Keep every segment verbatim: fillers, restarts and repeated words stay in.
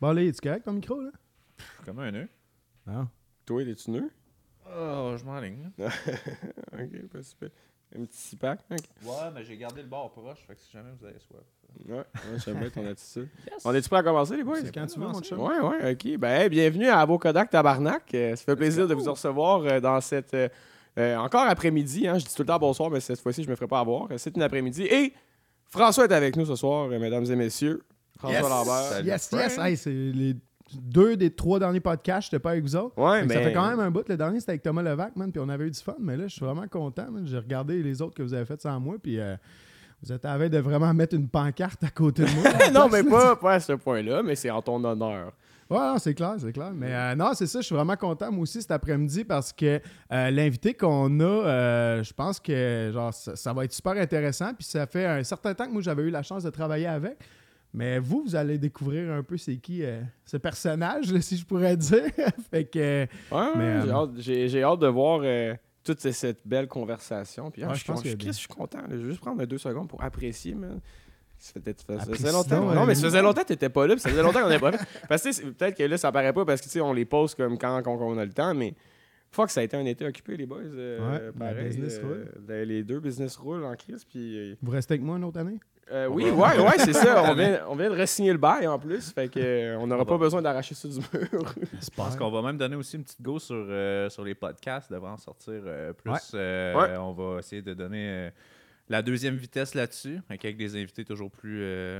Bon, là, es-tu correct ton micro, là? Comme un nœud. Non. Toi, es-tu nœud? Oh, je m'enligne. Ok, pas super. Un petit six pack. Okay. Ouais, mais j'ai gardé le bord proche, fait que si jamais vous avez soif. Ouais, ouais j'aime bien ton attitude. Yes. On est-tu prêts à commencer, les boys? C'est quand tu veux, mon chum. Ouais, ouais, ok. Ben, hey, bienvenue à Avo Kodak Tabarnak. Euh, ça fait plaisir de vous recevoir euh, dans cette. Euh, euh, encore après-midi, hein. Je dis tout le temps bonsoir, mais cette fois-ci, je me ferai pas avoir. C'est une après-midi. Et François est avec nous ce soir, euh, mesdames et messieurs. François Yes. Lambert. Salut. Yes, yes. Hey, c'est les deux des trois derniers podcasts, j'étais pas avec vous autres. Ouais, Fait que mais. Ça fait quand même un bout. Le dernier, c'était avec Thomas Levac, man, puis on avait eu du fun. Mais là, je suis vraiment content, man. J'ai regardé les autres que vous avez fait sans moi, puis euh, vous êtes à la veille de vraiment mettre une pancarte à côté de moi. non, mais pas, pas à ce point-là, mais c'est en ton honneur. Ouais, non, c'est clair, c'est clair. Mais euh, non, c'est ça, je suis vraiment content, moi aussi, cet après-midi, parce que euh, l'invité qu'on a, euh, je pense que genre ça, ça va être super intéressant. Puis ça fait un certain temps que moi, j'avais eu la chance de travailler avec. Mais vous, vous allez découvrir un peu c'est qui euh, ce personnage, là, si je pourrais dire. fait que... Ouais, Mais, j'ai, euh, hâte, j'ai, j'ai hâte de voir euh, toute cette, cette belle conversation. Puis, ah, Ouais, je, je pense je, qu'il y a je, des- je suis content. là. Je vais juste prendre deux secondes pour apprécier, man. Ça fait, ça Apprécie faisait longtemps. donc, non, euh, mais ça faisait longtemps que tu n'étais pas là. Puis ça faisait longtemps qu'on n'avait pas fait. Parce que tu sais, c'est- peut-être que là, ça paraît pas parce que tu sais, on les pose comme quand, quand on a le temps. Mais fuck, ça a été un été occupé, les boys. Euh, Ouais, la pareil, business euh, roule. les- Les deux business roulent en crise. Puis. euh, Vous restez avec moi une autre année? euh, oui, ouais, ouais, c'est ça. On vient, on vient de re-signer le bail en plus. Fait que euh, on n'aura pas besoin d'arracher ça du mur. Je pense qu'on va même donner aussi une petite go sur, euh, sur les podcasts, devrait en sortir euh, plus. Ouais. Euh, Ouais. On va essayer de donner euh, la deuxième vitesse là-dessus, avec des invités toujours plus euh,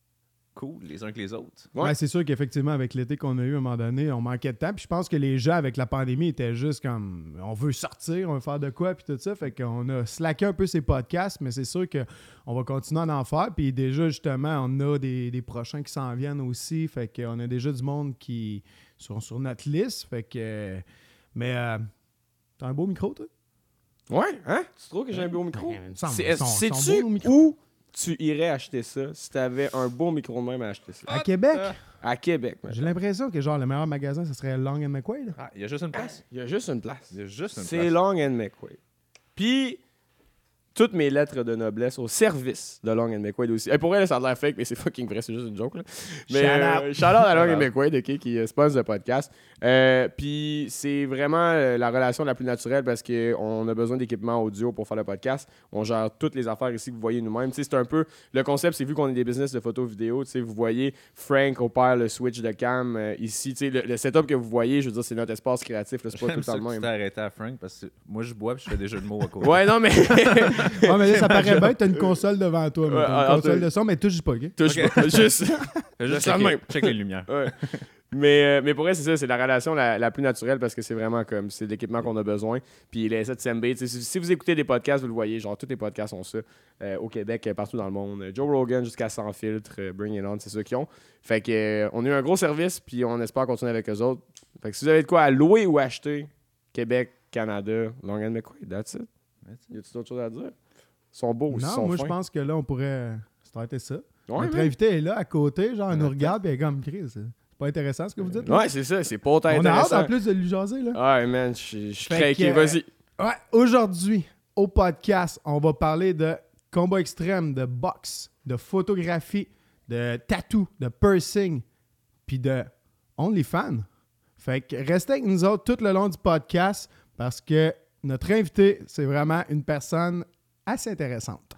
cool les uns que les autres. Ouais. Ouais, c'est sûr qu'effectivement, avec l'été qu'on a eu à un moment donné, on manquait de temps. Puis je pense que les gens, avec la pandémie, étaient juste comme on veut sortir, on veut faire de quoi, puis tout ça. Fait qu'on a slacké un peu ces podcasts, mais c'est sûr qu'on va continuer à en faire. Puis déjà, justement, on a des, des prochains qui s'en viennent aussi. Fait qu'on a déjà du monde qui sont sur notre liste. Fait que. Mais euh, t'as un beau micro, toi? Ouais, hein? Tu trouves que j'ai un beau micro? Ben, il me semble, C'est- ils sont- ils sont Sais-tu beaux, nos micros. où tu irais acheter ça si tu avais un beau micro de même à acheter ça? À Québec? À Québec, man. J'ai l'impression que genre le meilleur magasin, ce serait Long and McQuaid. Ah, il y a juste une place. Il y a juste une place. Il y a juste une C'est place. Long and McQuaid. Puis, toutes mes lettres de noblesse au service de Long and McQuaid aussi. Et pour elle, ça a l'air fake, mais c'est fucking vrai, c'est juste une joke. Là. Mais Shout euh, out. shout out à Long Shout and out. McQuaid, ok, qui euh, sponsor le podcast. Euh, Puis, c'est vraiment euh, la relation la plus naturelle parce qu'on a besoin d'équipements audio pour faire le podcast. On gère toutes les affaires ici que vous voyez nous-mêmes. Tu sais, c'est un peu le concept, c'est vu qu'on est des business de photo vidéo. Tu sais, vous voyez Frank opère le switch de cam euh, ici. Tu sais, le, le setup que vous voyez, je veux dire, c'est notre espace créatif. là, C'est pas tout J'aime le temps ça le que tu même. t'es arrêté à Frank parce que moi je bois et je fais des jeux de mots à côté. Ouais, non, mais. Ouais, mais là, ça paraît bien, t'as une console devant toi. mais Ouais, t'as une alors, console t'as- de son, mais touche pas, OK? Touche Ok. pas. Juste. Fais juste Ça de check, même. check les lumières. Ouais. Mais, euh, mais pour elle, c'est ça, c'est la relation la, la plus naturelle parce que c'est vraiment comme, c'est l'équipement qu'on a besoin. Puis les S sept B, si, si vous écoutez des podcasts, vous le voyez, genre tous les podcasts ont ça euh, au Québec, euh, partout dans le monde. Euh, Joe Rogan jusqu'à Sans Filtre, euh, Bring It On, c'est ceux qui ont. Fait que euh, on a eu un gros service, puis on espère continuer avec eux autres. Fait que si vous avez de quoi à louer ou acheter, Québec, Canada, Long and McQuaid, that's it. Y a-t-il d'autres choses à dire? Ils sont beaux aussi, ils Non, sont moi, je fins. pense que là, on pourrait starter ça. Ouais, Notre man. invité est là, à côté, genre, elle nous regarde, puis elle est comme crise. C'est pas intéressant ce que vous dites? là? Ouais, c'est ça, c'est pas autant On a hâte, intéressant. en plus, de lui jaser, là. Ouais, man, je je suis Fait craqué, que, vas-y. Ouais, aujourd'hui, au podcast, on va parler de combat extrême, de boxe, de photographie, de tattoo, de piercing, puis de OnlyFans. Fait que restez avec nous autres tout le long du podcast parce que notre invité, c'est vraiment une personne assez intéressante.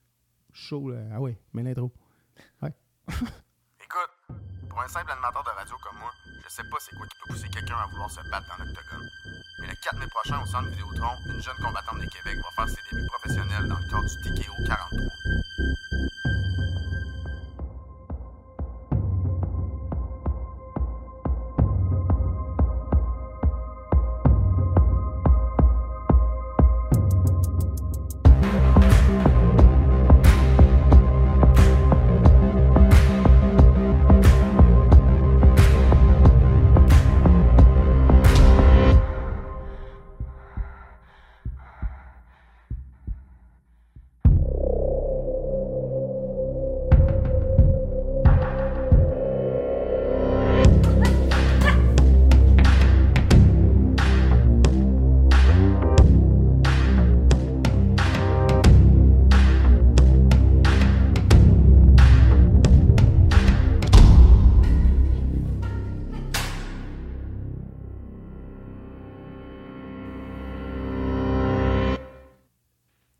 Chaud, là. Ah oui, mets l'intro. Ouais. Écoute, pour un simple animateur de radio comme moi, je sais pas c'est quoi qui peut pousser quelqu'un à vouloir se battre dans l'octogone. Mais le quatre mai prochain, au centre Vidéotron, une jeune combattante de Québec va faire ses débuts professionnels dans le cadre du T K O quarante-trois.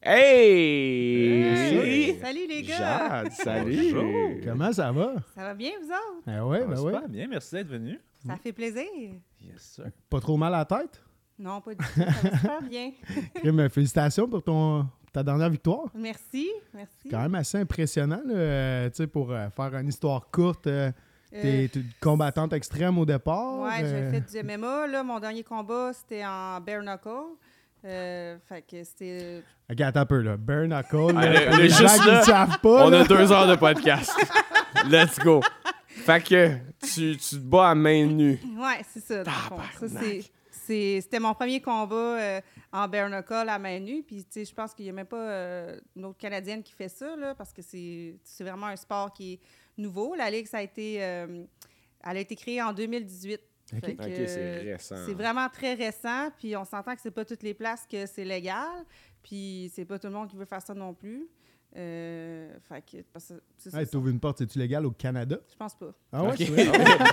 Hey! Salut les gars! Jade, salut! Bonjour. Comment ça va? Ça va bien, vous autres? Ben ouais, Ça va ben ouais. super bien, merci d'être venu. Ça fait plaisir? Yes, sir. Pas trop mal à la tête? Non, pas du tout. Ça va super bien. Crime, félicitations pour ton, ta dernière victoire. Merci, merci. Quand même assez impressionnant, là, euh, tu sais, pour euh, faire une histoire courte. Euh, T'es Euh, une combattante extrême au départ. ouais, euh, j'ai fait du M M A. Là, mon dernier combat, c'était en bare knuckle. Euh, fait que c'était... Ok, attends un peu, là. Bare knuckle, Ah, là, le- pour le les gens juste qui là, ne savent pas. On là. a deux heures de podcast. Let's go. Fait que tu, tu te bats à main nue. Ouais, c'est ça, dans le fond. Ça, Tabarnak. c'est, c'est- c'était mon premier combat euh, en bare knuckle à main nue. Puis, tu sais, je pense qu'il n'y a même pas euh, une autre Canadienne qui fait ça, là, parce que c'est, c'est vraiment un sport qui est nouveau. La Ligue, ça a été... euh, elle a été créée en deux mille dix-huit. Ok. Fait que, Ok, c'est récent. C'est vraiment très récent, puis on s'entend que c'est pas toutes les places que c'est légal, puis c'est pas tout le monde qui veut faire ça non plus. Euh, fait que, parce que c'est ça, Hey, ça- t'ouvres une porte, c'est-tu légal au Canada? je pense pas. Ah ouais, Ok. c'est vrai?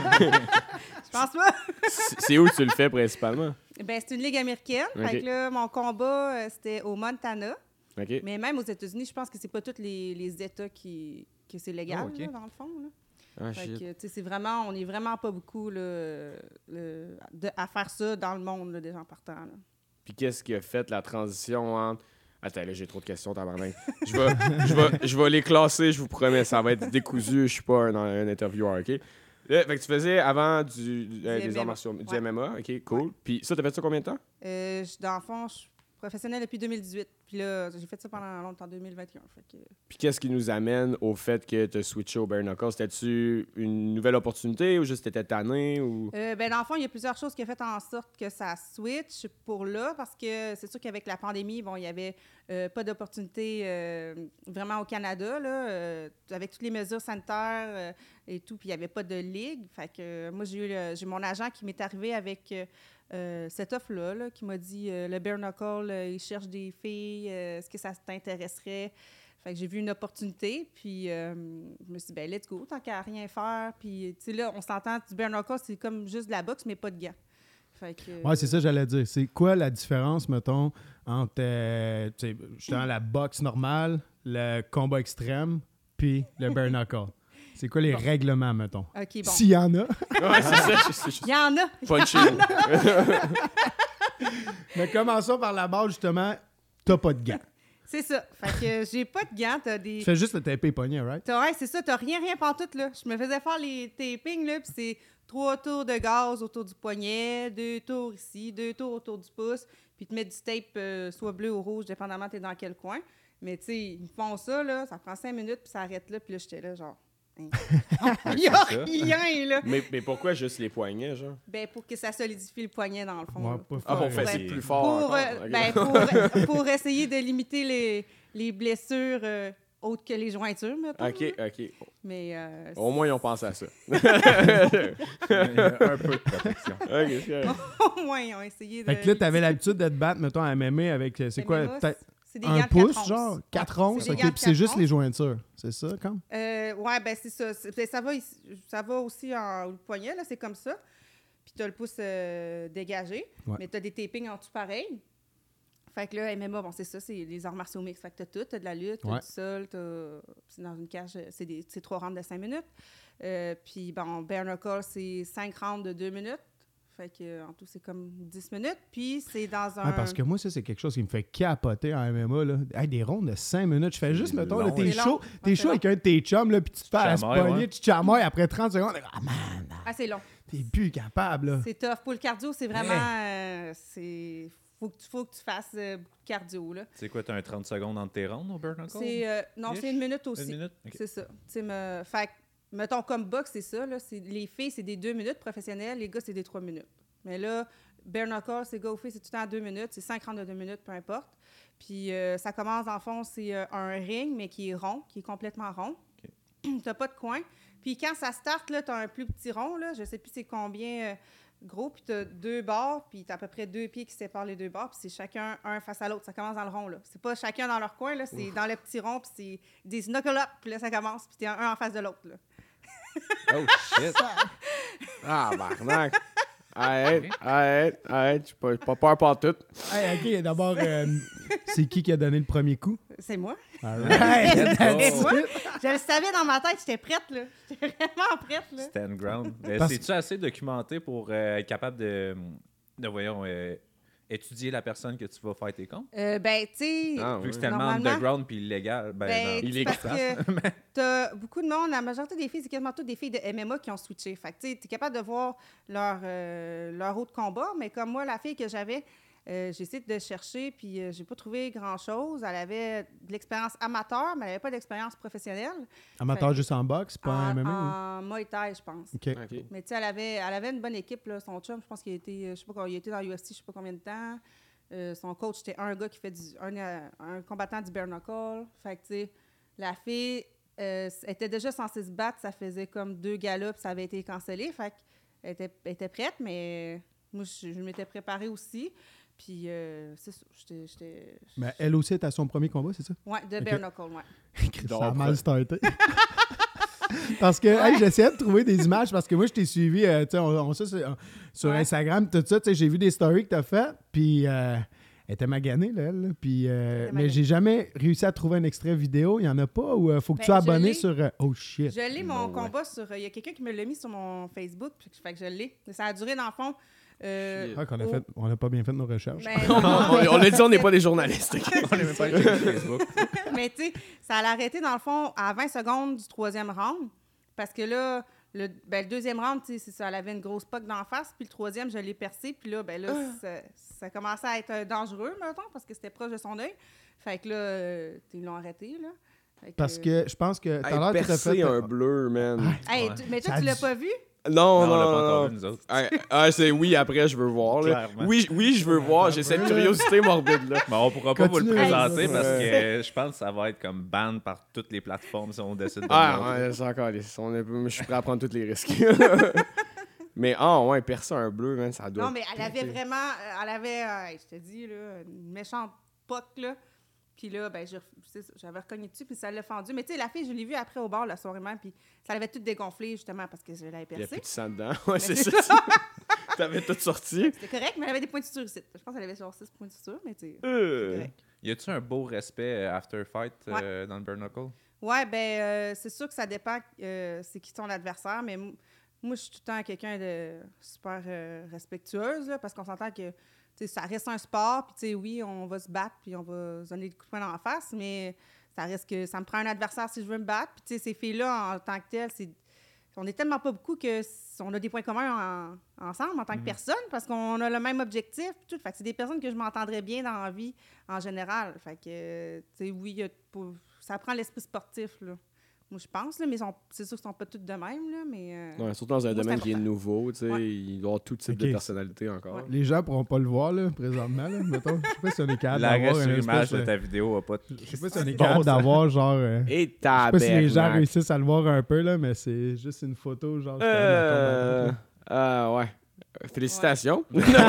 Je pense pas. C'est c'est où tu le fais principalement? Ben, c'est une ligue américaine. Ok. Fait que là, mon combat, euh, c'était au Montana. OK. Mais même aux États-Unis, je pense que c'est pas tous les, les États qui que c'est légal, Oh, ok. là, dans le fond. Là. Ah, Fait shit. que, tu sais, c'est vraiment, on est vraiment pas beaucoup là, le- de- à faire ça dans le monde, là, des gens partants. Là. Puis qu'est-ce qui a fait la transition entre... Attends, là, j'ai trop de questions, tabarnak. Je vais, je, vais, je vais les classer, je vous promets. Ça va être décousu. Je suis pas un, un intervieweur, OK? Là, fait que tu faisais avant du, du- euh, Du des M M A. arts martiaux, du Ouais. M M A, OK, cool. Puis ça, t'as fait ça combien de temps? Euh, je- dans le fond, je suis professionnelle depuis deux mille dix-huit. Puis là, j'ai fait ça pendant longtemps, deux mille vingt et un. Fait que... Puis qu'est-ce qui nous amène au fait que tu as switché au bare knuckle? C'était-tu une nouvelle opportunité ou juste t'étais tanné? Ou... Euh, ben, dans le fond, il y a plusieurs choses qui ont fait en sorte que ça switch pour là, parce que c'est sûr qu'avec la pandémie, bon, il n'y avait euh, pas d'opportunité euh, vraiment au Canada, là, euh, avec toutes les mesures sanitaires euh, et tout, puis il n'y avait pas de ligue. Fait que euh, moi, j'ai eu le- j'ai mon agent qui m'est arrivé avec euh, euh, cette offre-là, là, qui m'a dit euh, le bare knuckle, euh, il cherche des filles, euh, est-ce que ça t'intéresserait? Fait que j'ai vu une opportunité, puis euh, je me suis dit, ben let's go, tant qu'à rien faire. Puis, tu sais, là, on s'entend, du bare knuckle, c'est comme juste de la boxe, mais pas de gants. Fait que... Ouais, c'est ça que j'allais dire. C'est quoi la différence, mettons, entre euh, tu sais, justement la boxe normale, le combat extrême, puis le bare knuckle? C'est quoi les Bon. règlements, mettons? OK, bon. S'il y en a. Ouais, c'est ça. je- je- je- Il y en a! Punchy. Mais commençons par la base, justement, t'as pas de gants. C'est ça. Fait que j'ai pas de gants, t'as des... Tu fais juste le taper et pogner, right? T'as- ouais, c'est ça, t'as rien, rien pantoute, là. Je me faisais faire les tapings, là, puis c'est trois tours de gaz autour du poignet, deux tours ici, deux tours autour du pouce, puis te mettre du tape euh, soit bleu ou rouge, dépendamment t'es dans quel coin. Mais, tu sais, ils me font ça, là, ça prend cinq minutes, puis ça arrête là, puis là, j'étais là, genre... hein. Il y a C'est ça. rien, là! mais, mais pourquoi juste les poignets, genre? Ben, pour que ça solidifie le poignet, dans le fond. Ouais, là. pas Ah, faire- pour faire Ouais. c'est plus fort Pour, encore. euh, Ok. ben, pour, pour essayer de limiter les, les blessures euh, autres que les jointures, mettons. OK, là. OK. Mais euh, Au moins, ils ont pensé à ça. Il y a un peu de protection. OK, c'est correct. au moins, ils ont essayé de... Fait que là, t'avais l'habitude de te battre, mettons, à M M A avec, euh, c'est M quoi, M A, peut-être c'est des un gants de pouce, quatre genre? onces. Quatre Ouais, onces? c'est des OK, gants de puis c'est juste quatre les onces. jointures, c'est ça, quand? Euh, ouais, ben c'est ça. C'est- ben, ça, va, ici- ça va aussi en le poignet, là, c'est comme ça. Puis t'as le pouce euh, dégagé, Ouais. mais t'as des tapings en dessous pareil. Fait que là, M M A, bon, c'est ça, c'est les arts martiaux mixtes. Fait que t'as tout, t'as de la lutte, t'as Ouais. du sol, t'as... C'est dans une cage, c'est, des... c'est trois rounds de cinq minutes. Euh, puis, bon, bare knuckle, c'est cinq rounds de deux minutes. Fait que, en tout, c'est comme dix minutes. Puis, c'est dans un... Ouais, parce que moi, ça, c'est quelque chose qui me fait capoter en M M A. Là. Hey, des rondes de cinq minutes. Je fais juste, mettons, là, long, t'es c'est chaud, long. t'es Ouais, chaud c'est avec un de tes chums, là, puis tu te fais à se Chamaille, pogner, ouais. tu te chamailles après trente secondes. Ah, man, Ah, c'est long. t'es plus capable, là. C'est tough. Pour le cardio, c'est vraiment... euh, c'est... Faut que, tu, faut que tu fasses euh, beaucoup de cardio, là. C'est quoi, t'as un trente secondes entre tes rondes au bare knuckle? C'est, euh, non, Ish? c'est une minute aussi. Une minute? Ok. C'est ça. Tu sais, me... Fait que, mettons, comme boxe, c'est ça, là. C'est... Les filles, c'est des deux minutes professionnelles. Les gars, c'est des trois minutes. Mais là, bare knuckle, c'est gars aux filles, c'est tout le temps à deux minutes. C'est cinq rounds de deux minutes, peu importe. Puis euh, ça commence, en fond, c'est euh, un ring, mais qui est rond, qui est complètement rond. T'as pas de coin. Puis quand ça start, là, t'as un plus petit rond, là. Je sais plus c'est combien... euh, gros, puis t'as deux barres, puis t'as à peu près deux pieds qui séparent les deux barres, puis c'est chacun un face à l'autre. Ça commence dans le rond, là. C'est pas chacun dans leur coin, là. C'est dans le petit rond, puis c'est des knuckle-up, puis là, ça commence, puis t'es un en face de l'autre, là. Oh shit! Ah, barnac. Arrête, arrête, arrête. J'ai pas, j'ai pas peur pas tout. Hey, OK, d'abord, euh, C'est qui qui a donné le premier coup? C'est moi. All Let's right. C'est go. moi. Je le savais dans ma tête, j'étais prête, là. J'étais vraiment prête, là. Stand ground. Mais Parce- C'est-tu assez documenté pour euh, être capable de, de voyons, euh, étudier la personne que tu vas faire tes comptes? Euh, ben, tu sais, Ah, Vu ouais. que c'est tellement Normalement- underground puis illégal. Ben, ben, non. c'est illégal. parce que t'as beaucoup de monde, la majorité des filles, c'est quasiment toutes des filles de M M A qui ont switché. Fait que, tu sais, t'es capable de voir leur, euh, leur autre combat, mais comme moi, la fille que j'avais, euh, j'ai essayé de chercher, puis euh, j'ai pas trouvé grand-chose. Elle avait de l'expérience amateur, mais elle avait pas d'expérience professionnelle. Amateur Fait- juste en boxe, pas en en, M M A? en Muay Thai, je pense. ou- OK. OK. Mais tu sais, elle avait, elle avait une bonne équipe, là, son chum. Je pense qu'il a été, euh, je sais pas, il a été dans l'U F C, je sais pas combien de temps. Euh, son coach, c'était un gars qui fait du, un, euh, un combattant du bare knuckle. Fait que, tu sais, la fille euh, était déjà censée se battre. Ça faisait comme deux galas, puis ça avait été cancellé. Fait qu'elle était, elle était prête, mais moi, je, je m'étais préparée aussi. Puis, euh, c'est ça, j'étais... j'étais- Ben, elle aussi est à son premier combat, c'est ça? Ouais, de Ok. bare knuckle, ouais. Chris, ça a Donc, mal ouais. starté. Parce que hey, j'essayais de trouver des images parce que moi, je t'ai suivi euh, tu sais, on, on, ça, c'est, euh, sur Ouais. Instagram, tout ça. Tu sais, j'ai vu des stories que tu as faites. Puis euh, elle était maganée, là. elle, là, puis, euh, Elle était mais maganée. j'ai jamais réussi à trouver un extrait vidéo. Il n'y en a pas ou il faut que Ben, tu sois je abonné l'ai. sur. euh, oh shit. Je l'ai, mon Bon, ouais. combat sur... Il y a quelqu'un qui me l'a mis sur mon Facebook, puis fait que je l'ai. Ça a duré, dans le fond... euh, Shit. Ah, qu'on a au- fait, on n'a pas bien fait nos recherches. Ben, on, on a dit on n'est pas des journalistes. OK? On n'est même pas allé sur Facebook. mais tu sais, ça allait arrêter dans le fond à vingt secondes du troisième round. Parce que là, le, ben, le deuxième round, tu sais, c'est ça, elle avait une grosse poque d'en face. Puis le troisième, je l'ai percé. Puis là, ben là, ça, ça commençait à être euh, dangereux, mettons, parce que c'était proche de son œil. Fait que là, euh, ils l'ont arrêté, là. Fait Parce que je pense que tout à Hey, l'heure, tu as percer fait. un bleu, man. Hey, Ouais. tu- mais Ça toi, a tu l'as dû- pas vu? Non, Non, non, on l'a pas non. encore non. vu, nous autres. Ah, ah, c'est oui, après, je veux voir. Là. Clairement. Oui, oui, je veux voir. J'ai cette curiosité morbide. Là. Mais on pourra pas vous le Continue. présenter Hey, parce ouais. que je pense que ça va être comme ban par toutes les plateformes si on décide de le Ah, montrer. ouais, c'est encore les- on est- Je suis prêt à prendre tous les risques. Mais, ah, ouais, percer un bleu, man, ça doit. Non, mais elle avait péter. vraiment... euh, Elle avait, euh, je te dis, là, une méchante poque, là. Puis là, ben, j'ai ref- c'est ça, j'avais reconnu dessus, puis ça l'a fendu. Mais tu sais, la fille, je l'ai vue après au bar la soirée même, puis ça l'avait tout dégonflé, justement, parce que je l'avais Il y a plus percé. de sang dedans. Ouais, c'est c'est ça. T'avais tout sorti. C'était correct, mais elle avait des points de suture ici. Je pense qu'elle avait genre six points de suture, mais tu sais, c'est Euh. correct. Y a-tu un beau respect euh, after fight euh, dans le bare knuckle? Ouais, ben, euh, c'est sûr que ça dépend euh, c'est qui ton adversaire, mais m- moi, je suis tout le temps quelqu'un de super euh, respectueuse, là, parce qu'on s'entend que tu sais, ça reste un sport, puis tu sais, oui, on va se battre, puis on va se donner des coups de poing dans la face, mais ça reste que ça me prend un adversaire si je veux me battre. Puis tu sais, ces filles-là, en tant que telles, c'est on est tellement pas beaucoup que s- on a des points communs en- ensemble en tant que personne, parce qu'on a le même objectif, puis tout. Fait que c'est des personnes que je m'entendrais bien dans la vie en général. Fait que, euh, tu sais, oui, il y a pour- ça prend l'esprit sportif, là. Moi, je pense, là, mais ils sont- c'est sûr qu'ils sont pas tous de même, là, mais... euh, Ouais, surtout dans un Moi, domaine c'est qui est important. nouveau, tu sais, Ouais. il doit y avoir tout type Ok. de personnalité encore. Ouais. Les gens pourront pas le voir, là, présentement, là, mettons. Je sais pas si on est capable L'arrêt d'avoir sur une image espèce de de- ta vidéo a pas de... Je sais pas si on est Bon, capable ça. d'avoir, genre... euh, Et Je sais pas si les gens tabernacle. réussissent à le voir un peu, là, mais c'est juste une photo, genre... justement, de la Euh, combattante, ah, ouais. Euh, Félicitations.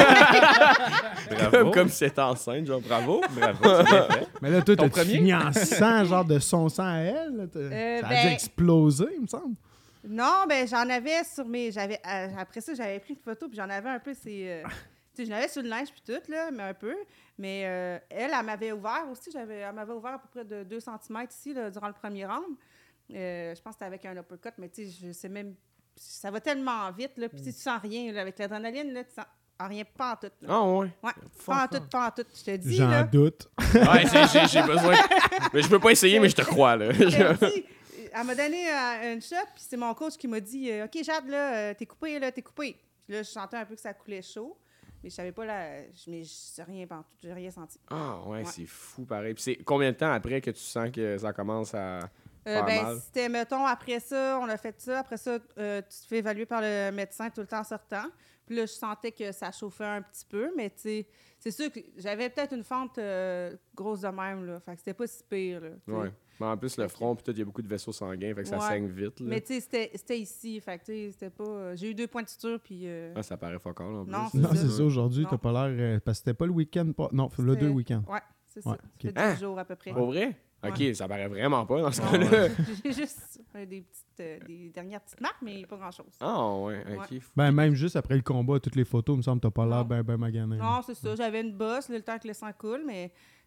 Bravo. comme, comme si c'était enceinte, genre bravo. Bravo, c'est bien fait. là. Mais là, toi, Ton t'as premier? fini en sang, genre de son sang à elle? là, t'as- Euh, ça a ben- dû exploser, il me semble. Non, ben j'en avais sur mes... j'avais euh, Après ça, j'avais pris une photo, puis j'en avais un peu, c'est... euh, tu sais, j'en avais sur le linge, puis tout, là, mais un peu. Mais euh, elle, elle m'avait ouvert aussi. J'avais, elle m'avait ouvert à peu près de deux centimètres ici, là, durant le premier round. Euh, je pense que c'était avec un uppercut, mais tu sais, je sais même... Ça va tellement vite, là, puis tu sais, tu sens rien, là, avec l'adrénaline, là, tu sens rien, pas en tout. Là. Ah, ouais. Ouais, pas en tout, pas en tout, je te dis, J'en là. doute. Ouais, j'ai- j'ai j'ai besoin. Mais je peux pas essayer, mais je te crois, là. Je te dis, elle m'a donné euh, une shot, puis c'est mon coach qui m'a dit euh, OK, Jade, là, euh, t'es coupé, là, t'es coupé. Puis là, je sentais un peu que ça coulait chaud, mais je savais pas, là, je- mais je sais rien, pas en tout, j'ai rien senti. Ah, ouais, Ouais. c'est fou, pareil. Puis c'est combien de temps après que tu sens que ça commence à. Euh, Faire ben, mal. c'était, mettons, après ça, on a fait ça. Après ça, euh, tu te fais évaluer par le médecin tout le temps en sortant. Puis là, je sentais que ça chauffait un petit peu, mais tu sais, c'est sûr que j'avais peut-être une fente euh, grosse de même, là. Fait que c'était pas si pire, là. tu sais. Ouais. Mais en plus, le front, puis tout, il y a beaucoup de vaisseaux sanguins, fait que ça Ouais. saigne vite, là. Mais tu sais, c'était, c'était ici. Fait que tu sais, c'était pas... euh, j'ai eu deux points de suture, puis... euh, Ah, ça paraît focal, en plus. Non, Non, C'est c'est ça. ça, aujourd'hui, Non. t'as pas l'air... euh, parce que c'était pas le week-end... Pas... Non, le c'était- deux week-ends. Ouais, c'est Ouais, ça. Ça ok. fait Hein? dix jours à peu près. Pour vrai? Ouais. Ok, ça paraît vraiment pas dans ce Non, cas-là. J'ai juste euh, des, petites, euh, des dernières petites marques, mais pas grand-chose. Ah, ouais, ok. Ouais. fou. Ben, même juste après le combat, toutes les photos, il me semble que t'as pas l'air Non. ben, ben magané. Non, c'est ça. J'avais une bosse, là, le temps que le sang coule, mais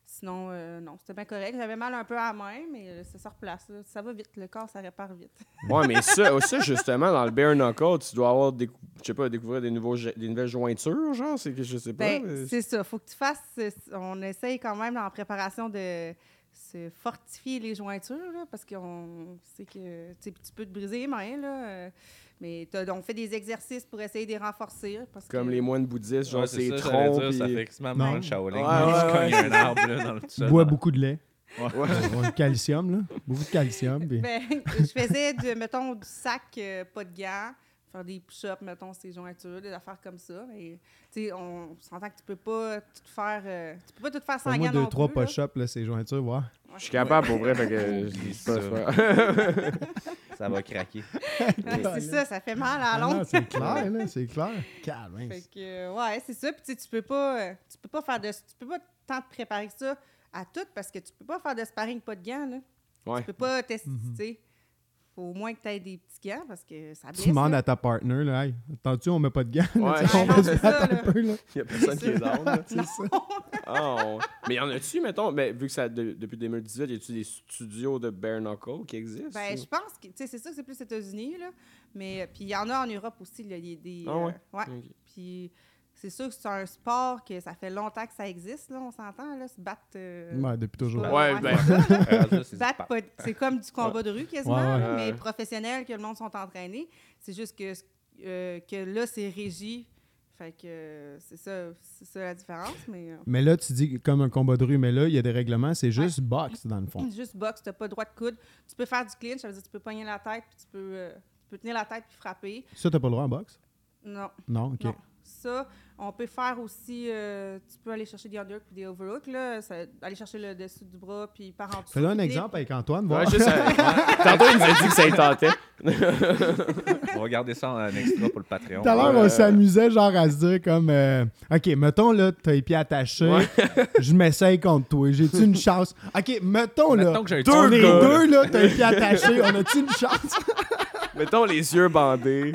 Sinon, euh, non, c'était bien correct. J'avais mal un peu à la main, mais euh, ça se replace. Là. Ça va vite. Le corps, ça répare vite. Ouais, mais ça, ça, justement, dans le bare knuckle, tu dois avoir, décou- je sais pas, découvrir des, nouveaux, ge- des nouvelles jointures, genre, c'est que je sais pas. Ben, mais- c'est ça. Faut que tu fasses. euh, On essaye quand même en préparation de se fortifier les jointures, là, parce qu'on sait que tu sais, tu peux te briser les mains, là. euh, Mais t'as- on fait des exercices pour essayer de les renforcer. Parce Comme que... les moines bouddhistes, genre, Ouais, c'est ça, j'allais troncs. dire, ça puis- fait extrêmement Non. moins de Shaolin. Ouais, Moi, ouais, je ouais. cogne un arbre là, dans le sol. Bois dans- beaucoup de lait. Ouais. Ouais, calcium, là. Beaucoup de calcium. puis- Ben, je faisais, de, mettons, du sac, euh, pas de gants, faire des push-ups, mettons, ces jointures, des affaires comme ça. Mais, tu sais, on s'entend que tu peux pas tout faire, euh, tu peux pas tout faire sans Fais-moi gants deux, non trois plus, là. push-ups, là, ces jointures, voir. Je suis capable, pour vrai, fait que je dis pas. c'est pas- Ça va craquer. Ouais, c'est ça, ça fait mal à Ah long. non, c'est clair, là, c'est clair. Calme. Fait que, euh, ouais, c'est ça. Puis, tu sais, tu peux pas, euh, tu peux pas faire de, tu peux pas tant te préparer que ça à tout parce que tu peux pas faire de sparring pas de gants, là. Ouais. Tu peux pas tester, Mhm. tu sais. Faut au moins que tu aies des petits gants parce que ça blesse. Tu demandes là. à ta partner, là, hey, attends-tu, on met pas de gants? là, Ouais. tu sais, on Ouais, va non, se c'est battre ça, un là. peu, là. Il y a personne qui est down, là. C'est ça. Ah, ouais. Mais y en a-tu, mettons, ben, vu que ça, de- depuis deux mille dix-huit, y a-tu des studios de bare knuckle qui existent? Ben, ou- je pense que, tu sais, c'est ça que c'est plus aux États-Unis, là. Mais, euh, puis il y en a en Europe aussi, là, il y a des... Ah ouais? euh, ouais. Ok. Puis c'est sûr que c'est un sport que ça fait longtemps que ça existe, là, on s'entend, là, se battre... euh, Ouais, depuis toujours. pas- Ouais, ben- c'est ça, là. Euh, ça, c'est du Battre pa- pas- c'est comme du combat de rue quasiment, Ouais, ouais. là, mais Ouais. professionnel, que le monde sont entraînés. C'est juste que, euh, que là, c'est régi. Fait que euh, c'est ça, c'est ça la différence, mais... euh, Mais là, tu dis comme un combat de rue, mais là, il y a des règlements, c'est juste boxe, dans le fond. Juste boxe, tu n'as pas le droit de coude. Tu peux faire du clinch, ça veut dire que tu peux pogner la tête, puis tu peux, euh, tu peux tenir la tête puis frapper. Ça, t'as pas le droit en boxe? Non, Non, OK. non. Ça, on peut faire aussi, euh, tu peux aller chercher des underhooks puis des overhooks, là, ça- aller chercher le dessus du bras puis par en dessous. Fais-le un puis exemple avec Antoine, Ouais, voir. juste, euh, tantôt, il nous a dit que ça y tentait. On va garder ça en extra pour le Patreon. Tout à l'heure, Ouais. on s'amusait genre à se dire comme euh, OK, mettons là, t'as les pieds attachés, Ouais. je m'essaye contre toi. J'ai-tu une chance? OK, mettons là. Mettons que j'ai un deux, petit les gars, deux, là, t'as les pieds attachés, on a-tu une chance? Mettons les yeux bandés.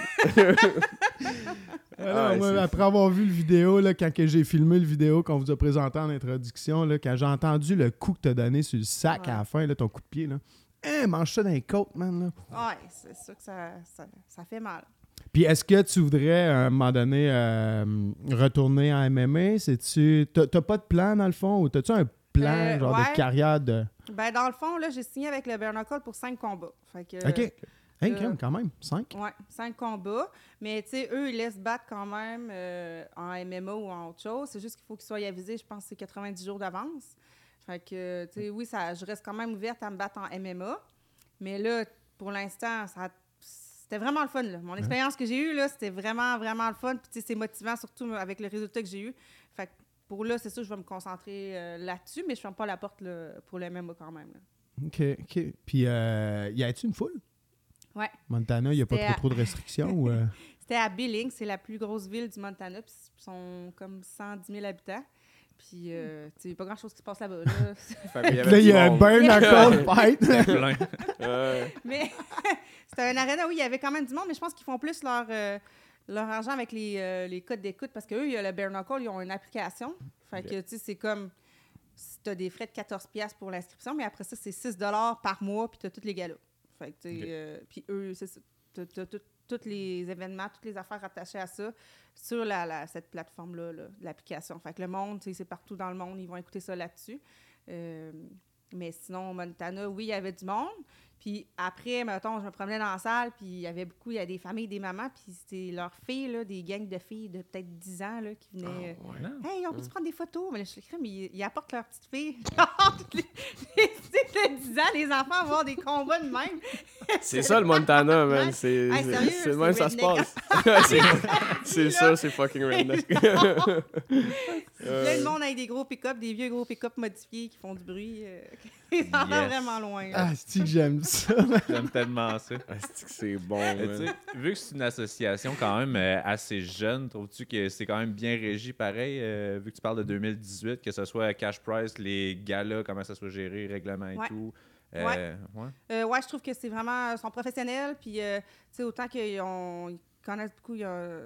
Alors, Ouais, moi, c'est après avoir vu le vidéo, là, quand que j'ai filmé le vidéo qu'on vous a présenté en introduction, là, quand j'ai entendu le coup que t'as donné sur le sac Ouais. à la fin, là, ton coup de pied, là. Hein, mange ça dans les côtes, man. Là. Ouais, c'est sûr que ça, ça, ça fait mal. Puis est-ce que tu voudrais, à un moment donné, euh, retourner en M M A? C'est-tu... T'as, t'as pas de plan, dans le fond? Ou t'as-tu un plan, Euh, genre, ouais. de carrière de... Ben, dans le fond, là, j'ai signé avec le bare knuckle pour cinq combats. Fait que, OK. Hey, euh, crème, quand même. Cinq. ouais, cinq combats. Mais, tu sais, eux, ils laissent battre quand même euh, en M M A ou en autre chose. C'est juste qu'il faut qu'ils soient avisés, je pense que c'est quatre-vingt-dix jours d'avance. Fait que, tu sais, oui, ça, je reste quand même ouverte à me battre en M M A. Mais là, pour l'instant, ça c'était vraiment le fun. Là. Mon expérience que j'ai eue, là, c'était vraiment, vraiment le fun. Puis, tu sais, c'est motivant, surtout avec le résultat que j'ai eu. Fait que pour là, c'est sûr, je vais me concentrer euh, là-dessus, mais je ne ferme pas la porte là, pour le M M A quand même. Là. OK, OK. Puis, euh, y a-tu une foule? Ouais. Montana, il n'y a pas C'était trop, à- trop de restrictions? ou, euh? C'était à Billings, c'est la plus grosse ville du Montana, puis ils sont comme cent dix mille habitants. Puis, euh, tu sais, pas grand-chose qui se passe là-bas. Là. Fait qu'il y avait Là, il du y a un monde. burn knuckle fight. Plein. Ouais. Mais c'était un arena où il y avait quand même du monde, mais je pense qu'ils font plus leur, euh, leur argent avec les, euh, les codes d'écoute parce qu'eux, il y a le bare knuckle, ils ont une application. Fait que, tu sais, c'est comme si tu as des frais de quatorze dollars pour l'inscription, mais après ça, c'est six dollars par mois, puis tu as tous les galas. Fait que, tu sais, Ok. euh, puis eux, c'est ça. Tu as tous les événements, toutes les affaires attachées à ça sur la, la- cette plateforme-là, là, l'application. Fait que le monde, tu sais, c'est partout dans le monde, ils vont écouter ça là-dessus. Euh, mais sinon, au Montana, oui, il y avait du monde. Puis après, mettons, je me promenais dans la salle, puis il y avait beaucoup, il y a des familles, des mamans, puis c'était leurs filles, là, des gangs de filles de peut-être dix ans, là, qui venaient... Ah, euh, Hey, on peut se prendre des photos? Mais là, je suis crème, ils, ils apportent leurs petites filles. Genre, toutes les, les, de dix ans, les enfants vont avoir des combats de même. C'est ça le Montana, man. C'est Hey, c'est- sérieux, c'est le même c'est ça se redneck. passe. C'est- c'est ça, c'est fucking redneck. Plein de monde avec des gros pick-up, des vieux gros pick-up modifiés qui font du bruit. Euh, ils s'entendent Yes. vraiment loin. là. Ah, c'est que j'aime ça. J'aime tellement ça. Ah, c'est que c'est bon, Mais tu man. sais, vu que c'est une association quand même euh, assez jeune, trouves-tu que c'est quand même bien régi pareil, euh, vu que tu parles de deux mille dix-huit, que ce soit cash price, les galas, comment ça soit géré, règlement et Ouais. tout? Euh, ouais. Euh, ouais, je trouve que c'est vraiment... Ils sont professionnels, puis, euh, tu sais, autant qu'ils ont- ils connaissent beaucoup, il y a, il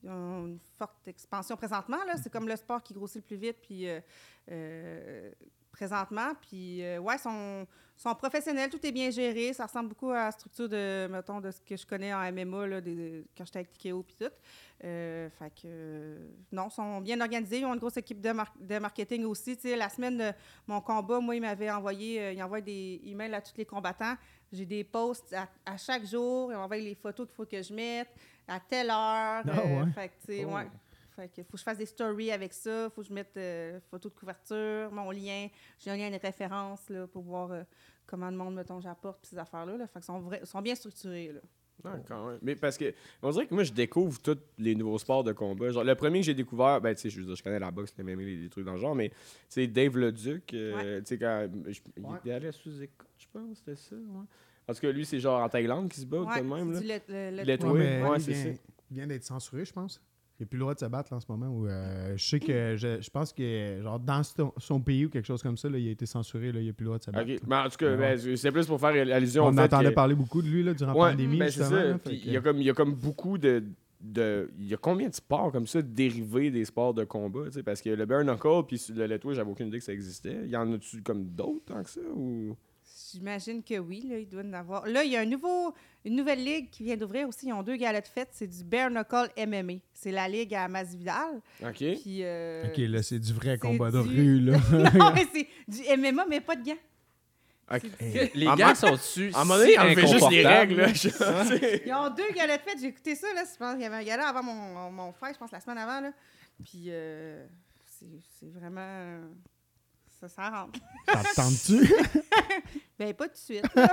ils ont une forte expansion présentement. Là. C'est comme le sport qui grossit le plus vite, puis euh, euh, présentement. Puis, euh, ouais, sont, sont professionnels, tout est bien géré. Ça ressemble beaucoup à la structure de, mettons, de ce que je connais en M M A, là, des, quand j'étais avec Tikeo, puis tout. Euh, fait que, euh, non, ils sont bien organisés. Ils ont une grosse équipe de, mar- de marketing aussi. Tu sais, la semaine de mon combat, moi, il m'avait envoyé, euh, il envoie des emails à tous les combattants. J'ai des posts à, à chaque jour. Il m'envoie les photos qu'il faut que je mette à telle heure. Ah, euh, ouais. Fait que, tu sais, Oh. ouais. Fait que faut que je fasse des stories avec ça. Faut que je mette euh, photos de couverture, mon lien. J'ai un lien de référence là, pour voir euh, comment le monde, mettons, j'apporte ces affaires-là. Là. Fait qu'ils sont, vra- sont bien structurés. Là. Ouais, quand même. Mais parce que, on dirait que moi, je découvre tous les nouveaux sports de combat. Genre, le premier que j'ai découvert, ben, tu sais, je veux dire, je connais la boxe, le M M A, les, les trucs dans le genre, mais, tu sais, Dave Leduc, euh, tu sais, quand. je- Ouais. Il est allé sous écoute, je pense, c'était ça, ouais. Parce que lui, c'est genre en Thaïlande qu'il se bat, ou Ouais, de même, là. c'est du let- le- le- Let- Ouais, Oui, mais ouais, il c'est vient, ça. il vient d'être censuré, je pense. Il n'a plus le droit de se battre là, en ce moment. Où, euh, je sais que je, je pense que genre dans son, son pays ou quelque chose comme ça, là, il a été censuré, là, il n'a plus le droit de se battre. Ok. Mais en tout cas, Ouais. ben, c'est plus pour faire allusion On au fait entendait que... parler beaucoup de lui là, durant la Ouais, pandémie, ben, c'est justement. ça. là, Puis fait il y a que- comme il y a comme beaucoup de, de il y a combien de sports comme ça dérivés des sports de combat, tu sais, parce que le bare knuckle puis le letway, j'avais aucune idée que ça existait. Il y en a-tu comme d'autres tant que ça ou J'imagine que oui, là, il doit en avoir. Là, il y a un nouveau, une nouvelle ligue qui vient d'ouvrir aussi. Ils ont deux galas de fête. C'est du Bare Knuckle M M A. C'est la ligue à Masvidal. OK. Puis, euh, Ok, là, c'est du vrai c'est combat de du- rue, là. non, mais c'est du M M A, mais pas de gants. OK. C'est- Les En gars mode- sont dessus. À un moment donné, enlevez juste les règles, là. Ils ont deux galas de fête. J'ai écouté ça. Là. Je pense qu'il y avait un gala avant mon, mon frère, je pense, la semaine avant. Là. Puis, euh, c'est c'est vraiment... euh, Ça, ça rentre. T'entends-tu? Ben, pas tout de suite. là.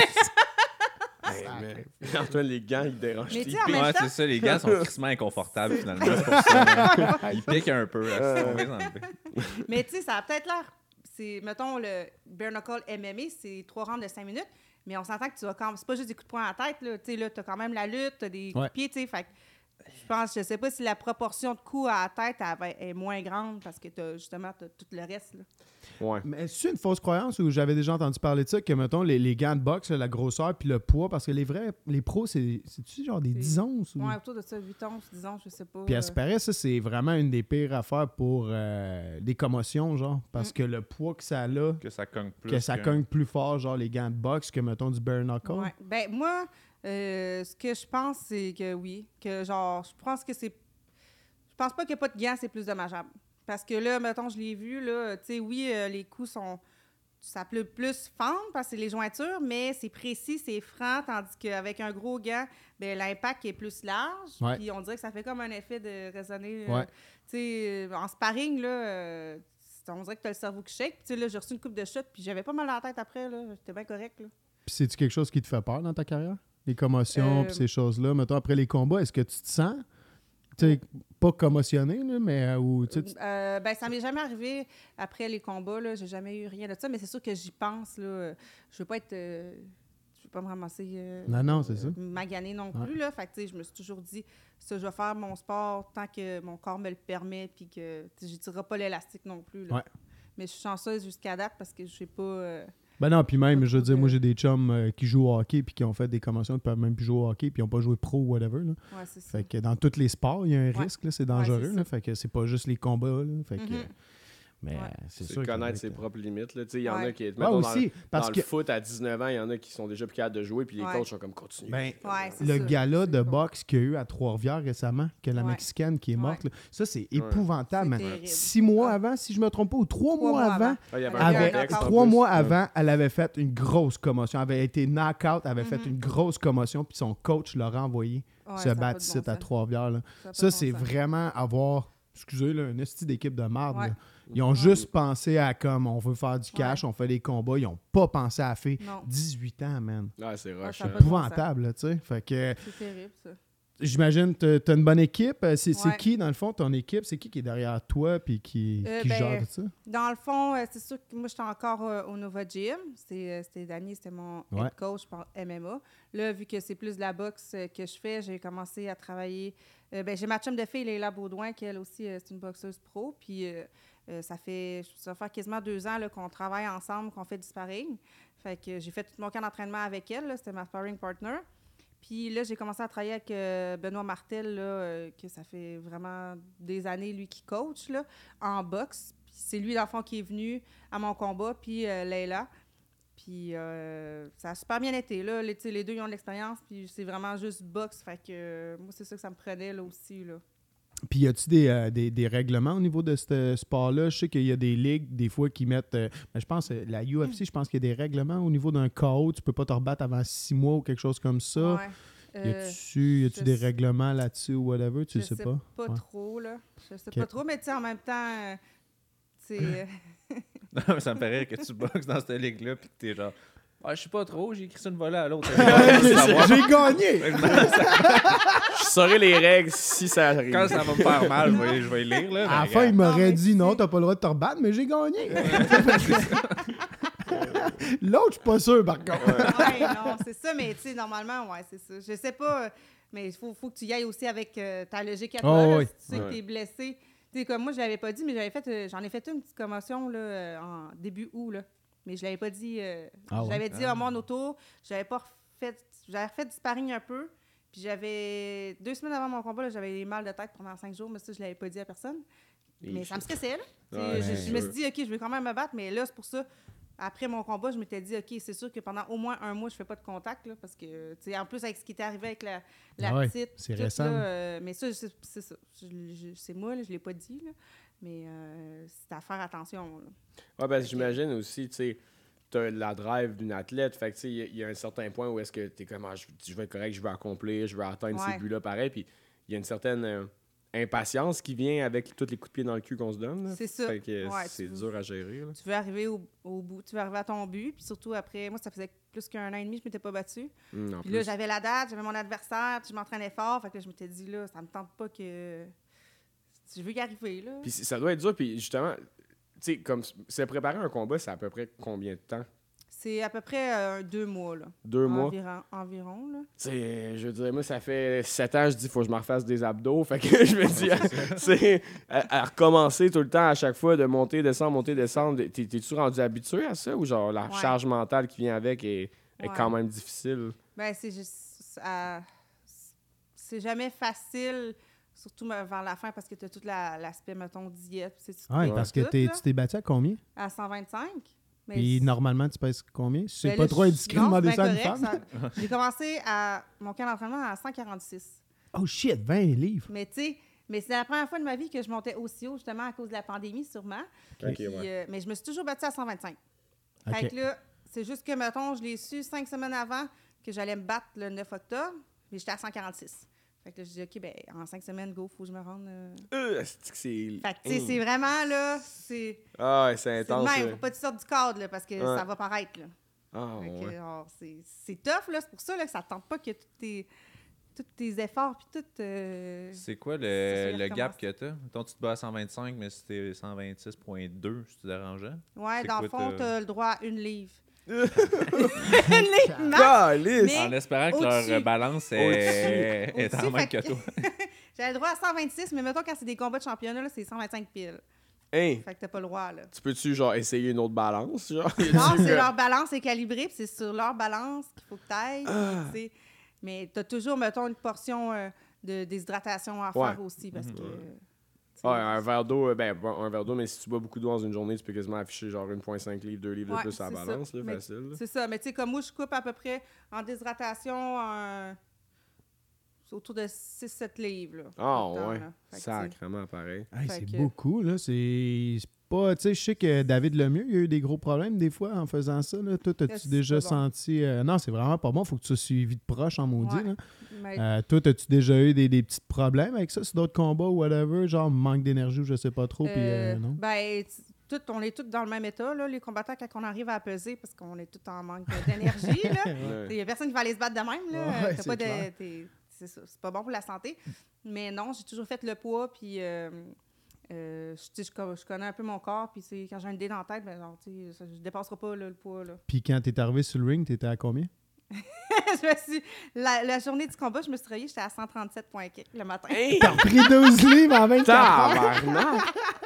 Hey, mais- Antoine, les gants, ils dérangent. Mais Ils tu sais, en piquent. même Ouais, temps- c'est ça, les gars sont crissement inconfortables finalement. C'est pour ça, là. Ils piquent un peu. Là, Euh. c'est tombé dans le- Mais tu sais, ça a peut-être l'air. C'est, mettons, le bare knuckle M M A, c'est trois rounds de cinq minutes, mais on s'entend que tu vas quand même. C'est pas juste des coups de poing à la tête, là. Tu sais, là, t'as quand même la lutte, t'as des coups Ouais. de pied, tu sais. Fait que je pense, je sais pas si la proportion de coups à la tête elle va- est moins grande parce que t'as, justement, t'as tout le reste, là. Ouais. Mais c'est une fausse croyance où j'avais déjà entendu parler de ça, que, mettons, les, les gants de boxe, là, la grosseur puis le poids, parce que les vrais, les pros, c'est, c'est-tu genre des C'est- dix onces? Ou... Ouais, autour de ça, huit onces, dix onces, je sais pas. Puis à euh. ce paraît, ça, c'est vraiment une des pires affaires pour euh, des commotions, genre, parce Mm. que le poids que ça a, Que ça cogne plus. que ça que- cogne plus fort, genre les gants de boxe, que, mettons, du bare knuckle. Ouais. Ben, moi, euh, ce que je pense, c'est que oui. Que genre, je pense que c'est. Je pense pas qu'il n'y a pas de gants, c'est plus dommageable. Parce que là, mettons, je l'ai vu, là, tu sais, oui, euh, les coups sont. Ça peut plus fendre parce que c'est les jointures, mais c'est précis, c'est franc, tandis qu'avec un gros gant, ben, l'impact est plus large. Ouais. Puis on dirait que ça fait comme un effet de résonner. euh, Ouais. tu sais, euh, en sparring, là, euh, c'est- on dirait que tu as le cerveau qui shake. Puis, tu sais, là, j'ai reçu une coupe de chute, puis j'avais pas mal à la tête après, là. J'étais bien correct, là. Puis c'est-tu quelque chose qui te fait peur dans ta carrière? Les commotions, Euh, puis ces choses-là. Mettons, après les combats, est-ce que tu te sens, tu sais, pas commotionné, là, mais euh, ou, tu sais, tu- Euh, ben, ça m'est jamais arrivé après les combats. Là, j'ai jamais eu rien de ça, mais c'est sûr que j'y pense. Là. Je veux pas être. euh, je veux pas me ramasser. euh, Non, non, c'est ça. Magané non Ouais. plus. Là. Fait que, tu sais, je me suis toujours dit, ça, je vais faire mon sport tant que mon corps me le permet, puis que tu sais, je tirerai pas l'élastique non plus. Là. Ouais. Mais je suis chanceuse jusqu'à date parce que je sais pas. euh, Ben non, puis même, Pas je veux trop dire, moi de- j'ai des chums euh, qui jouent au hockey puis qui ont fait des commotions, qui peuvent même plus jouer au hockey puis qui n'ont pas joué pro ou whatever. Là. ouais, c'est ça. Fait que dans tous les sports, il y a un Ouais. risque, là, c'est dangereux. Ouais, c'est là. ça. Fait que c'est pas juste les combats. Là. Fait que, Mhm. mais Ouais. c'est C'est sûr. de qu'il connaître y ses a- propres limites. Là. Tu sais, il y en Ouais. a qui. Ouais, mettons, dans, aussi, parce dans que le foot, à dix-neuf ans, il y en a qui sont déjà plus capables de jouer, puis les Ouais. coachs sont comme continue. ben, Ouais, c'est le ça. gala C'est de cool. boxe qu'il y a eu à Trois-Rivières récemment, que la Ouais. Mexicaine qui est morte, là, ça c'est épouvantable. C'est man. terrible. Six mois Ah. avant, si je me trompe pas, ou trois, Trois mois, mois avant, avant. Ah, il y avait Elle un avait- contexte, en trois plus. mois Ouais. avant, elle avait fait une grosse commotion. Elle avait été knock-out, elle avait fait Mhm. une grosse commotion, puis son coach l'a renvoyé Ouais, se ça a pas battre de ici bon à sens. Trois-Rivières. là. Ça a pas Ça, de c'est bon sens. vraiment avoir, excusez, là, une esti d'équipe de marde. Ouais. là. Ils ont Ouais. juste pensé à comme on veut faire du cash, Ouais. on fait des combats. Ils n'ont pas pensé à faire Non. dix-huit ans, man. Ouais, c'est rush. ça a hein. pas de bon Épouvantable, là, tu sais. Fait que C'est terrible, ça. j'imagine que tu as une bonne équipe. Euh, C'est c'est Ouais. qui, dans le fond, ton équipe? C'est qui qui est derrière toi puis qui, Euh, qui ben, gère ça? Dans le fond, euh, c'est sûr que moi, j'étais encore euh, au Nova Gym. C'est, euh, C'était Danny, c'était mon Ouais. head coach pour M M A. Là, vu que c'est plus de la boxe euh, que je fais, j'ai commencé à travailler. euh, ben, j'ai ma chum de fille, Léla Baudouin, qui elle aussi, euh, c'est une boxeuse pro. Puis euh, euh, ça fait ça va faire quasiment deux ans là, qu'on travaille ensemble, qu'on fait du sparring. Fait que j'ai fait tout mon camp d'entraînement avec elle. là. C'était ma sparring partner. Puis là, j'ai commencé à travailler avec euh, Benoît Martel, là, euh, que ça fait vraiment des années, lui, qui coach, là, en boxe. Puis c'est lui, dans le fond, qui est venu à mon combat, puis euh, Leila. Puis euh, ça a super bien été, là. Les, les deux, ils ont de l'expérience, puis c'est vraiment juste boxe. Fait que euh, moi, c'est ça que ça me prenait, là, aussi, là. Puis y a-tu des, euh, des, des règlements au niveau de ce sport-là? Je sais qu'il y a des ligues, des fois, qui mettent... Euh, mais je pense, euh, la U F C, je pense qu'il y a des règlements au niveau d'un K O. Tu peux pas te rebattre avant six mois ou quelque chose comme ça. Ouais. Y Euh, a-tu, y a-tu je des sais- règlements là-dessus ou whatever? Tu je sais sais pas? pas Ouais. trop, là. Je sais Ok. pas trop, mais tu sais, en même temps, euh, c'est... euh, Non, mais ça me fait rire que tu boxes dans cette ligue-là puis que t'es genre ah, je sais pas trop, j'ai écrit ça une volée à l'autre. J'ai gagné! Je saurais les règles si ça arrive. Quand ça va me faire mal, je vais, je vais lire. Là, À la mais fin, il regarde. m'aurait mais dit non, c'est- t'as pas le droit de te rebattre, mais j'ai gagné. L'autre, je suis pas sûr, par contre. ouais, non, c'est ça, mais tu sais, normalement, ouais, c'est ça. Je sais pas, euh, mais il faut, faut que tu y ailles aussi avec euh, ta logique à toi. Oh, là, oui. si tu sais Ouais. que t'es blessé. Tu sais, comme moi, je l'avais pas dit, mais j'avais fait, euh, j'en ai fait une petite commotion, là, euh, en début août, là. Mais je l'avais pas dit, euh, Ah je ouais? l'avais dit à mon auto, j'avais pas refait, j'avais refait du sparring un peu, puis j'avais, deux semaines avant mon combat, là, j'avais des mal de tête pendant cinq jours, mais ça, je l'avais pas dit à personne. Mais ça me stressait, là. Tu sais, Ouais, je, c'est je me suis dit, OK, je vais quand même me battre, mais là, c'est pour ça. Après mon combat, je m'étais dit, OK, c'est sûr que pendant au moins un mois, je fais pas de contact, là, parce que, tu sais, en plus, avec ce qui était arrivé avec la, la Ah ouais, petite. c'est tout, récent. là, euh, mais ça, c'est c'est ça. Je- je- C'est moi, là, je l'ai pas dit, là, mais euh, c'est à faire attention, là. Ouais, ben, j'imagine aussi, tu sais, t'as la drive d'une athlète. Fait que, tu sais, il y a- il y, a un certain point où est-ce que t'es comme, ah, je, je vais être correct, je vais accomplir, je vais atteindre Ouais. ces buts-là, pareil. Puis il y a une certaine euh, impatience qui vient avec tous les coups de pied dans le cul qu'on se donne. là. C'est ça. Fait que Ouais, c'est tu- dur à gérer. Là. Tu veux arriver au, au bout, tu veux arriver à ton but, puis surtout après, moi, ça faisait plus qu'un an et demi, je m'étais pas battue. Hum, en Puis là, plus. j'avais la date, j'avais mon adversaire, puis je m'entraînais fort, fait que là, je m'étais dit, là, ça me tente pas que. Je veux y arriver, là. Puis ça doit être dur. Puis justement, tu sais, comme se préparer un combat, c'est à peu près combien de temps? C'est à peu près euh, deux mois, là. Deux mois? Environ, environ là. Tu sais, je veux dire, moi, ça fait sept ans, je dis, faut que je me refasse des abdos. Fait que je me dis, c'est à, à recommencer tout le temps à chaque fois, de monter, descendre, monter, descendre. T'es- T'es-tu rendu habitué à ça ou genre la Ouais. charge mentale qui vient avec est, est Ouais. quand même difficile? Ben, c'est juste. à- C'est jamais facile, surtout me- vers la fin, parce que tu as tout la- l'aspect, mettons, diète. c'est tout- Ouais, tout, parce que t'es- là, tu t'es battu à combien? à cent vingt-cinq. Mais Puis c'est- normalement, tu pèses combien? C'est ben pas là, trop je- indiscret de non, demander c'est ça à une bien femme? correct, ça- J'ai commencé à mon camp d'entraînement à cent quarante-six. Oh shit, vingt livres. Mais tu sais, mais c'est la première fois de ma vie que je montais aussi haut, justement, à cause de la pandémie, sûrement. Ok, Puis, ouais. euh, mais je me suis toujours battue à cent vingt-cinq. Ok. Fait que là, c'est juste que, mettons, je l'ai su cinq semaines avant que j'allais me battre le neuf octobre, mais j'étais à cent quarante-six. Fait que là, je dis, OK, ben en cinq semaines, go, faut que je me rende. euh. Euh, c'est que c'est. Fait que, tu sais, Hum. c'est vraiment, là, c'est. Ah, ouais, c'est C'est le intense. même, là. faut pas que tu sortes du cadre, là, parce que Ouais. ça va paraître, là. Ah, Fait que, ouais. alors, c'est c'est tough, là, c'est pour ça là, que ça tente pas que tous tes, tous tes efforts, puis tout. euh, C'est quoi Ça, le, c'est le gap recommencer. que t'as? Mettons, tu te bats à cent vingt-cinq, mais c'était cent vingt-six virgule deux, si tu dérangeais. Ouais, C'est dans le quoi, fond, t'as- t'as le droit à une livre. une livre max! Calisse! Mais- En espérant que leur au-dessus. euh, balance est, est en Au-dessus, même fait que toi. J'avais le droit à cent vingt-six, mais mettons, quand c'est des combats de championnat, là, c'est cent vingt-cinq piles. Hey, Fait que t'as pas le droit, là. tu peux-tu genre essayer une autre balance? Genre? Non, c'est leur balance est calibrée, puis c'est sur leur balance qu'il faut que t'ailles. Ah. tu sais. Mais t'as toujours, mettons, une portion euh, de déshydratation à Ouais. faire aussi, parce que... tu sais, Ouais, un verre d'eau, euh, ben, bon, un verre d'eau, mais si tu bois beaucoup d'eau dans une journée, tu peux quasiment afficher genre un virgule cinq livres, deux livres de Ouais, plus à la c'est ça. balance, là, Mais facile. là. C'est ça, mais tu sais, comme moi, je coupe à peu près en déshydratation un... c'est autour de six sept livres. Là, Ah, tout le temps, ouais. là. Fait que, tu sais, Sacrément pareil. Hey, Fait c'est que- beaucoup, là. C'est c'est pas... Tu sais, je sais que David Lemieux, il y a eu des gros problèmes des fois en faisant ça, là. Toi, t'as-tu C'est déjà pas bon. senti... euh, Non, c'est vraiment pas bon. Faut que tu sois suivi de proche en maudit, Ouais. là. mais- Euh, toi, as-tu déjà eu des, des petits problèmes avec ça sur d'autres combats ou whatever? Genre manque d'énergie ou je sais pas trop, puis euh, euh, non? ben, tu- tout, on est tous dans le même état, là, les combattants, quand on arrive à peser, parce qu'on est tous en manque d'énergie. là. Ouais. Il n'y a personne qui va aller se battre de même. Là. Ouais, T'as c'est pas de- clair. t'es- c'est ça, c'est pas bon pour la santé. Mais non, j'ai toujours fait le poids, puis euh, euh, je, tu sais, je, co- je connais un peu mon corps, puis c'est- quand j'ai une idée dans la tête, ben, genre, tu sais, ça- je ne dépasserai pas là, le poids. Là. Puis quand t'es arrivé sur le ring, t'étais à combien? je me suis, la, la journée du combat, je me suis réveillée, j'étais à cent trente-sept virgule quatre le matin. Hey! T'as repris douze livres en vingt-quatre heures! Tabarnak!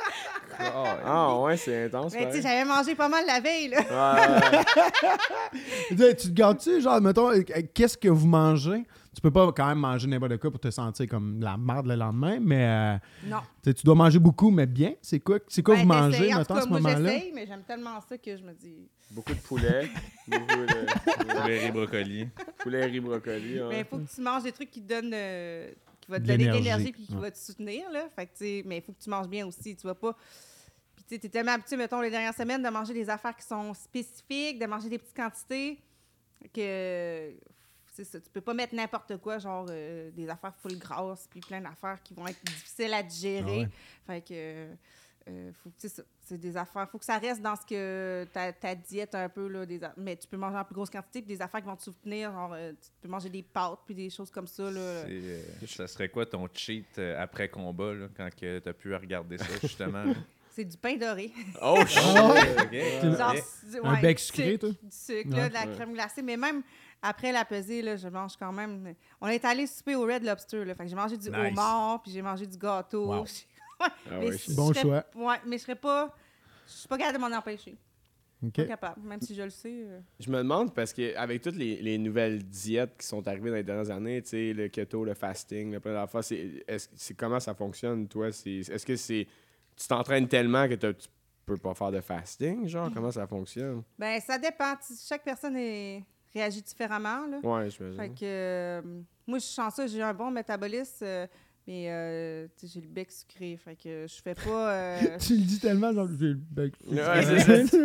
Ah ouais, c'est intense. Mais tu sais, pareil. j'avais mangé pas mal la veille. Là. Ouais, ouais. Tu sais, tu te gardes-tu, genre, mettons, euh, qu'est-ce que vous mangez? tu peux pas quand même manger n'importe quoi pour te sentir comme la merde le lendemain, mais euh, Non. tu sais, tu dois manger beaucoup, mais bien. C'est quoi, c'est quoi Ben, vous mangez, t'essayes. En mettons, tout à cas, ce moi, moment-là? j'essaye, mais j'aime tellement ça que je me dis... Beaucoup de poulet. beaucoup de Poulet et brocoli. poulet, riz, brocoli. Ouais. Mais il faut que tu manges des trucs qui te donnent... euh, qui va te De donner de l'énergie. l'énergie puis qui Ouais. va te soutenir, là. Fait que, tu sais, mais il faut que tu manges bien aussi. Tu vas pas... Puis, tu sais, t'es tellement habitué, mettons, les dernières semaines, de manger des affaires qui sont spécifiques, de manger des petites quantités, que... C'est ça. Tu peux pas mettre n'importe quoi, genre euh, des affaires full grasses, puis plein d'affaires qui vont être difficiles à digérer. Ah ouais. Fait que... Euh, faut, c'est ça. C'est des affaires. Faut que ça reste dans ce que ta, ta diète un peu, là, des a- mais tu peux manger en plus grosse quantité, puis des affaires qui vont te soutenir, genre euh, tu peux manger des pâtes, puis des choses comme ça, là. C'est, euh, ça serait quoi ton cheat euh, après combat, là, quand tu as pu regarder ça, justement? là? C'est du pain doré. Oh, shit! Ok. Genre, Ok. c'est- Un ouais, bec du sucré, sucre, toi? Du sucre, Ouais. là, de la Ouais. crème glacée, mais même après la pesée, là, je mange quand même... On est allé souper au Red Lobster, là, fait que j'ai mangé du Nice. homard, puis j'ai mangé du gâteau. Wow. Ah Mais ouais, je Bon serais- choix. Ouais, mais je serais pas... Je suis pas capable de m'en empêcher. OK. Pas capable, même si je le sais. euh. Je me demande parce qu'avec toutes les, les nouvelles diètes qui sont arrivées dans les dernières années, tu sais, le keto, le fasting, le plein d'affaires, c'est, est-ce- c'est comment ça fonctionne, toi? C'est, est-ce que c'est. Tu t'entraînes tellement que t'as- tu peux pas faire de fasting, genre? Comment ça fonctionne? Ben, ça dépend. Tu- Chaque personne est... réagit différemment, là. Ouais, je me Fait que euh, moi, je suis chanceuse, j'ai un bon métabolisme, euh, mais euh, tu sais, j'ai le bec sucré. Fait que je fais pas. euh, Tu le dis tellement, genre, j'ai le bec. Ouais, c'est ça.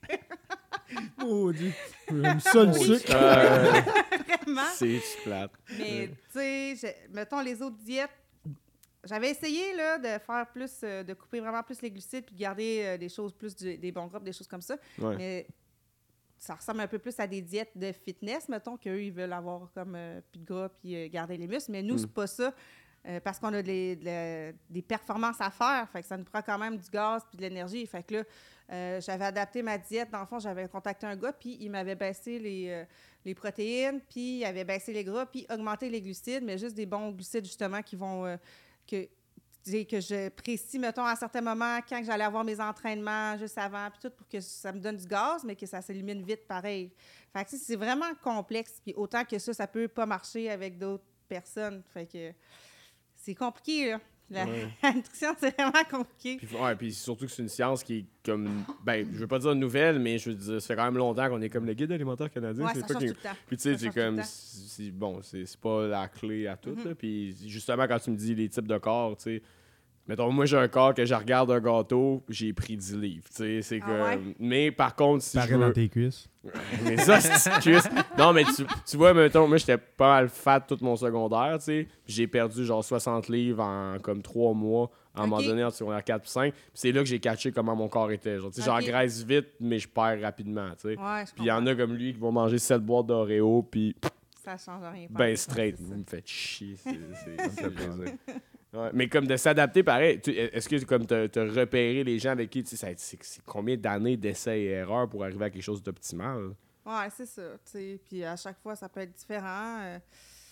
Oh, Dieu. J'aime ça, le sucre. Euh, vraiment. c'est plate. Mais tu sais, j'ai- mettons les autres diètes. J'avais essayé là, de faire plus, euh, de couper vraiment plus les glucides puis de garder euh, des choses plus, du- des bons groupes, des choses comme ça. Ouais. Mais ça ressemble un peu plus à des diètes de fitness, mettons, qu'eux, ils veulent avoir comme euh, plus de gras puis euh, garder les muscles. Mais nous, Mm. c'est pas ça. euh, parce qu'on a des, de la- des performances à faire. Fait que ça nous prend quand même du gaz puis de l'énergie. Fait que là, euh, j'avais adapté ma diète. Dans le fond, j'avais contacté un gars, puis il m'avait baissé les, euh, les protéines, puis il avait baissé les gras, puis augmenté les glucides, mais juste des bons glucides, justement, qui vont... euh, que, tu sais, que je précise, mettons, à certains moments, quand j'allais avoir mes entraînements juste avant, puis tout, pour que ça me donne du gaz, mais que ça s'élimine vite pareil. Fait que tu sais, c'est vraiment complexe. Puis autant que ça, ça peut pas marcher avec d'autres personnes. Fait que c'est compliqué, là. La, Ouais. la nutrition, c'est vraiment compliqué. Puis, ouais, puis surtout que c'est une science qui est comme. Ben, je veux pas dire nouvelle, mais je veux dire, ça fait quand même longtemps qu'on est comme le guide alimentaire canadien. Ouais, c'est ça pas change qu'il- tout le temps. Puis tu sais, Ça c'est change tout le comme. temps. C'est, c'est- bon, c'est, c'est pas la clé à tout. Mhm. là. Puis justement, quand tu me dis les types de corps, tu sais. Mettons, moi, j'ai un corps que je regarde un gâteau, j'ai pris dix livres. Tu sais, c'est Ah comme. ouais? Mais par contre, si Pareil je veux. dans tes cuisses. Mais ça, c'est cuisse. Non, mais tu, tu vois, mettons, moi, j'étais pas mal fat tout mon secondaire, tu sais. J'ai perdu genre soixante livres en comme trois mois, à un moment Ok. donné, en secondaire quatre ou cinq. Puis c'est là que j'ai catché comment mon corps était. Genre, tu sais, Ok. j'engraisse vite, mais je perds rapidement, tu sais. Ouais, je Puis il y en comprends. a comme lui qui vont manger sept boîtes d'Oreo, puis Ça change rien. ben Ouais, straight. c'est ça. Vous me faites chier. c'est- c'est- Ça me c'est fait plaisir. Ouais, mais comme de s'adapter pareil, tu- est-ce que comme t'as t'as repéré les gens avec qui, tu sais, ça- c'est c'est combien d'années d'essais et erreurs pour arriver à quelque chose d'optimal? Ouais, c'est ça. Tu sais, puis à chaque fois, ça peut être différent. euh,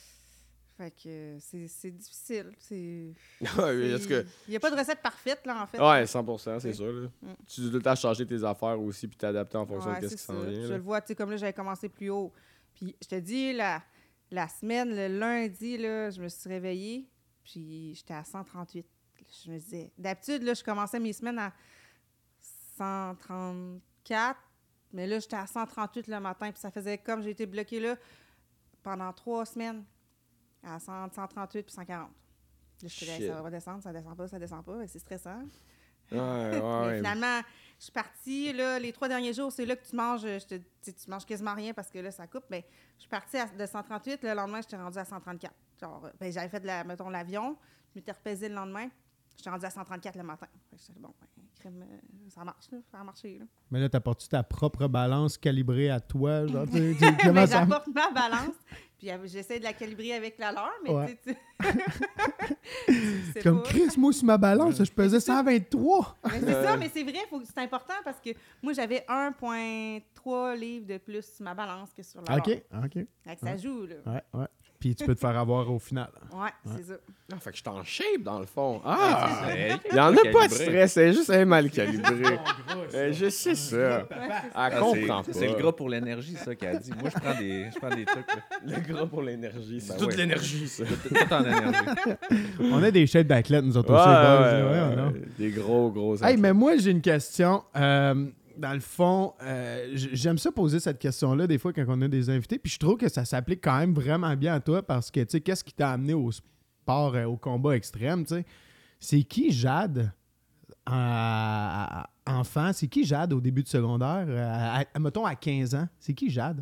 fait que euh, c'est c'est difficile. C'est. Ouais, est-ce que... Il n'y a pas de recette parfaite, là, en fait. Ouais, cent pour cent, c'est Oui. sûr. Là. Mm. Tu dois tout le temps changer tes affaires aussi puis t'adapter en fonction Ouais, de ce c'est qui s'en ça. vient. Je là. le vois, tu sais, comme là, j'avais commencé plus haut. Puis je te dis, la, la semaine, le lundi, là, je me suis réveillée, puis j'étais à cent trente-huit. Je me disais, d'habitude, là, je commençais mes semaines à cent trente-quatre, mais là, j'étais à cent trente-huit le matin, puis ça faisait comme j'ai été bloquée là pendant trois semaines à cent, cent trente-huit puis cent quarante. Là, je te Shit. disais, ça va descendre, ça descend pas, ça descend pas, c'est stressant. Ouais, ouais, Mais ouais. finalement, je suis partie, là, les trois derniers jours, c'est là que tu manges, je te, tu sais, tu manges quasiment rien parce que là, ça coupe. Mais je suis partie à- de cent trente-huit, le lendemain, j'étais rendue à cent trente-quatre. Genre, euh, ben, j'avais fait, de la, mettons, l'avion, je m'étais repaisée le lendemain, j'étais rendue à cent trente-quatre le matin. Fait que j'étais, bon, ben, crème, euh, ça marche, là, ça a marché, là. Mais là, t'apportes-tu ta propre balance calibrée à toi? Genre, tu, tu, comment Mais ça... j'apporte ma balance, puis euh, j'essaie de la calibrer avec la leur, mais Ouais. tu sais, tu- c'est Comme pas- Chris, moi, sur ma balance, je pesais cent vingt-trois. Mais c'est ça, mais c'est vrai, faut, c'est important parce que moi, j'avais un virgule trois livres de plus sur ma balance que sur la OK, leur. OK. Fait que ça joue, là. Ouais, ouais. puis tu peux te faire avoir au final. Ouais, c'est ça. Ah, fait que je suis en shape, dans le fond. Ah! C'est- Il n'y en a pas de calibré. stress, c'est juste elle est mal calibré. Euh, je sais ça. Ouais, c'est Elle ça. Ah, comprend c'est- pas. C'est le gras pour l'énergie, ça, qu'elle a dit. Moi, je prends des, je prends des trucs. là. Le gras pour l'énergie. C'est Ben toute ouais. l'énergie, ça. Tout, tout en énergie. On a des shapes d'athlètes, nous autres Ouais, aussi. boys, ouais, là, ouais, ouais, non? ouais. Des gros, gros. Hey, athlètes. mais moi, j'ai une question. Euh, dans le fond, euh, j- j'aime ça poser cette question-là des fois quand on a des invités. Puis je trouve que ça s'applique quand même vraiment bien à toi parce que, tu sais, qu'est-ce qui t'a amené au sport, euh, au combat extrême, tu sais? C'est qui Jade, à- à- enfant? C'est qui Jade au début de secondaire? euh, à- à- mettons à quinze ans. C'est qui Jade?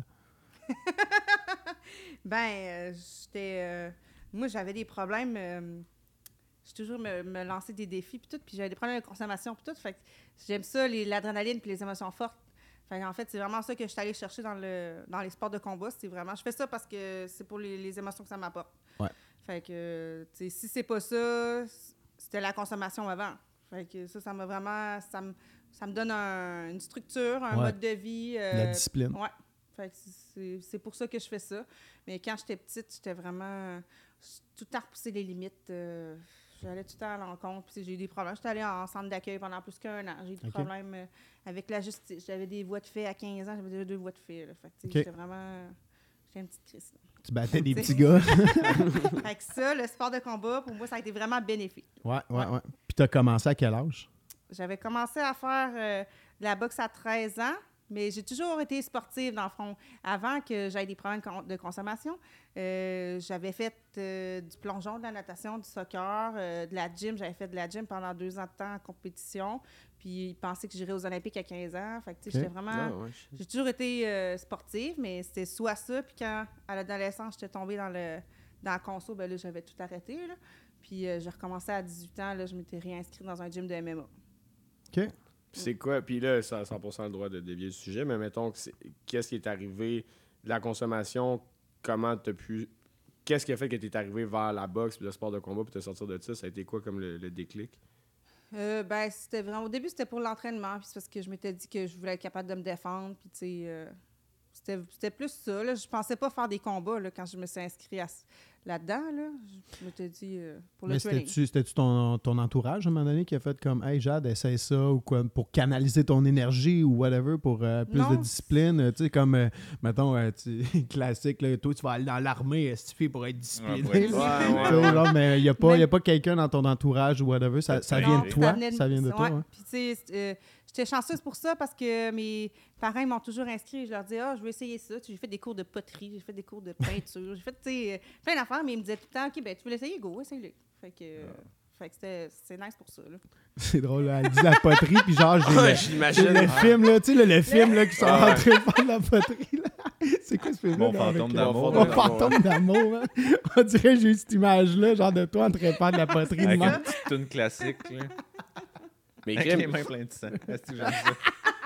Ben, euh, j'étais. euh, moi, j'avais des problèmes. euh, j'ai toujours me, me lancé des défis, puis tout. Puis j'avais des problèmes de consommation, puis tout. Fait que j'aime ça, les- l'adrénaline, puis les émotions fortes. Fait en fait, c'est vraiment ça que je suis allée chercher dans, le, dans les sports de combat. C'est vraiment. Je fais ça parce que c'est pour les, les émotions que ça m'apporte. Ouais. Fait que, tu sais, si c'est pas ça, c'était la consommation avant. Fait que ça, ça m'a vraiment. Ça me, ça me donne un- une structure, un Ouais. mode de vie. euh, La discipline. Ouais. Fait que c'est, c'est pour ça que je fais ça. Mais quand j'étais petite, j'étais vraiment. j'ai tout le temps repoussé les limites. euh, j'allais tout le temps à l'encontre. Puis j'ai eu des problèmes. J'étais allée en centre d'accueil pendant plus qu'un an. J'ai eu des Ok. problèmes euh, avec la justice. J'avais des voies de fait à quinze ans. J'avais déjà deux voies de fait. Là. Fait que, tu sais, Ok. j'étais vraiment. J'étais une petite crise. là. Tu battais des T'sais. petits gars. Fait que ça, le sport de combat, pour moi, ça a été vraiment bénéfique. Ouais, ouais, ouais. Puis t'as commencé à quel âge? J'avais commencé à faire euh, de la boxe à treize ans, mais j'ai toujours été sportive, dans le fond. Avant que j'aie des problèmes con- de consommation, euh, j'avais fait euh, du plongeon, de la natation, du soccer, euh, de la gym. J'avais fait de la gym pendant deux ans de temps en compétition. Puis ils pensaient que j'irais aux Olympiques à quinze ans. Fait que, tu sais, Ok. j'étais vraiment... Ah, ouais. J'ai toujours été euh, sportive, mais c'était soit ça, puis quand, à l'adolescence, j'étais tombée dans le dans la conso, ben là, j'avais tout arrêté, là. Puis euh, j'ai recommencé à dix-huit ans, là, je m'étais réinscrite dans un gym de M M A. OK. Puis c'est quoi? Puis là, ça a cent pour cent le droit de dévier le sujet, mais mettons, que c'est- qu'est-ce qui est arrivé de la consommation? Comment tu as pu... Qu'est-ce qui a fait que tu es arrivé vers la boxe puis le sport de combat puis te sortir de ça? Ça a été quoi comme le, le déclic? Euh, ben, c'était vraiment... Au début, c'était pour l'entraînement, puis c'est parce que je m'étais dit que je voulais être capable de me défendre, puis tu sais... euh, c'était, c'était plus ça, là. Je pensais pas faire des combats, là, quand je me suis inscrite à, là-dedans, là. Je m'étais dit, euh, pour le Mais training. c'était-tu, c'était-tu ton, ton entourage à un moment donné qui a fait comme Hey Jade, essaie ça ou quoi pour canaliser ton énergie ou whatever pour euh, plus Non. de discipline? euh, Tu sais, comme euh, mettons euh, tu- classique, là, toi tu vas aller dans l'armée estifié pour être discipliné. Ouais, pour être là. discipliné. Tu sais, genre, mais il n'y a pas, Mais- y a pas quelqu'un dans ton entourage ou whatever. Ça, ça Non, vient de ça toi. venait Ça vient de toi. ouais. ouais. Puis, tu sais, c'est, euh, j'étais chanceuse pour ça parce que mes parents ils m'ont toujours inscrit. Je leur disais, ah, je veux essayer ça. J'ai fait des cours de poterie, j'ai fait des cours de peinture, j'ai fait, tu sais, euh, plein d'affaires, mais ils me disaient tout le temps, OK, ben, tu veux l'essayer, go, essaye-le. Fait que, euh, fait que c'était, c'est nice pour ça, là. C'est drôle, là, elle dit la poterie, puis genre, j'ai le, je j'ai l'imagine. le film, là, tu sais, le, le film là, qui sont en train de faire de la poterie. Là. C'est quoi ce film-là? Mon là, fantôme avec, d'amour. Mon fantôme d'amour. Hein? On dirait que j'ai eu cette image-là, genre de toi en train de faire de la poterie de Avec une même. petite toune classique, là. Mais, Avec crème- les mains pleines de sang. Est-ce que j'aime ça?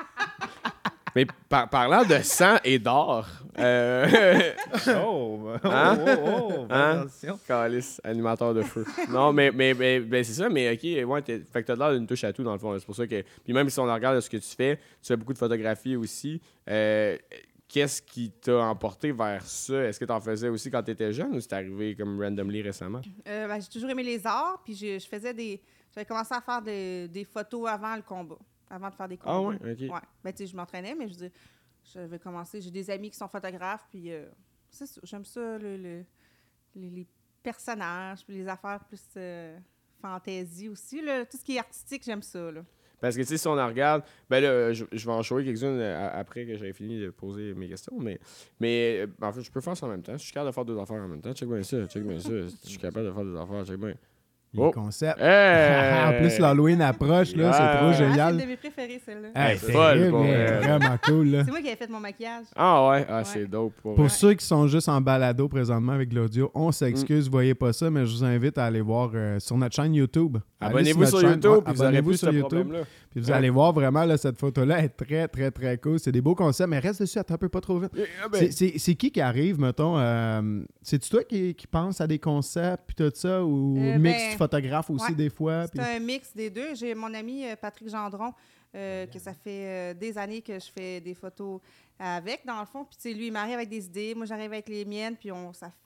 mais par- parlant de sang et d'or, euh... Oh! Oh! Hein? Oh! Oh! Hein? Attention! Calice, animateur de feu. Non, mais, mais, mais, ben, c'est ça, mais OK, ouais, t'es- fait que t'as l'air d'une touche à tout, dans le fond. C'est pour ça que... Puis même si on regarde ce que tu fais, tu fais beaucoup de photographie aussi. Euh, qu'est-ce qui t'a emporté vers ça? Est-ce que t'en faisais aussi quand t'étais jeune ou c'est arrivé comme randomly récemment? Euh, ben, j'ai toujours aimé les arts, puis je, je faisais des... J'avais commencé à faire des, des photos avant le combat, avant de faire des combats. Ah ouais? OK. Ouais. Ben, tu sais, je m'entraînais, mais je veux dire, j'avais commencé. J'ai des amis qui sont photographes, puis euh, c'est ça, j'aime ça, le, le- les, les personnages, puis les affaires plus euh, fantaisie aussi. Là. Tout ce qui est artistique, j'aime ça. Là. Parce que, tu sais, si on en regarde, ben là, je, je vais en shower quelques-unes euh, après que j'avais fini de poser mes questions, mais, mais euh, en fait, je peux faire ça en même temps. Je suis capable de faire deux affaires en même temps. Check bien ça, check bien ça. Je suis capable de faire deux affaires, check bien. Les Oh. concepts. Hey! En plus, l'Halloween approche, là, c'est Ouais. trop Ah, c'est génial. une de mes préférées, celle-là. Hey, C'est c'est folle, terrible, pour mais vrai. vraiment cool. Là. C'est moi qui avais fait mon maquillage. Ah ouais, ah, Ouais. c'est dope. Pour Pour vrai. ceux qui sont juste en balado présentement avec l'audio, on s'excuse, vous voyez pas ça, mais je vous invite à aller voir euh, sur notre chaîne YouTube. Allez Abonnez-vous notre sur chaîne, YouTube, ouais, puis vous aurez abonnez-vous plus sur ce YouTube. problème-là. Puis vous Ouais. allez voir vraiment, là, cette photo-là est très, très, très cool. C'est des beaux concepts, mais reste dessus, attends un peu, pas trop vite. Ah ben, C'est- C'est c'est qui qui arrive, mettons, euh, c'est-tu toi qui, qui pense à des concepts puis tout ça, ou Euh, mix, ben, tu photographes aussi ouais. des fois? C'est puis- un mix des deux. J'ai mon ami euh, Patrick Gendron, euh, que ça fait euh, des années que je fais des photos avec, dans le fond. Puis, tu sais, lui, il m'arrive avec des idées, moi, j'arrive avec les miennes, puis on, ça,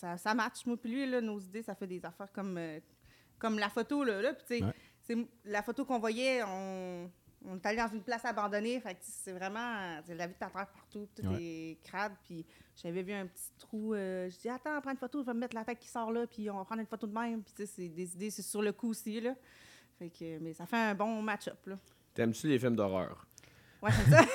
ça, ça match. Moi, puis lui, là, nos idées, ça fait des affaires comme, euh, comme la photo, là. là puis, tu sais, Ouais. c'est la photo qu'on voyait, on, on est allé dans une place abandonnée. Fait que c'est vraiment c'est la vie de ta terre partout. Tout Ouais. est crade. Puis j'avais vu un petit trou. Euh, je dis, attends, prends une photo, je vais me mettre la tête qui sort là, puis on va prendre une photo de même. Puis, tu sais, c'est des idées, c'est sur le coup aussi, là. Fait que, mais ça fait un bon match-up, là. T'aimes-tu les films d'horreur? Ouais, j'aime ça.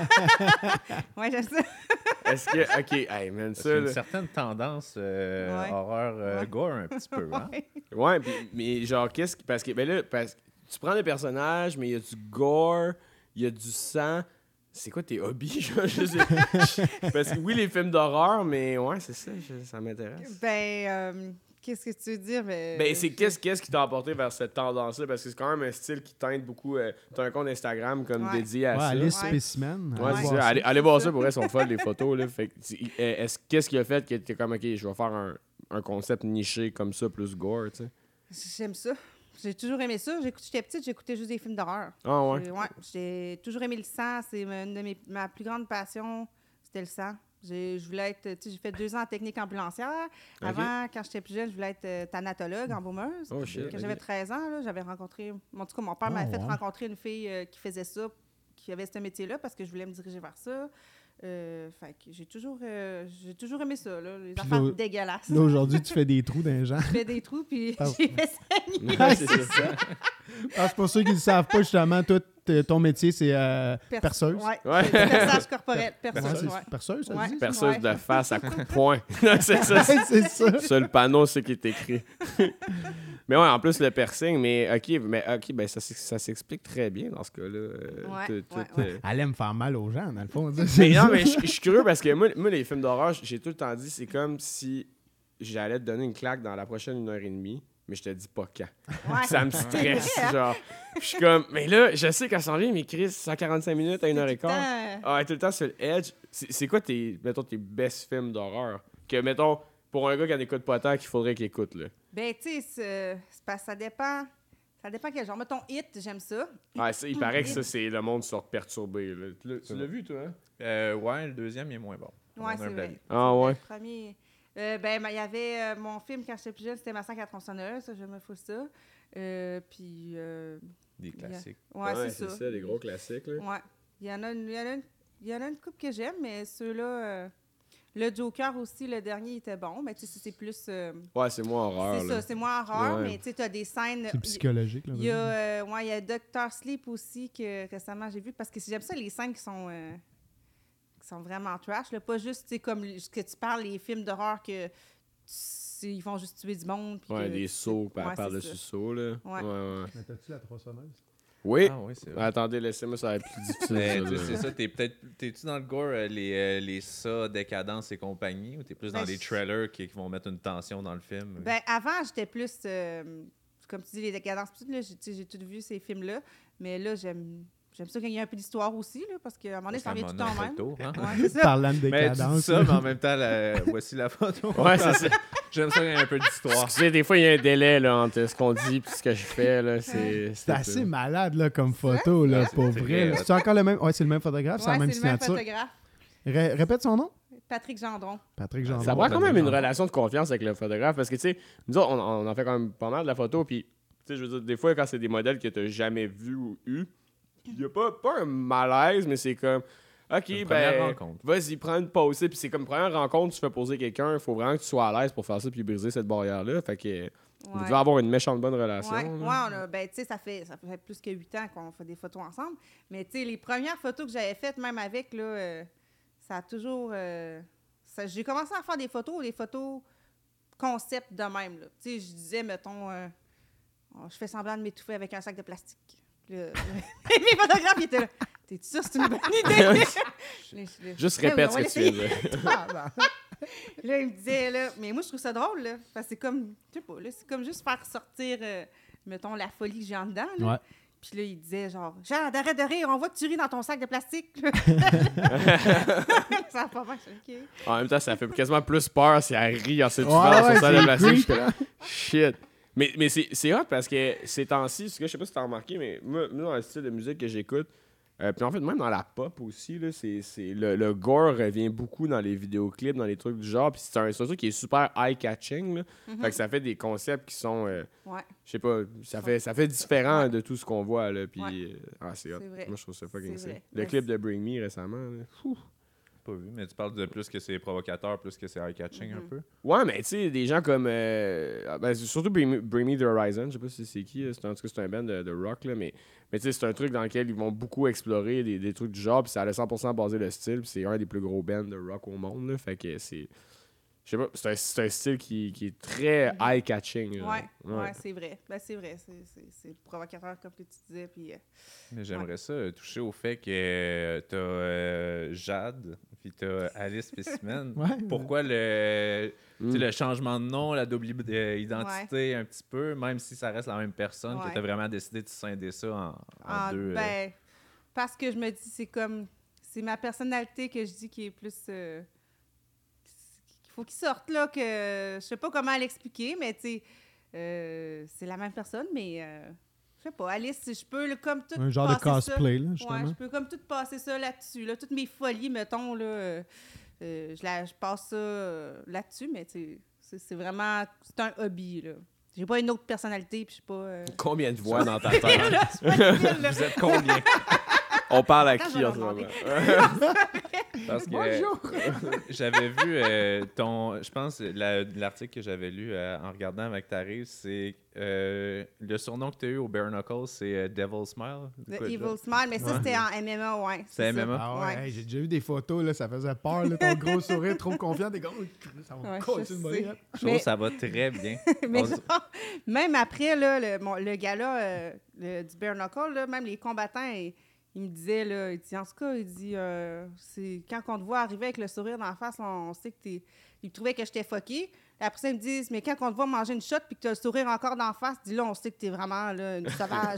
ouais, j'aime ça. Est-ce que. OK, hey, man, Parce qu'il y ça. a une là- certaine tendance euh, Ouais. horreur euh, Ouais. gore un petit peu. Hein? Ouais. Ouais, pis- mais genre, qu'est-ce que. Parce que, ben là, parce que tu prends des personnages, mais il y a du gore, il y a du sang. C'est quoi tes hobbies? genre, je sais- parce que oui, les films d'horreur, mais ouais, c'est ça, je- ça m'intéresse. Ben, euh, qu'est-ce que tu veux dire? Ben, Ben, c'est je- qu'est-ce, qu'est-ce qui t'a apporté vers cette tendance-là? Parce que c'est quand même un style qui teinte beaucoup. Euh, t'as un compte Instagram comme Ouais. dédié à Ouais, ça. Alice Ouais. Spécimen. Ouais, allez c'est voir ça. Allez, allez C'est voir ça. ça, pour vrai, elles sont folles, les photos. Là. Fait que, tu- euh, est-ce, qu'est-ce qui a fait que t'es comme, OK, je vais faire un, un concept niché comme ça, plus gore, tu sais? J'aime ça. J'ai toujours aimé ça. J'écoute- J'étais petite, j'écoutais juste des films d'horreur. Ah ouais? J'ai- ouais, j'ai toujours aimé le sang. C'est une de mes, ma plus grande passion, c'était le sang. J'ai, je voulais être, tu sais, j'ai fait deux ans en technique ambulancière. Ok. Avant, quand j'étais plus jeune, je voulais être euh, thanatologue, embaumeuse. Oh shit. Quand j'avais treize ans, là, j'avais rencontré... En tout cas, mon père Oh, m'avait fait wow. rencontrer une fille euh, qui faisait ça, qui avait ce métier-là, parce que je voulais me diriger vers ça. Euh, fait que j'ai toujours, euh, j'ai toujours aimé ça, là, les Puis affaires là- dégueulasses. Là, aujourd'hui, tu fais des trous dans les gens. Je fais des trous, puis Ah. j'ai fait saigner. Ouais, c'est ça. Parce que pour ceux qui ne le savent pas, justement, toi, t- ton métier, c'est euh, Perce- perceuse. Ouais, Ouais. c'est du perçage corporel. Ouais, Perceuse, c'est ouais. perceuse, ça Ouais. dit? Perceuse Ouais. de face à coups de poing. c'est ça. Ouais, c'est ça. Sur le panneau, c'est qui est écrit. mais ouais, en plus, le piercing, mais OK, mais OK, ben ça, s'ex- ça s'explique très bien dans ce cas-là. euh, Ouais, tout- tout, ouais, euh, Elle aime faire mal aux gens, dans le fond. Mais non, mais je je suis curieux parce que moi, moi, les films d'horreur, j'ai tout le temps dit, c'est comme si j'allais te donner une claque dans la prochaine une heure et demie, mais je te dis pas quand. Ouais. Ça me stresse, genre. Je suis comme, mais là, je sais qu'elle s'en vient, mais Chris, cent quarante-cinq minutes à une heure et quart. Putain. Ah, ouais, tout le temps sur le edge. C'est c'est quoi tes, mettons, tes best films d'horreur? Que, mettons, pour un gars qui n'écoute pas tant, qu'il faudrait qu'il écoute, là. Ben, tu sais, c'est c'est parce que ça dépend. Ça dépend quel genre. Mettons, Hit, j'aime ça. Ah, ça, il paraît que ça, c'est le monde sort perturbé, là. Tu l'as- Tu l'as vu, toi, hein? Euh, ouais, le deuxième, il est moins bon. Ouais, Mon c'est humble vrai. avis. Ah, ouais. Le premier. Euh, ben, ben, il y avait euh, mon film quand j'étais plus jeune, c'était Massacre à tronçonneuse, ça, je me fous ça. Euh, puis. euh, Des il y a- classiques. Ouais, c'est ça. des gros classiques, là. Ouais. Il y en a une, il y en a une, il y en a une couple que j'aime, mais ceux-là. euh, le Joker aussi, le dernier, il était bon. Mais tu sais, c'est plus. euh, Ouais, c'est moi horreur, c'est là. ça, c'est moins horreur, Ouais. mais tu sais, t'as des scènes. C'est psychologique. Là, Il y a, euh, ouais, il y a Doctor Sleep aussi que récemment j'ai vu parce que j'aime ça les scènes qui sont euh, qui sont vraiment trash, là. Pas juste tu sais, comme ce que tu parles les films d'horreur que tu sais, ils vont juste tuer du monde puis Ouais, que des tu- sauts par, ouais, par-dessus c'est ça. sauts, là. Ouais. ouais, ouais. Mais t'as-tu la tronçonneuse? Oui. Ah oui, c'est vrai. Attendez, laissez-moi, ça va être plus difficile. Mais, ça, tu sais, là. c'est ça, t'es peut-être t'es-tu dans le gore euh, les euh, les ça décadence et compagnie ou t'es plus dans Ben, les je- trailers qui, qui vont mettre une tension dans le film? Ben avant, j'étais plus euh, comme tu dis les décadences pis tout, là, j'ai tu sais, j'ai tout vu ces films là, mais là j'aime j'aime ça qu'il y ait un peu d'histoire aussi là parce qu'à un moment donné ça revient tout le temps au même. Tour, hein? Ouais, c'est ça. Parlant de Mais tu dis décadence. ça, mais en même temps, la- voici la photo. Ouais, c'est ça. J'aime ça qu'il y ait un peu d'histoire. Excusez, des fois, il y a un délai là, entre ce qu'on dit et ce que je fais. Là, c'est, C'est assez malade là, comme photo, là, pour C'est vrai. vrai. là. C'est encore le même. Ouais, c'est le même photographe, c'est la Ouais, même c'est le même signature. photographe, Ré- répète son nom. Patrick Gendron. Patrick Jean. Ça prend quand même une relation de confiance avec le photographe parce que, tu sais, nous autres, on, on en fait quand même pas mal de la photo. Puis, tu sais, je veux dire, des fois, quand c'est des modèles que tu n'as jamais vus ou eu, il n'y a pas, pas un malaise, mais c'est comme, OK, Une première ben, rencontre. vas-y, prends une pause. Puis, c'est comme première rencontre, tu fais poser quelqu'un, il faut vraiment que tu sois à l'aise pour faire ça puis briser cette barrière-là. Fait que, vous Ouais. devez avoir une méchante bonne relation. Ouais, là. ouais, on a, ben, tu sais, ça fait, ça fait plus que huit ans qu'on fait des photos ensemble. Mais, tu sais, les premières photos que j'avais faites, même avec, là, euh, ça a toujours. euh, ça- j'ai commencé à faire des photos, des photos concept de même, là. Tu sais, je disais, mettons, euh, oh, je fais semblant de m'étouffer avec un sac de plastique. Puis là, les photographes, ils étaient là. T'es sûr, c'est une bonne idée? Là, je- je- Juste Ben oui, répète on ce va que tu viens de l'essayer. dire. Là, il me disait, là, mais moi, je trouve ça drôle, là. Parce que c'est comme, je sais pas, là, c'est comme juste faire sortir, euh, mettons, la folie que j'ai en dedans, là. Ouais. Puis là, il disait, genre, Jean, arrête de rire, on voit que tu ris dans ton sac de plastique. Ça va pas mal, je suis OK. En même temps, ça fait quasiment plus peur si elle rit en se tuant Ouais, dans son ouais, salle de c'est plastique. creep. J'étais là, shit. Mais, mais c'est, c'est hot parce que ces temps-ci, ce que je sais pas si t'as remarqué, mais moi, moi, dans le style de musique que j'écoute, Euh, puis en fait, même dans la pop aussi, là, c'est, c'est, le, le gore revient beaucoup dans les vidéoclips, dans les trucs du genre. Puis c'est un, c'est un truc qui est super eye-catching. Là. Mhm. Fait que ça fait des concepts qui sont, euh, Ouais, je sais pas, ça fait, ça fait différent Ouais. de tout ce qu'on voit. Là. Puis, Ouais. euh, ah, c'est hot. c'est vrai. Moi, je trouve ça fucking C'est sick. vrai. Le Mais clip c'est- de Bring Me récemment. Là. Fou. Pas vu, mais tu parles de plus que c'est provocateur, plus que c'est eye-catching un Mhm. peu. Ouais, mais tu sais, des gens comme. euh, ah, ben, c'est surtout Bring Me, Bring Me the Horizon, je sais pas si c'est qui, là, c'est, en tout cas, c'est un band de, de rock, là, mais, mais tu sais, c'est un truc dans lequel ils vont beaucoup explorer des, des trucs du genre, puis ça a cent pour cent basé le style, puis c'est un des plus gros bands de rock au monde, là, fait que c'est. Je sais pas, c'est un, c'est un style qui, qui est très Mhm. eye-catching. là. Ouais, ouais, c'est vrai. Ben, c'est vrai. C'est, c'est, c'est provocateur, comme que tu disais. Puis, euh, Mais j'aimerais ça euh, toucher au fait que tu as Jade, puis tu as Alice Specimen. Ouais. Pourquoi le, tu sais, Mm. le changement de nom, la double id- euh, identité un petit peu, même si ça reste la même personne, que Ouais. tu as vraiment décidé de scinder ça en, en ah, deux. euh, ben, parce que je me dis, c'est comme. C'est ma personnalité que je dis qui est plus. euh, qu'il faut qu'il sorte, là, que. Je sais pas comment l'expliquer, mais tu sais. euh, c'est la même personne, mais. euh, je sais pas. Alice, je peux là, comme tout. Un genre de passer ça- cosplay, là, Ouais, justement. je peux comme tout passer ça là-dessus. Là. Toutes mes folies, mettons, là, euh, euh, je, la, je passe ça euh, là-dessus, mais tu sais, c'est, c'est vraiment... C'est un hobby, là. J'ai pas une autre personnalité, puis je suis pas... euh, Combien de voix dans ta tête? là, je suis pas une fille, là. Vous êtes combien? On parle à Attends, je qui vais en leur ce moment? demander. Parce que Bonjour! j'avais vu euh, ton. Je pense la- l'article que j'avais lu euh, en regardant avec Tarif, c'est euh, le surnom que tu as eu au Bare Knuckles, c'est euh, Devil Smile. The Quoi de Evil genre? Smile, mais ça, Ouais. c'était en M M A, ouais. C'est ça. M M A? Ah ouais, Ouais. hey, j'ai déjà vu des photos, là, ça faisait peur, là, ton gros sourire, trop confiant, t'es comme, oh, ça va Ouais, me coller je une sais. volée, hein. Je trouve Mais- que ça va très bien. Mais On- genre, même après, là, le, mon- le gars-là, euh, le- du Bare Knuckle, là, même les combattants, ils, ils me disaient, là, il dit, en tout cas, il dit, euh, c'est, quand on te voit arriver avec le sourire dans la face, on, on sait que t'es... Ils trouvaient que j'étais fucké. Après ça, ils me disent, mais quand on te voit manger une shot puis que tu as le sourire encore dans la face, dis là, on sait que t'es vraiment là, une sauvage.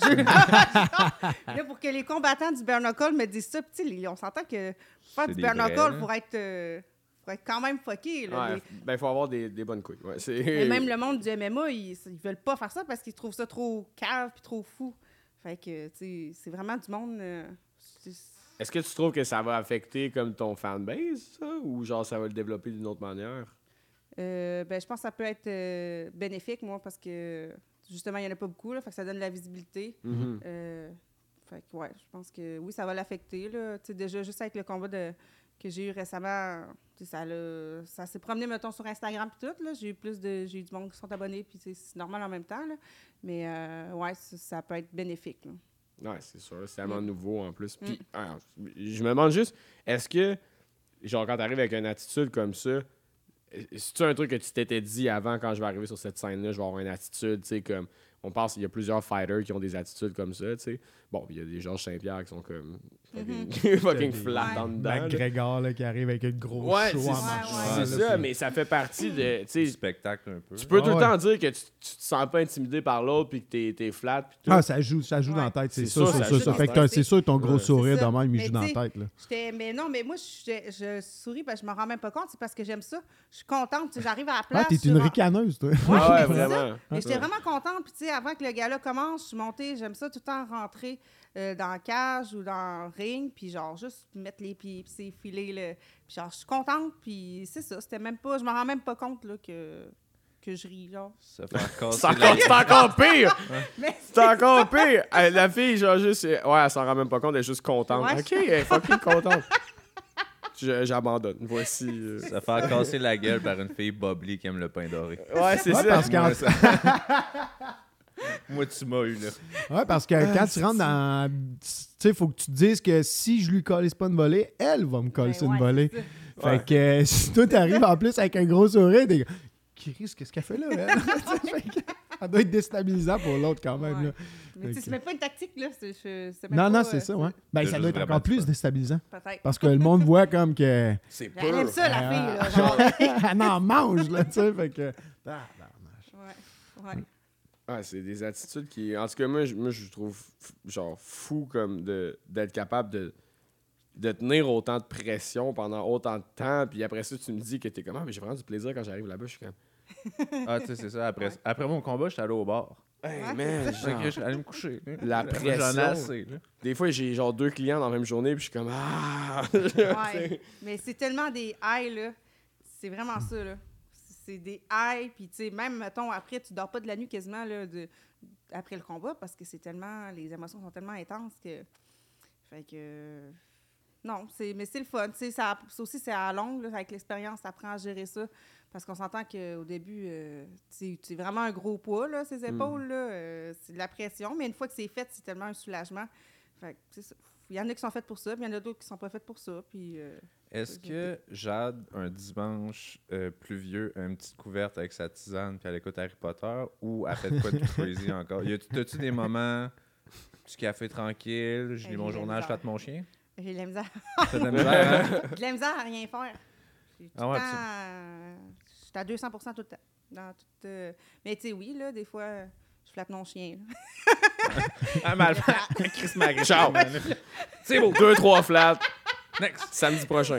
là, pour que les combattants du Bare Knuckle me disent ça, puis tu sais, les- on s'entend que pour faire C'est du des Bare vrais, Knuckle, là. pour être, euh, pour être quand même fucké. Là, Ouais, Les- ben, il faut avoir des, des bonnes couilles. Ouais, c'est... et même le monde du M M A, ils, ils veulent pas faire ça parce qu'ils trouvent ça trop cave puis trop fou. Fait que, tu sais, c'est vraiment du monde... euh, c'est- Est-ce que tu trouves que ça va affecter comme ton fanbase, ça? Ou genre ça va le développer d'une autre manière? euh, ben, je pense que ça peut être euh, bénéfique, moi, parce que, justement, il n'y en a pas beaucoup, là, fait que ça donne de la visibilité. Mhm. Euh, fait que, ouais, je pense que, oui, ça va l'affecter, là. Tu sais, déjà, juste avec le combat de, que j'ai eu récemment, tu sais, ça, l'a- ça s'est promené, mettons, sur Instagram puis tout, là. J'ai eu plus de... J'ai eu du monde qui sont abonnés, puis tu sais, c'est normal en même temps, là. Mais, euh, ouais, ça, ça peut être bénéfique, là. Ouais, c'est sûr. C'est tellement Mm. nouveau en plus. Puis, Mm. alors, je me demande juste, est-ce que, genre, quand t'arrives avec une attitude comme ça, c'est-tu un truc que tu t'étais dit avant, quand je vais arriver sur cette scène-là, je vais avoir une attitude, tu sais, comme, on pense qu'il y a plusieurs fighters qui ont des attitudes comme ça, tu sais. Bon, il y a des Georges Saint-Pierre qui sont comme fucking, fucking Des- flat Ouais. en dedans. là. McGregor, là, qui arrive avec une grosse Ouais, show c'est en ouais, marchant, ouais. c'est là, ça, c'est- mais ça fait partie de, tu Du sais, spectacle un peu. tu peux Ah tout le ouais. temps dire que tu, tu te sens pas intimidé par l'autre puis que t'es, t'es flat puis tout. Ah, ça joue, ça joue Ouais. dans la tête, c'est C'est sûr, sûr, c'est ça sûr. joue ça. dans Fait la que t'as- tête. c'est sûr que ton gros Ouais. sourire C'est de ça. même, il Mais joue dans la tu sais, tête, là. J'étais, mais non, mais moi, je, je souris, ben, je me rends même pas compte. C'est parce que j'aime ça. Je suis contente. tu sais, J'arrive à la place. Ah, t'es je suis une ra- ricaneuse, toi. Ah ouais, c'est ça. vraiment. Mais j'étais vraiment contente. Puis, tu sais, avant que le gars-là commence, je suis montée. J'aime ça tout le temps rentrer euh, dans la cage ou dans le ring. Puis, genre, juste mettre les pieds, puis s'effiler. Le... Puis, genre, je suis contente. Puis, c'est ça. C'était même pas. Je me rends même pas compte, là, que, que je ris, genre. Ça fait casser C'est la encore, c'est encore pire! Mais C'est encore pire! Euh, La fille, genre, juste. euh, Ouais, elle s'en rend même pas compte, elle est juste contente. Ouais, Ok, elle est fucking contente. Je- J'abandonne. Voici. euh. Ça fait casser la gueule par une fille bubbly qui aime le pain doré. Ouais, c'est Ouais, ça. parce qu'en- Moi, ça- Moi, tu m'as eu, là. Ouais, parce que quand tu rentres dans. Tu sais, il faut que tu te dises que si je lui colle pas une volée, elle va me coller ben, une ouais, volée. c'est ça. Fait Ouais. que euh, si toi t'arrives en plus avec un gros sourire, t'es comme, Chris, qu'est-ce qu'elle fait là, elle? Fait que ça doit être déstabilisant pour l'autre quand même. Ouais. Là. Mais, tu sais, Ok. c'est même pas une tactique, là. C'est, je- c'est même Non, pas, non, c'est euh, ça, ouais. Ben, C'est ça juste doit être vraiment encore du plus fun. déstabilisant. Peut-être. Parce que le monde voit comme que. C'est Elle aime pur. ça, la Euh, fille, là. Genre. Elle en mange, là, tu sais. Fait que. Ah, Ouais. Ouais. Ah, c'est des attitudes qui. En tout cas, moi, je, moi, je trouve f- genre fou comme de, d'être capable de, de tenir autant de pression pendant autant de temps. Puis après ça, tu me dis que t'es comme, ah, mais j'ai vraiment du plaisir quand j'arrive là-bas. Je suis comme. Ah, tu sais, c'est ça. Après, Ouais. après mon combat, j'étais allé au bar. Hey, Ouais, man, Fait genre, que je suis allé me coucher. la J'en ai pression. assez, là. Des fois, j'ai genre deux clients dans la même journée, puis je suis comme ah. Ouais. Mais c'est tellement des highs, là. C'est vraiment ça, là. C'est des highs, puis tu sais, même, mettons, après, tu dors pas de la nuit quasiment, là, de, après le combat, parce que c'est tellement, les émotions sont tellement intenses que... Fait que... Non, c'est, mais c'est le fun. Tu sais, ça, ça aussi, c'est à longue, là, avec l'expérience, tu apprends à gérer ça. Parce qu'on s'entend qu'au début, euh, c'est vraiment un gros poids, là, ces épaules. Mm. Là, euh, c'est de la pression. Mais une fois que c'est fait, c'est tellement un soulagement. Fait que, c'est ça. Il y en a qui sont faites pour ça, puis il y en a d'autres qui sont pas faites pour ça. Puis, euh, Est-ce que Jade, un dimanche euh, pluvieux, a une petite couverte avec sa tisane puis elle écoute Harry Potter, ou elle fait de quoi de crazy encore? Y a- T'as-tu des moments du café tranquille, je lis J'ai mon de la journal, je misère. flatte mon chien? j'ai de la misère. T'as de la misère, hein? de la misère à rien faire. J'ai tout Ah ouais, le temps, euh, je suis à deux cents pour cent tout le temps. Dans tout, euh, mais tu sais, oui, là, des fois, je flatte mon chien. Là. Ah, mal Chris Magritte. Ciao. C'est beau. Deux, trois flats. Next. Samedi prochain.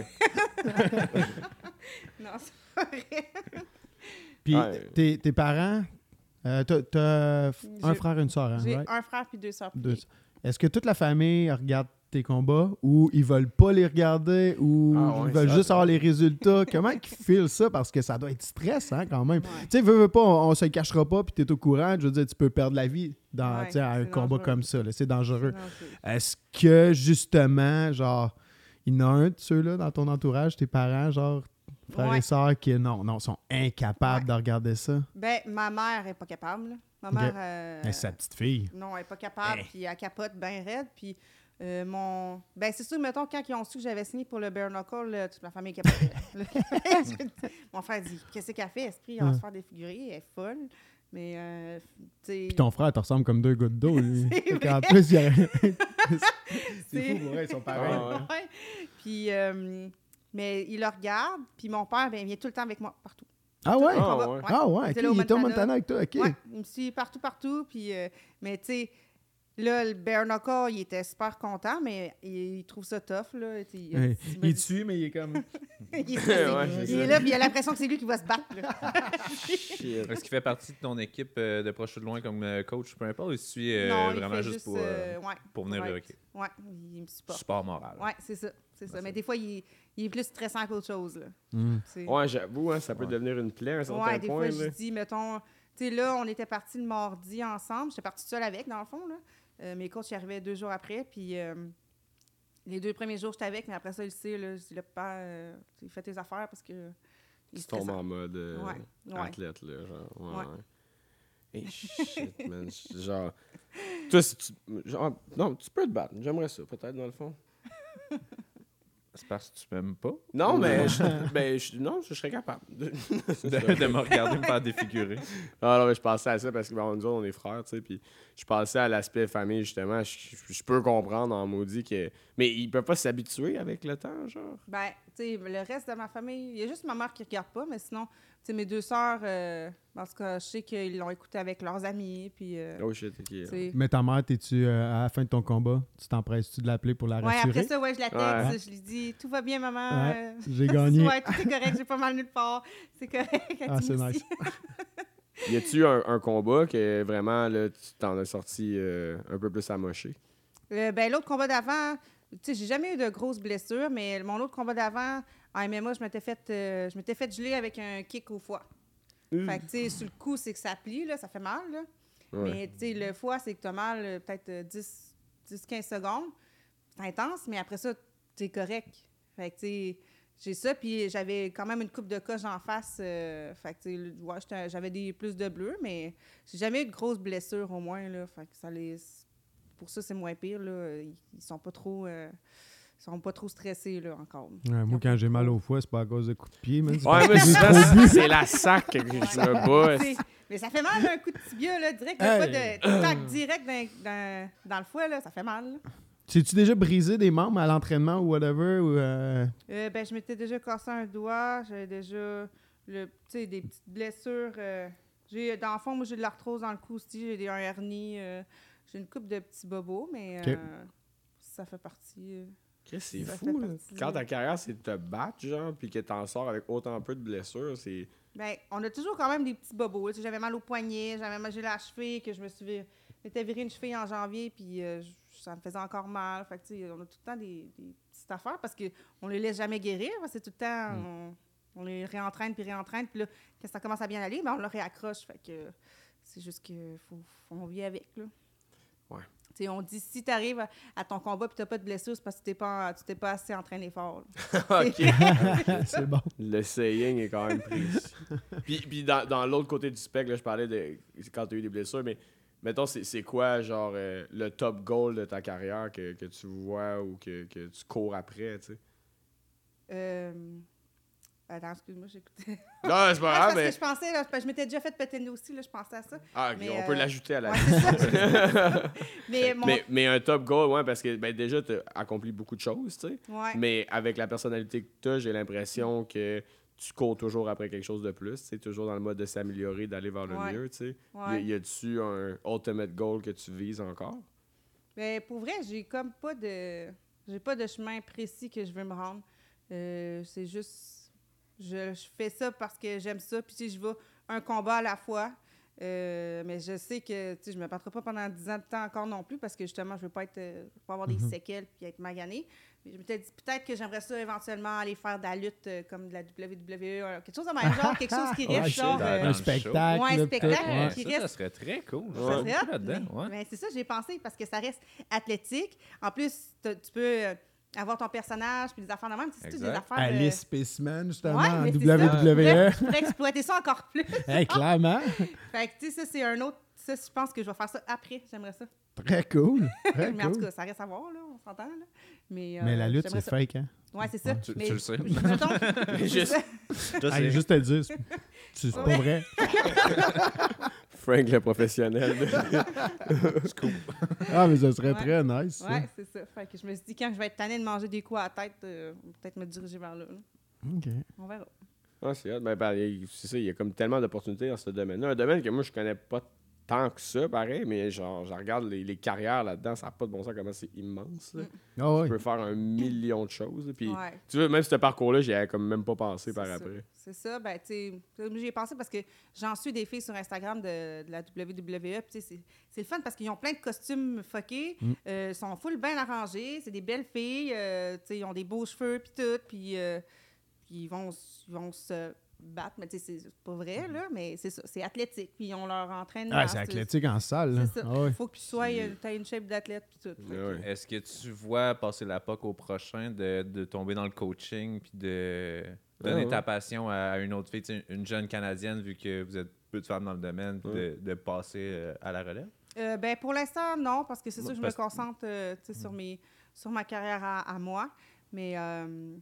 Non, c'est pas vrai. Puis Ouais. tes, tes parents, euh, t'as, t'as f- un J'ai- frère et une soeur, hein, J'ai right? un frère puis deux sœurs. plus Deux. vieilles. Est-ce que toute la famille regarde tes combats ou ils veulent pas les regarder ou Ah ouais, ils veulent ça, juste ça. avoir les résultats? Comment ils filent ça? Parce que ça doit être stressant quand même. Ouais. Tu sais, veux, veux pas, on, on se le cachera pas puis t'es au courant. Je veux dire, tu peux perdre la vie dans Ouais, tu sais, à un c'est combat dangereux. comme ça. là. C'est dangereux. Non, c'est- Est-ce que justement, genre, il y en a un de ceux-là dans ton entourage, tes parents, genre, frères Ouais. et sœurs, qui non, non, sont incapables Ouais. de regarder ça? Ben, ma mère est pas capable. Là. Ma Ok. mère. euh, Mais c'est sa petite fille. Non, elle est pas capable, Hey. puis elle capote bien raide. Puis euh, mon. Ben, c'est sûr, mettons, quand ils ont su que j'avais signé pour le Bare Knuckle, là, toute ma famille capotait. Mon frère dit qu'est-ce qu'elle fait, Esprit? On va Ouais. se faire défigurer, elle est folle. Mais, euh, tu sais. Puis ton frère te ressemble comme deux gouttes d'eau. lui. C'est Fait qu'en vrai. plus, il y a... C'est- C'est fou, pour vrai, ils sont pareils. Ah ouais. Ouais. Puis, euh, mais il le regarde, puis mon père, ben, il vient tout le temps avec moi partout. Ah ouais? Tous les Ah combats, ouais. Ah ouais, Il ok, était là au il était au Montana. Montana avec toi, ok. Ouais, il me suit partout, partout. Puis, euh, mais tu sais, là, le Bare Knuckle, il était super content, mais il, il trouve ça tough. Là. Tu sais, Il, Ouais. il me Il dit- tue, mais il est comme... il est stressé. Ouais, c'est il est ça. là, puis il a l'impression que c'est lui qui va se battre. là. Shit. Est-ce qu'il fait partie de ton équipe euh, de proche ou de loin comme euh, coach, peu importe, ou si tu es euh, non, il vraiment fait juste, juste, pour, euh, euh, ouais, pour venir ouais, le hockey? ouais, il me supporte. Support moral. Ouais, c'est ça. C'est ça. Mais des fois, il, il est plus stressant qu'autre chose. Là. Mm. C'est- Ouais, j'avoue, hein, ça peut Ouais. devenir une plaie à un certain Ouais, des point. fois, là. je dis, mettons, tu sais, là, on était partis le mardi ensemble. J'étais partie seule avec, dans le fond, là. Euh, mes coachs y arrivaient deux jours après, puis euh, les deux premiers jours, j'étais avec, mais après ça, il sait, là, je dis, là, papa, euh, tu sais, fais tes affaires parce que... il est Tu tombes stressant. en mode euh, Ouais, ouais. athlète, là, genre. Ouais, Ouais. ouais. Hey, shit, man. Genre... Toi, si tu... Genre, non, tu peux te battre. J'aimerais ça, peut-être, dans le fond. C'est parce que tu m'aimes pas? Non, mais... je, ben, je, non, je serais capable. de, De, de me regarder me faire défigurer. Ah non, mais je pensais à ça parce que bon, nous autres, on est frères, tu sais, puis je pensais à l'aspect famille, justement. Je, je- je peux comprendre en maudit que... Mais ils peuvent pas s'habituer avec le temps, genre? Ben, tu sais, le reste de ma famille, il y a juste ma mère qui regarde pas, mais sinon, tu sais, mes deux sœurs, euh, parce que je sais qu'ils l'ont écouté avec leurs amis, puis... euh, Oh shit, ok. tu sais. Mais ta mère, t'es-tu, euh, à la fin de ton combat, tu t'empresses-tu de l'appeler pour la Ouais, rassurer? après ça, ouais, je la texte, Ouais. je lui dis « Tout va bien, maman. Ouais, euh, j'ai gagné. Ouais, tout est correct, j'ai pas mal nulle part. C'est correct. Ah, c'est Dis-moi nice. aussi. Y a-tu un, un combat que vraiment, là, tu t'en as sorti euh, un peu plus amoché? Euh, ben, l'autre combat d'avant, tu sais, j'ai jamais eu de grosses blessures, mais mon autre combat d'avant, en M M A, je m'étais fait, euh, je m'étais fait geler avec un kick au foie. Fait que, tu sais, sur le coup, c'est que ça plie, là, ça fait mal, là. Ouais. Mais, tu sais, le foie, c'est que tu as mal euh, peut-être euh, dix à quinze secondes. C'est intense, mais après ça, t'es correct. Fait que, tu sais, j'ai ça, puis j'avais quand même une coupe de coche en face. euh, fait que, tu sais, ouais, j'étais- j'avais des plus de bleu, mais j'ai jamais eu de grosses blessures, au moins, là. Fait que ça les... Pour ça, c'est moins pire, là. Ils, ils sont pas trop... euh, ils sont pas trop stressés, là, encore. Ouais, moi, quand j'ai mal au foie, c'est pas à cause de coups de pied, man. c'est Ouais, parce mais que j'ai souvent, trop bu. c'est la sac que je me bats. C'est- Mais ça fait mal, un coup de tibia, là, direct. Hey. Pas de tac direct dans, dans, dans le foie, là, ça fait mal, là. T'es-tu déjà brisé des membres à l'entraînement ou whatever? Ou, euh, Euh, ben, je m'étais déjà cassé un doigt, j'avais déjà le, tu sais, des petites blessures. euh, j'ai, dans le fond, moi, j'ai de l'arthrose dans le cou aussi, j'ai des, un hernie, euh, j'ai une coupe de petits bobos, mais Ok. euh, ça fait partie. euh, Qu'est-ce que c'est ça fou, fait là. partie, Quand euh, ta carrière, c'est de te battre, genre, puis que t'en sors avec autant peu de blessures, c'est Ben, on a toujours quand même des petits bobos. Tu sais, j'avais mal au poignet, j'avais mal j'ai la cheville, que je me suis vir- m'étais viré une cheville en janvier, puis euh, je- ça me faisait encore mal. Fait que, tu sais, on a tout le temps des, des petites affaires parce qu'on les laisse jamais guérir. Parce que tout le temps, Mm. on, on les réentraîne puis réentraîne. Puis là, quand ça commence à bien aller, ben, on le réaccroche. Fait que c'est juste que faut, faut on vit avec. Là. Ouais. Tu sais, on dit si tu arrives à, à ton combat et tu n'as pas de blessure, c'est parce que tu n'es pas, tu t'es pas assez entraîné fort. là. OK. C'est bon. Le saying est quand même précis. puis puis dans, dans l'autre côté du spectre, là, je parlais de quand tu as eu des blessures, mais mettons, c'est, c'est quoi, genre, euh, le top goal de ta carrière que, que tu vois ou que, que tu cours après, tu sais? Euh... Attends, excuse-moi, j'écoutais. Non, c'est pas Ah, c'est grave, parce mais... que je pensais, là, parce que je m'étais déjà fait péter le nez aussi, là, je pensais à ça. Ah, OK, mais, on euh, peut l'ajouter à la Ouais, liste. c'est ça. mais mon... mais, mais un top goal, ouais, parce que ben, déjà, tu as accompli beaucoup de choses, tu sais. Ouais. Mais avec la personnalité que tu as, j'ai l'impression que tu cours toujours après quelque chose de plus. Tu sais, toujours dans le mode de s'améliorer, d'aller vers le Ouais. mieux, tu sais. Ouais. Y, y a-tu un ultimate goal que tu vises encore? Ben, pour vrai, j'ai comme pas de... J'ai pas de chemin précis que je veux me rendre. Euh, c'est juste... Je, je fais ça parce que j'aime ça. Puis, tu sais, je vais un combat à la fois. Euh, mais je sais que, tu sais, je me battrai pas pendant dix ans de temps encore non plus parce que, justement, je veux pas être... euh, je veux pas avoir des Mhm. séquelles puis être maganée. Mais je m'étais dit peut-être que j'aimerais ça éventuellement aller faire de la lutte euh, comme de la W W E, euh, quelque chose de même genre, quelque chose qui Ouais, reste je genre... sais, euh, dans un le spectacle. Ouais, un là, spectacle, tout, ouais. qui ça, reste- ça serait très cool. Ouais. Ça Ça serait serait cool hot, là-dedans. mais- Ouais. mais c'est ça, j'ai pensé parce que ça reste athlétique. En plus, t'as- tu peux euh, avoir ton personnage puis des affaires de même. C'est tout des Exact. affaires. euh, Alice Spaceman, justement, ouais, en mais c'est W ça. W E. Tu pourrais exploiter ça encore plus. Hey, clairement. Fait que, tu sais, ça, c'est un autre. Ça, je pense que je vais faire ça après. J'aimerais ça. Très cool. Très Mais en tout cool. cas, ça reste à voir, là. On s'entend, là. Mais, euh, Mais la lutte, j'aimerais c'est ça. fake, hein? Ouais, c'est ça. Tu- mais, tu le sais. Mettons, c'est Juste- ça. Je Hey, sais. juste te le dire, c'est c'est pas Ouais. vrai. Frank, le professionnel. Ah, mais ça serait Ouais. très nice. ça. Ouais, c'est ça. Fait que je me suis dit, quand je vais être tannée de manger des coups à la tête, euh, peut-être me diriger vers là, là. OK. On verra. Ah, c'est hot. Ben, ben, y- c'est ça, il y a comme tellement d'opportunités dans ce domaine-là. Un domaine que moi, je connais pas tant que ça, pareil, mais genre, je regarde les, les carrières là-dedans, ça n'a pas de bon sens comment c'est immense. là. Mm. Ah Tu ouais. peux faire un million de choses. là, Puis, Ouais. tu vois, même ce parcours-là, j'y avais comme même pas pensé par C'est ça. après. C'est ça, ben, tu sais, j'y ai pensé parce que j'en suis des filles sur Instagram de, de la W W E, puis tu sais, c'est c'est le fun parce qu'ils ont plein de costumes fuckés, Mm. euh, sont full bien arrangés, c'est des belles filles, euh, tu sais, ils ont des beaux cheveux, puis tout, puis euh, puis ils vont, s- ils vont se battre, mais tu sais, c'est c'est pas vrai, là, mais c'est ça, c'est athlétique, puis on leur entraîne. Ah, c'est athlétique en salle. là. C'est ça. Ah ouais. Faut que tu sois, euh, t'aies une shape d'athlète, puis tout. Fait que- Ouais, ouais. Est-ce que tu vois passer la P O C au prochain de, de tomber dans le coaching puis de donner Ah ouais. ta passion à, à une autre fille, tu sais, une jeune Canadienne, vu que vous êtes peu de femmes dans le domaine, puis Ouais. de, de passer euh, à la relève? Euh, ben, pour l'instant, non, parce que c'est Bon, sûr que je parce- me concentre euh, tu sais, sur, mes, sur ma carrière à, à moi. Mais euh,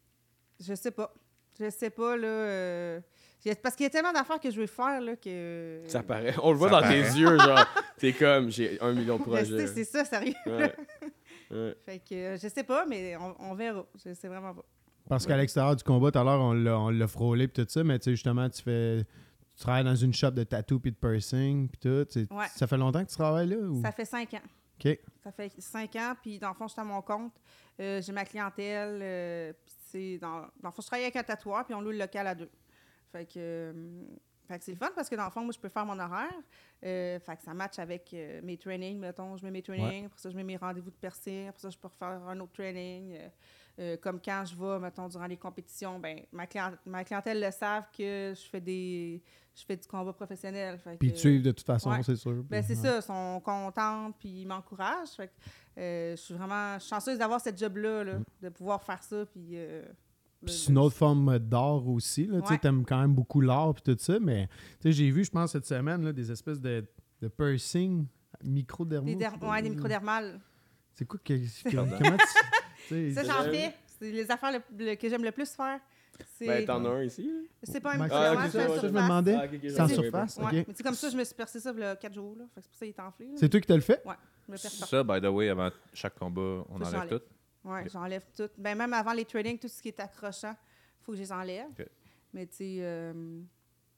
je sais pas. Je sais pas, là. euh, j'ai- parce qu'il y a tellement d'affaires que je veux faire, là, que... Ça paraît. On le voit Ça dans paraît. tes yeux, genre, t'es comme, j'ai un million de Je projets. sais, c'est ça, sérieux. Ouais. Ouais. Fait que euh, je sais pas, mais on, on verra. Je sais vraiment pas. Parce qu'à l'extérieur du combat, tout à l'heure, on l'a, on l'a frôlé puis tout ça, mais tu sais, justement, tu fais. Tu travailles dans une shop de tattoo puis de piercing puis tout. tu sais, Ouais. Ça fait longtemps que tu travailles là? Ou? Ça fait cinq ans. OK. Ça fait cinq ans, puis dans le fond, je suis à mon compte. Euh, j'ai ma clientèle, euh, puis c'est dans, dans le fond, je travaille avec un tatoueur, puis on loue le local à deux. Fait que, euh, fait que c'est le fun parce que dans le fond, moi, je peux faire mon horaire. Euh, fait que ça match avec euh, mes trainings, mettons. Je mets mes trainings, après ça, je mets mes rendez-vous de piercing, après ça, je peux refaire un autre training. Euh, euh, comme quand je vais, mettons, durant les compétitions, ben ma, client- ma clientèle le savent que je fais des je fais du combat professionnel. Fait Puis que- tu suives de toute façon, ouais. c'est sûr. ben, puis- c'est ouais. ça, ils sont contents, puis ils m'encouragent. Fait que, euh, je suis vraiment chanceuse d'avoir cette job-là, là, de pouvoir faire ça. Puis, euh, Puis le- c'est une autre forme d'art aussi. Là, tu sais, Ouais. t'aimes quand même beaucoup l'art puis tout ça, mais tu sais, j'ai vu, je pense, cette semaine, là, des espèces de, de piercing microdermaux. des, der- ouais, des microdermales. C'est quoi que, que- comment tu... tu sais, Ça, j'en fais. C'est les affaires le- le- que j'aime le plus faire. C'est Ben, t'en as un ici, là? c'est pas un Max- Ah, microdermal, ok, c'est ça, un ouais, ça, je me surface. demandais. Ah, ok, ok, C'est en j'avais- surface, Ouais. ok. Mais c'est comme ça, je me suis percé ça il y a quatre jours. Là. Fait que c'est pour ça qu'il est enflé. là. C'est toi qui te le fais? Ouais, je me perce partout. Ça, by the way, avant chaque combat, on Ça, enlève j'enlève. tout. Ouais, Ok. j'enlève tout. Ben, même avant les trainings, tout ce qui est accrochant, il faut que je les enlève. Ok. Mais tu sais, euh,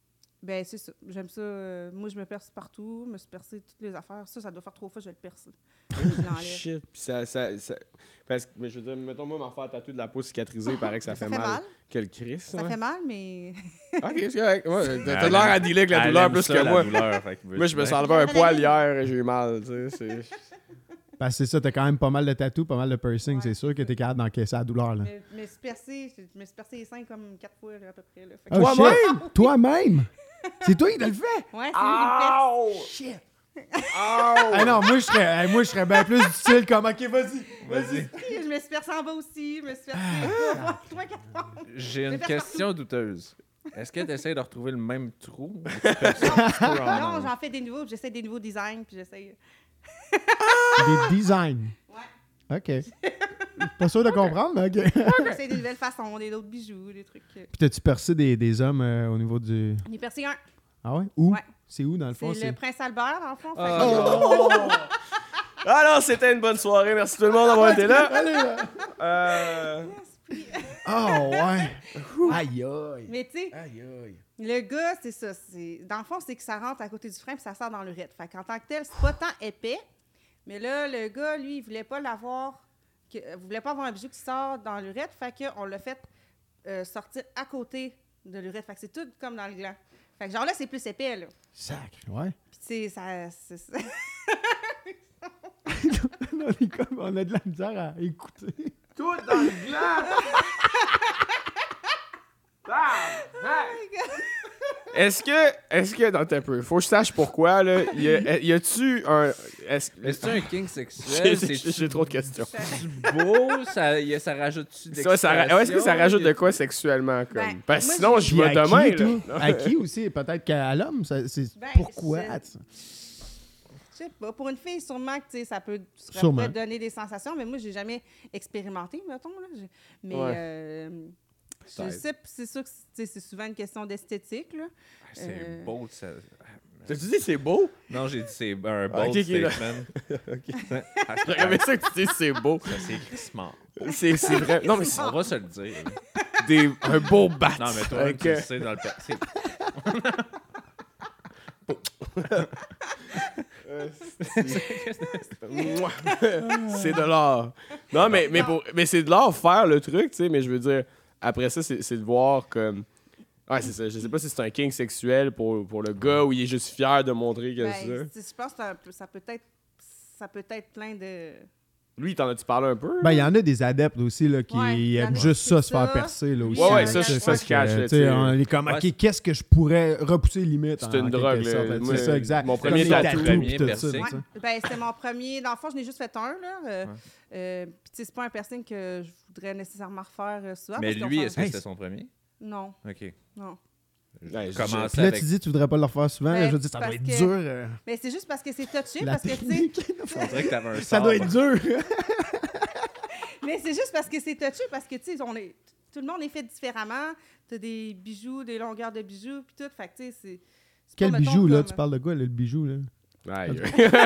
Ben, c'est ça. J'aime ça. Euh, moi, je me perce partout. Je me suis percé toutes les affaires. Ça, ça doit faire trois fois que je le perce. Je l'enlève. Shit. Puis ça, ça, ça... Parce que, mais je veux dire, mettons, moi, m'en faire tatouer de la peau cicatrisée, il paraît que ça, Ça fait, fait mal. mal. Quel Christ. Ça ouais. fait mal, mais. Ok, c'est correct. Ouais, t'as t'as Elle l'air à aime- dealer avec la Elle douleur aime plus ça, que la moi. douleur, fait que Moi, je me suis ben, enlevé un J'aimerais poil bien. hier et j'ai eu mal. Tu sais, c'est... Parce que c'est ça, t'as quand même pas mal de tatous, pas mal de piercing. Ouais. C'est sûr que t'es capable d'encaisser la douleur. Là. Mais je me suis percé, je me suis percé les seins comme quatre fois là, à peu près. Là. Fait que- Oh, Toi-même? shit! Toi-même? C'est toi qui te le fais? Ouais, c'est moi Ow! Shit! Ow! Ah non, moi je serais, hey, moi, je serais bien plus du style comme OK, vas-y, vas-y. Vas-y. qui le fais. Je me suis percé en bas aussi, je me suis percé Ah. trois, quatre fois. J'ai une Mais question douteuse. Est-ce que tu essaies de retrouver le même trou? Ou tu perces un petit peu en Non, angle? j'en fais des nouveaux, puis j'essaie des nouveaux designs, puis j'essaie. Des designs. Ouais. OK. Pas sûr de comprendre, mais OK. J'essaie des nouvelles façons, des autres bijoux, des trucs. euh. Puis t'as-tu percé des, des hommes euh, au niveau du... J'en ai percé un. Ah ouais? Où? Ouais. C'est où, dans le fond? C'est le Prince Albert, dans le fond. Fait Ah, que- Alors, c'était une bonne soirée. Merci tout le monde d'avoir été là. Allez, là. Euh... Oh, ouais. Aïe, aïe. Mais tu sais, Aïe, aïe. le gars, c'est ça. C'est... Dans le fond, c'est que ça rentre à côté du frein puis ça sort dans l'urètre. Fait qu'en tant que tel, c'est pas tant épais. Mais là, le gars, lui, il voulait pas l'avoir. Que... Il voulait pas avoir un bijou qui sort dans l'urètre. Fait qu'on l'a fait euh, sortir à côté de l'urètre. Fait que c'est tout comme dans le gland. Fait que genre là, c'est plus épais, là. Sacre, ouais. Puis tu sais, ça. C'est ça. on, est comme, on a de la misère à écouter. Tout dans le gland! Est-ce que, est-ce que, dans un peu, faut que je sache pourquoi, là, y, a, y a-tu un, est-ce, Mais c'est un king sexuel? j'ai, C'est j'ai trop de questions. beau? Ça, y a- ça rajoute-tu de Ça, ça, ra- est-ce que ça rajoute de quoi sexuellement, comme? Ben, Parce que moi, sinon, j'ai- je Puis vais à demain, qui, là. tout? À qui aussi? Peut-être qu'à l'homme. ça- C'est Ben, pourquoi? c'est- tu sais? Je sais pas. Pour une fille, sûrement que tu sais, ça peut ça Sûrement. pourrait donner des sensations, mais moi, j'ai jamais expérimenté, mettons. Là. J'ai- Mais Ouais. euh, je Peut-être. sais, puis c'est sûr que tu sais, c'est souvent une question d'esthétique. Là. Ah, C'est Euh, beau, ça. T'as-tu dit c'est beau? Non, j'ai dit c'est un Ah, bold ok, ok, là. statement. Ah, J'aurais aimé ça que tu dises c'est beau. Ça, c'est crissement. C'est, c'est vrai. Non, mais c'est On va se le dire. des, un beau bat. Non, mais toi, Ok. tu le sais dans le passé. Mouah. C'est de l'art. Non, mais, mais, pour- mais c'est de l'art faire le truc, tu sais, mais je veux dire, après ça, c'est, c'est de voir comme. Ouais, c'est ça. Je sais pas si c'est un king sexuel pour, pour le gars ou il est juste fier de montrer que ben, ça. c'est- je pense que c'est un peu- ça peut être ça peut être plein de. Lui, t'en as-tu parlé un peu? Ben, il y en a des adeptes aussi là, qui Ouais, il y en aiment a juste qui ça, font se faire ça. percer. Là, aussi, Ouais, ouais, là, ça, tu sais, ça fait se que, cache, là, tu tu sais, sais. On est comme, Ouais, OK, qu'est-ce que je pourrais repousser limite? C'est en une quelque drogue, sorte. là. C'est Moi, ça, exact. mon Comme premier les tatou, tatous, premier puis tout piercing. ça, Ouais. tu sais. Ben, c'était mon premier. Dans le fond, je n'ai juste fait un. Là. Euh, Ouais. euh, Puis, tu sais, c'est pas un piercing que je voudrais nécessairement refaire euh, souvent. Mais parce qu'on lui, s'en- est-ce que Hey, c'était son premier? Non, OK. non. Ouais, je- Commencer Puis là, avec... tu dis que tu voudrais pas le refaire souvent. Ben, là, je veux dire, ça doit parce être que- dur. euh, Mais c'est juste parce que c'est touché, la parce que, tu sais. technique. On dirait que t'avais un Ça doit être sabre. dur. Mais c'est juste parce que c'est touché, parce que, tu sais, on est... tout le monde est fait différemment. Tu as des bijoux, des longueurs de bijoux, puis tout. Fait que, tu sais, c'est. c'est Quel pas, mettons, bijou, là? comme- Tu parles de quoi, là, le bijou, là? Aïe.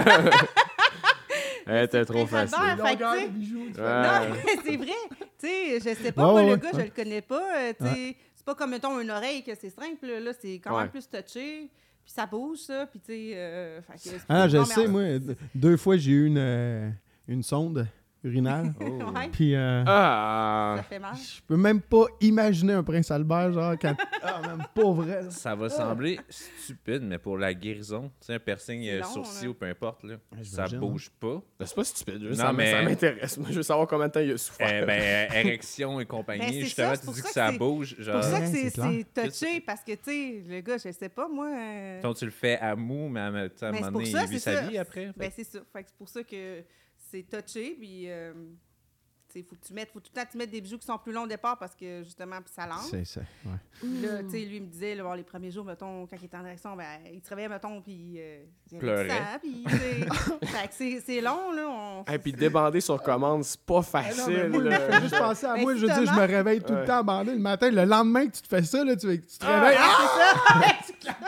Elle était trop Prince facile. Albert, fait que, tu sais, bijoux. Ouais. Non, mais c'est vrai. Tu sais, je sais pas, Ouais, moi, ouais, le ouais, gars, ouais. je le connais pas. euh, tu sais, c'est pas comme, mettons, une oreille que c'est simple. Là, c'est quand Ouais. même plus touché. Puis ça bouge, ça. Puis, tu sais, euh, fait que c'est Ah, pas- je non, sais, mais- moi. d- Deux fois, j'ai eu une, euh, une sonde urinaire. Ouais, Puis, euh, Ah! ça fait mal. je peux même pas imaginer un Prince Albert, genre, quand. Ah, même pas vrai. là. Ça va sembler stupide, mais pour la guérison, tu sais, un piercing C'est euh, long, sourcil là. ou peu importe, là, ça j'imagine, bouge pas. C'est pas stupide, juste Non, ça, mais- ça m'intéresse. Moi, je veux savoir combien de temps il a souffert. Euh, ben, euh, érection et compagnie, Ben, c'est justement, ça, c'est tu pour dis ça que que ça c'est- bouge. C'est Genre, pour ça que Ouais, c'est c'est clair. c'est touché, parce que, tu sais, le gars, je sais pas, moi. euh, donc, tu le fais à mou, mais à, tu sais, à un Ben, c'est moment pour donné, ça, il vit c'est sa ça. vie après. Ben, Fait c'est ça. Fait que c'est pour ça que c'est touché, puis. euh, il faut que tu mettes, faut tout le temps que tu mettes des bijoux qui sont plus longs au départ parce que justement, puis ça lance. C'est ça. Ouais. Puis là, tu sais, lui, il me disait, là, bon, les premiers jours, mettons, quand il était en direction, ben, il se réveillait, mettons, puis euh, il y avait du Pleurait. sang, puis, tu sais, fait que c'est, c'est long, là. On... Et puis débander sur commande, c'est pas Ah non, mais facile. moi, là. je fais juste penser à Ben, moi. si Je veux dire, je Thomas- me réveille tout Ouais. le temps bandé le matin. Le lendemain que tu te fais ça, là, tu, tu te Ah, réveilles. c'est ça!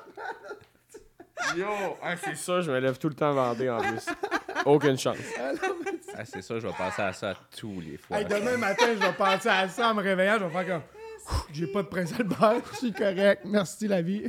Yo! Ah, c'est ça, je me lève tout le temps vendé en plus. Aucune chance. Ah, c'est ça, je vais penser à ça tous les fois. Hey, demain matin, je vais penser à ça en me réveillant. Je vais faire comme. J'ai pas de Prince Albert, je suis correct. Merci, la vie.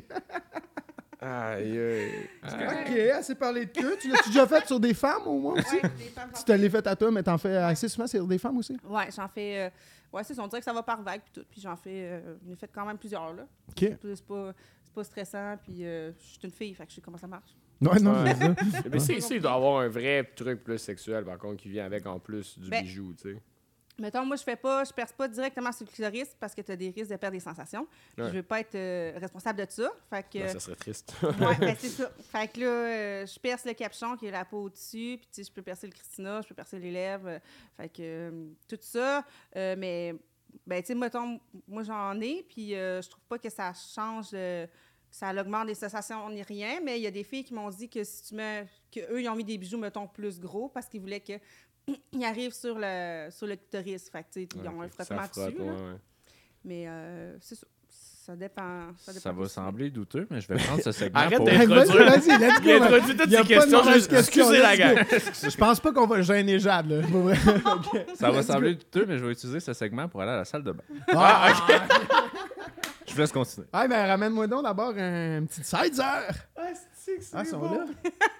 Aïe, aïe. OK, assez parlé de queue. Tu l'as-tu déjà fait sur des femmes, au moins, aussi? Ouais, des femmes, j'en Tu te fais- l'es fait à toi, mais t'en fais assez souvent sur des femmes aussi? Ouais, j'en fais. euh, ouais, c'est ça. On dirait que ça va par vague puis tout. Puis j'en fais. euh, j'en ai fait quand même plusieurs, là. OK. C'est pas, c'est pas, c'est pas stressant. Puis euh, je suis une fille, fait que je sais comment ça marche. Ouais, non, Ouais. c'est ça. Mais c'est sûr, il doit y avoir un vrai truc plus sexuel, par contre, qui vient avec en plus du Ben, bijou, tu sais. Mettons, moi, je fais pas, je perce pas directement sur le clitoris parce que tu as des risques de perdre des sensations. Puis Ouais. Je veux pas être euh, responsable de ça. Fait que. Non, ça serait triste. Ouais, ben c'est ça. Fait que là, euh, je perce le capuchon qui est la peau au-dessus, puis tu sais, je peux percer le Christina, je peux percer les lèvres. euh, fait que euh, tout ça. euh, mais, ben, tu sais, mettons, moi, j'en ai, puis euh, je trouve pas que ça change, euh, que ça augmente les sensations ni rien, mais il y a des filles qui m'ont dit que si tu mets, qu'eux, ils ont mis des bijoux, mettons, plus gros parce qu'ils voulaient que. Ils arrivent sur le, sur le clitoris. Fait que, tu sais, ils ont un Ok, frottement ça frotte, dessus. ouais, là. ouais. Mais euh, c'est ça. Ça dépend. Ça, dépend Ça va aussi. sembler douteux, mais je vais prendre ce segment Arrête pour... d'être- Vas-y, Introduire. vas-y, let's go. Il a man. introduit toutes Y a ces pas de questions, mauvaise je- question, excusez la let's gang. go. Je pense pas qu'on va gêner Jade, là. Pour vrai. OK. Ça va sembler douteux, mais je vais utiliser ce segment pour aller à la salle de bain. Ah, Je vous laisse continuer. ah, ben, ramène-moi donc d'abord un petit sizer. Ah, c'est que c'est Ah, ils sont bon. là.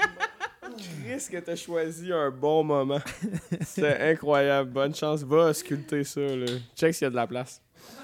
Chris, que t'as choisi un bon moment. C'est incroyable. Bonne chance. Va sculpter ça, là. Check s'il y a de la place.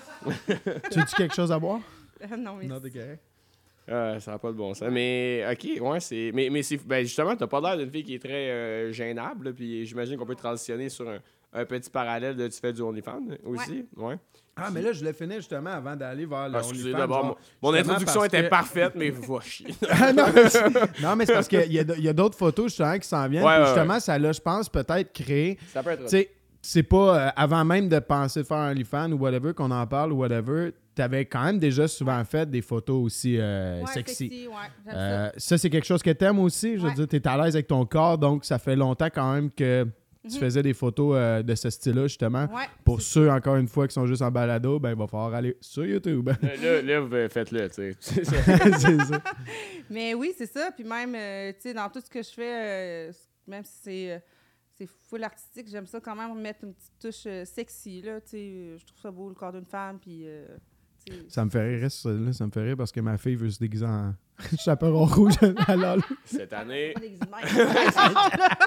Tu as-tu quelque chose à boire? non, mais. Non, t'es correct. Ah, ça n'a pas de bon sens. Mais, OK, ouais, c'est... Mais, mais c'est... Ben, justement, t'as pas l'air d'une fille qui est très euh, gênable, là, puis j'imagine qu'on peut transitionner sur un, un petit parallèle de tu fais du OnlyFans aussi. Ouais. Ah, mais là, je l'ai fini justement avant d'aller vers le Ah, excusez, OnlyFans, d'abord, genre, mon, mon justement introduction parce était que- parfaite, mais va chier. Ah, non, mais c'est- non, mais c'est parce qu'il y a, il y a d'autres photos justement qui s'en viennent. Ouais, puis ouais, justement, ça l'a, je pense, peut-être créé. Ça peut être... Tu sais, c'est pas euh, avant même de penser de faire un OnlyFans ou whatever, qu'on en parle ou whatever, t'avais quand même déjà souvent fait des photos aussi euh, Ouais, sexy. ouais, j'aime Euh, ça, c'est quelque chose que t'aimes aussi. Je veux Ouais. dire, t'es à l'aise avec ton corps, donc ça fait longtemps quand même que tu Mhm. faisais des photos euh, de ce style-là, justement. ça. Ouais, Pour c'est- ceux, encore une fois, qui sont juste en balado, ben, il va falloir aller sur YouTube. Là, là, là, vous faites-le, tu sais. C'est ça. c'est ça. Mais oui, c'est ça. Puis même, euh, tu sais, dans tout ce que je fais, euh, même si c'est, euh, c'est full artistique, j'aime ça quand même mettre une petite touche euh, sexy, là. Tu sais, euh, je trouve ça beau, le corps d'une femme, puis... euh, tu sais, Ça me fait rire, ça, là, ça me fait rire parce que ma fille veut se déguiser en chaperon rouge à l'âle. Cette année... pas déguisement, par exemple, là.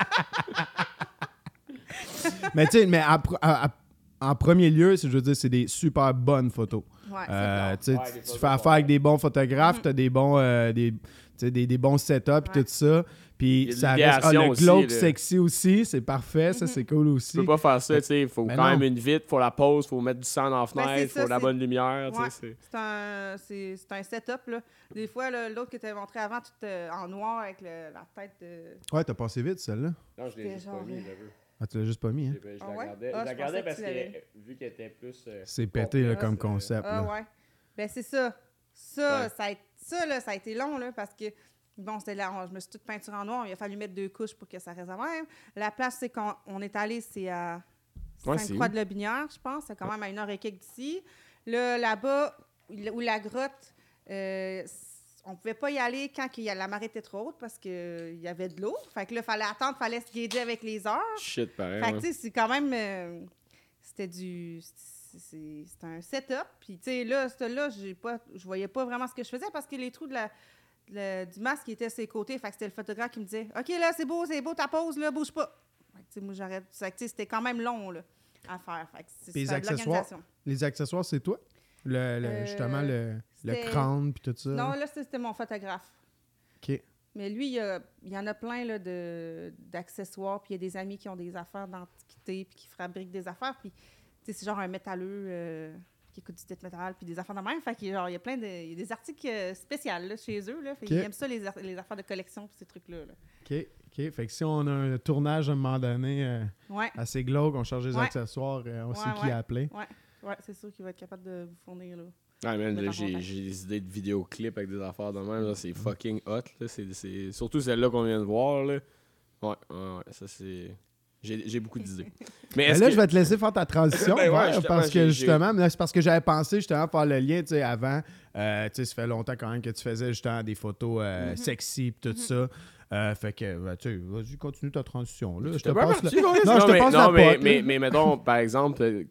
Mais tu sais, mais à pr- à- à- en premier lieu, c'est- je veux dire, c'est des super bonnes photos. Ouais, c'est Euh, bon. tu sais, Ouais, tu- des tu photos fais affaire avec des bons photographes, tu as des bons, euh, des, tu sais, des, des bons setups et Ouais. tout ça. Il y Puis a de ça reste ah, l'idéation le aussi, glow là. sexy aussi, c'est parfait, ça c'est cool aussi. Tu peux pas faire ça, tu sais. Il faut Mais quand non. même une vitre, faut la pause, faut mettre du sang dans la Ben, fenêtre, c'est faut ça, la c'est- bonne lumière, tu sais. Ouais. c'est- C'est un, c'est, c'est un setup, là. Des fois, là, l'autre que tu avais montré avant, tout euh, en noir, avec le- la tête de... Ouais, t'as passé vite celle-là. Non, je l'ai C'était juste genre, pas mis, euh, j'avoue. Ah, tu l'as juste pas mis, hein? Je, je Ah la ouais? gardais, Ah, je la je gardais pensais que parce tu que l'avais. vu qu'elle était plus. euh, C'est pété là, complète, comme euh, concept. Ah là. ouais. Ben c'est ça. Ça, Ouais. ça, a, ça, là, ça a été long, là, parce que, bon, c'était là, on- je me suis toute peinture en noir, il a fallu mettre deux couches pour que ça reste à même. La place, c'est qu'on on est allé, c'est à Ouais, c'est Sainte-Croix où? de la Binière, je pense. C'est quand même à une heure et quelques d'ici. Là, là-bas, où la grotte, euh, on pouvait pas y aller quand il y a, la marée était trop haute parce qu'il y avait de l'eau. Fait que là, il fallait attendre, il fallait se guider avec les heures. Shit, pareil. Fait que, ouais. tu sais, c'est quand même... euh, c'était du... c'est- c'est- C'était un setup. Puis, tu sais, là, ce là j'ai pas, je voyais pas vraiment ce que je faisais parce que les trous de la, le- du masque qui étaient à ses côtés. Fait que c'était le photographe qui me disait « OK, là, c'est beau, c'est beau, ta pose, là, bouge pas. » Fait que, tu sais, moi, j'arrête. Fait que, tu sais, c'était quand même long, là, à faire. Fait que c'est Puis les c'était de accessoires? l'organisation. Les accessoires, c'est toi? Le, le- Euh, justement, le, le c'était- crâne puis tout ça. Non, là, c'était mon photographe. OK. Mais lui, il y, a- il y en a plein là, de, d'accessoires. Puis il y a des amis qui ont des affaires d'antiquité puis qui fabriquent des affaires. Puis tu sais, c'est genre un métalleux euh, qui écoute du death metal puis des affaires de même. Fait qu'il y a, genre, il y a plein de... Il y a des articles euh, spéciaux là, chez eux. Là. Fait OK. qu'ils aiment ça, les, ar- les affaires de collection puis ces trucs-là. Là. OK. OK. Fait que si on a un tournage à un moment donné euh, Ouais, assez glauque, on change les Ouais. accessoires, euh, on Ouais, sait qui ouais. appeler. ouais, c'est sûr qu'il va être capable de vous fournir. Là. Ouais, man, Mettre là, en j'ai, contact. j'ai des idées de vidéoclips avec des affaires de même. Là, c'est fucking hot. Là. C'est, c'est... Surtout celle-là qu'on vient de voir. Là. Ouais, ouais, ouais, ça c'est. J'ai, j'ai beaucoup d'idées. Mais Mais est-ce là, que... je vais te laisser faire ta transition. Ben ouais, vers, justement, parce que j'ai- j'ai- justement, mais là, c'est parce que j'avais pensé justement faire le lien, tu sais, avant. Euh, tu sais, ça fait longtemps quand même que tu faisais justement des photos euh, Mm-hmm. sexy et tout ça. Euh, fait que, ben, tu sais, vas-y, continue ta transition. Là. Je te T'es pas passe parti, le... Maurice? Non, je te mais, passe non, la mais, pote, mais, là. mais mettons, par exemple, euh,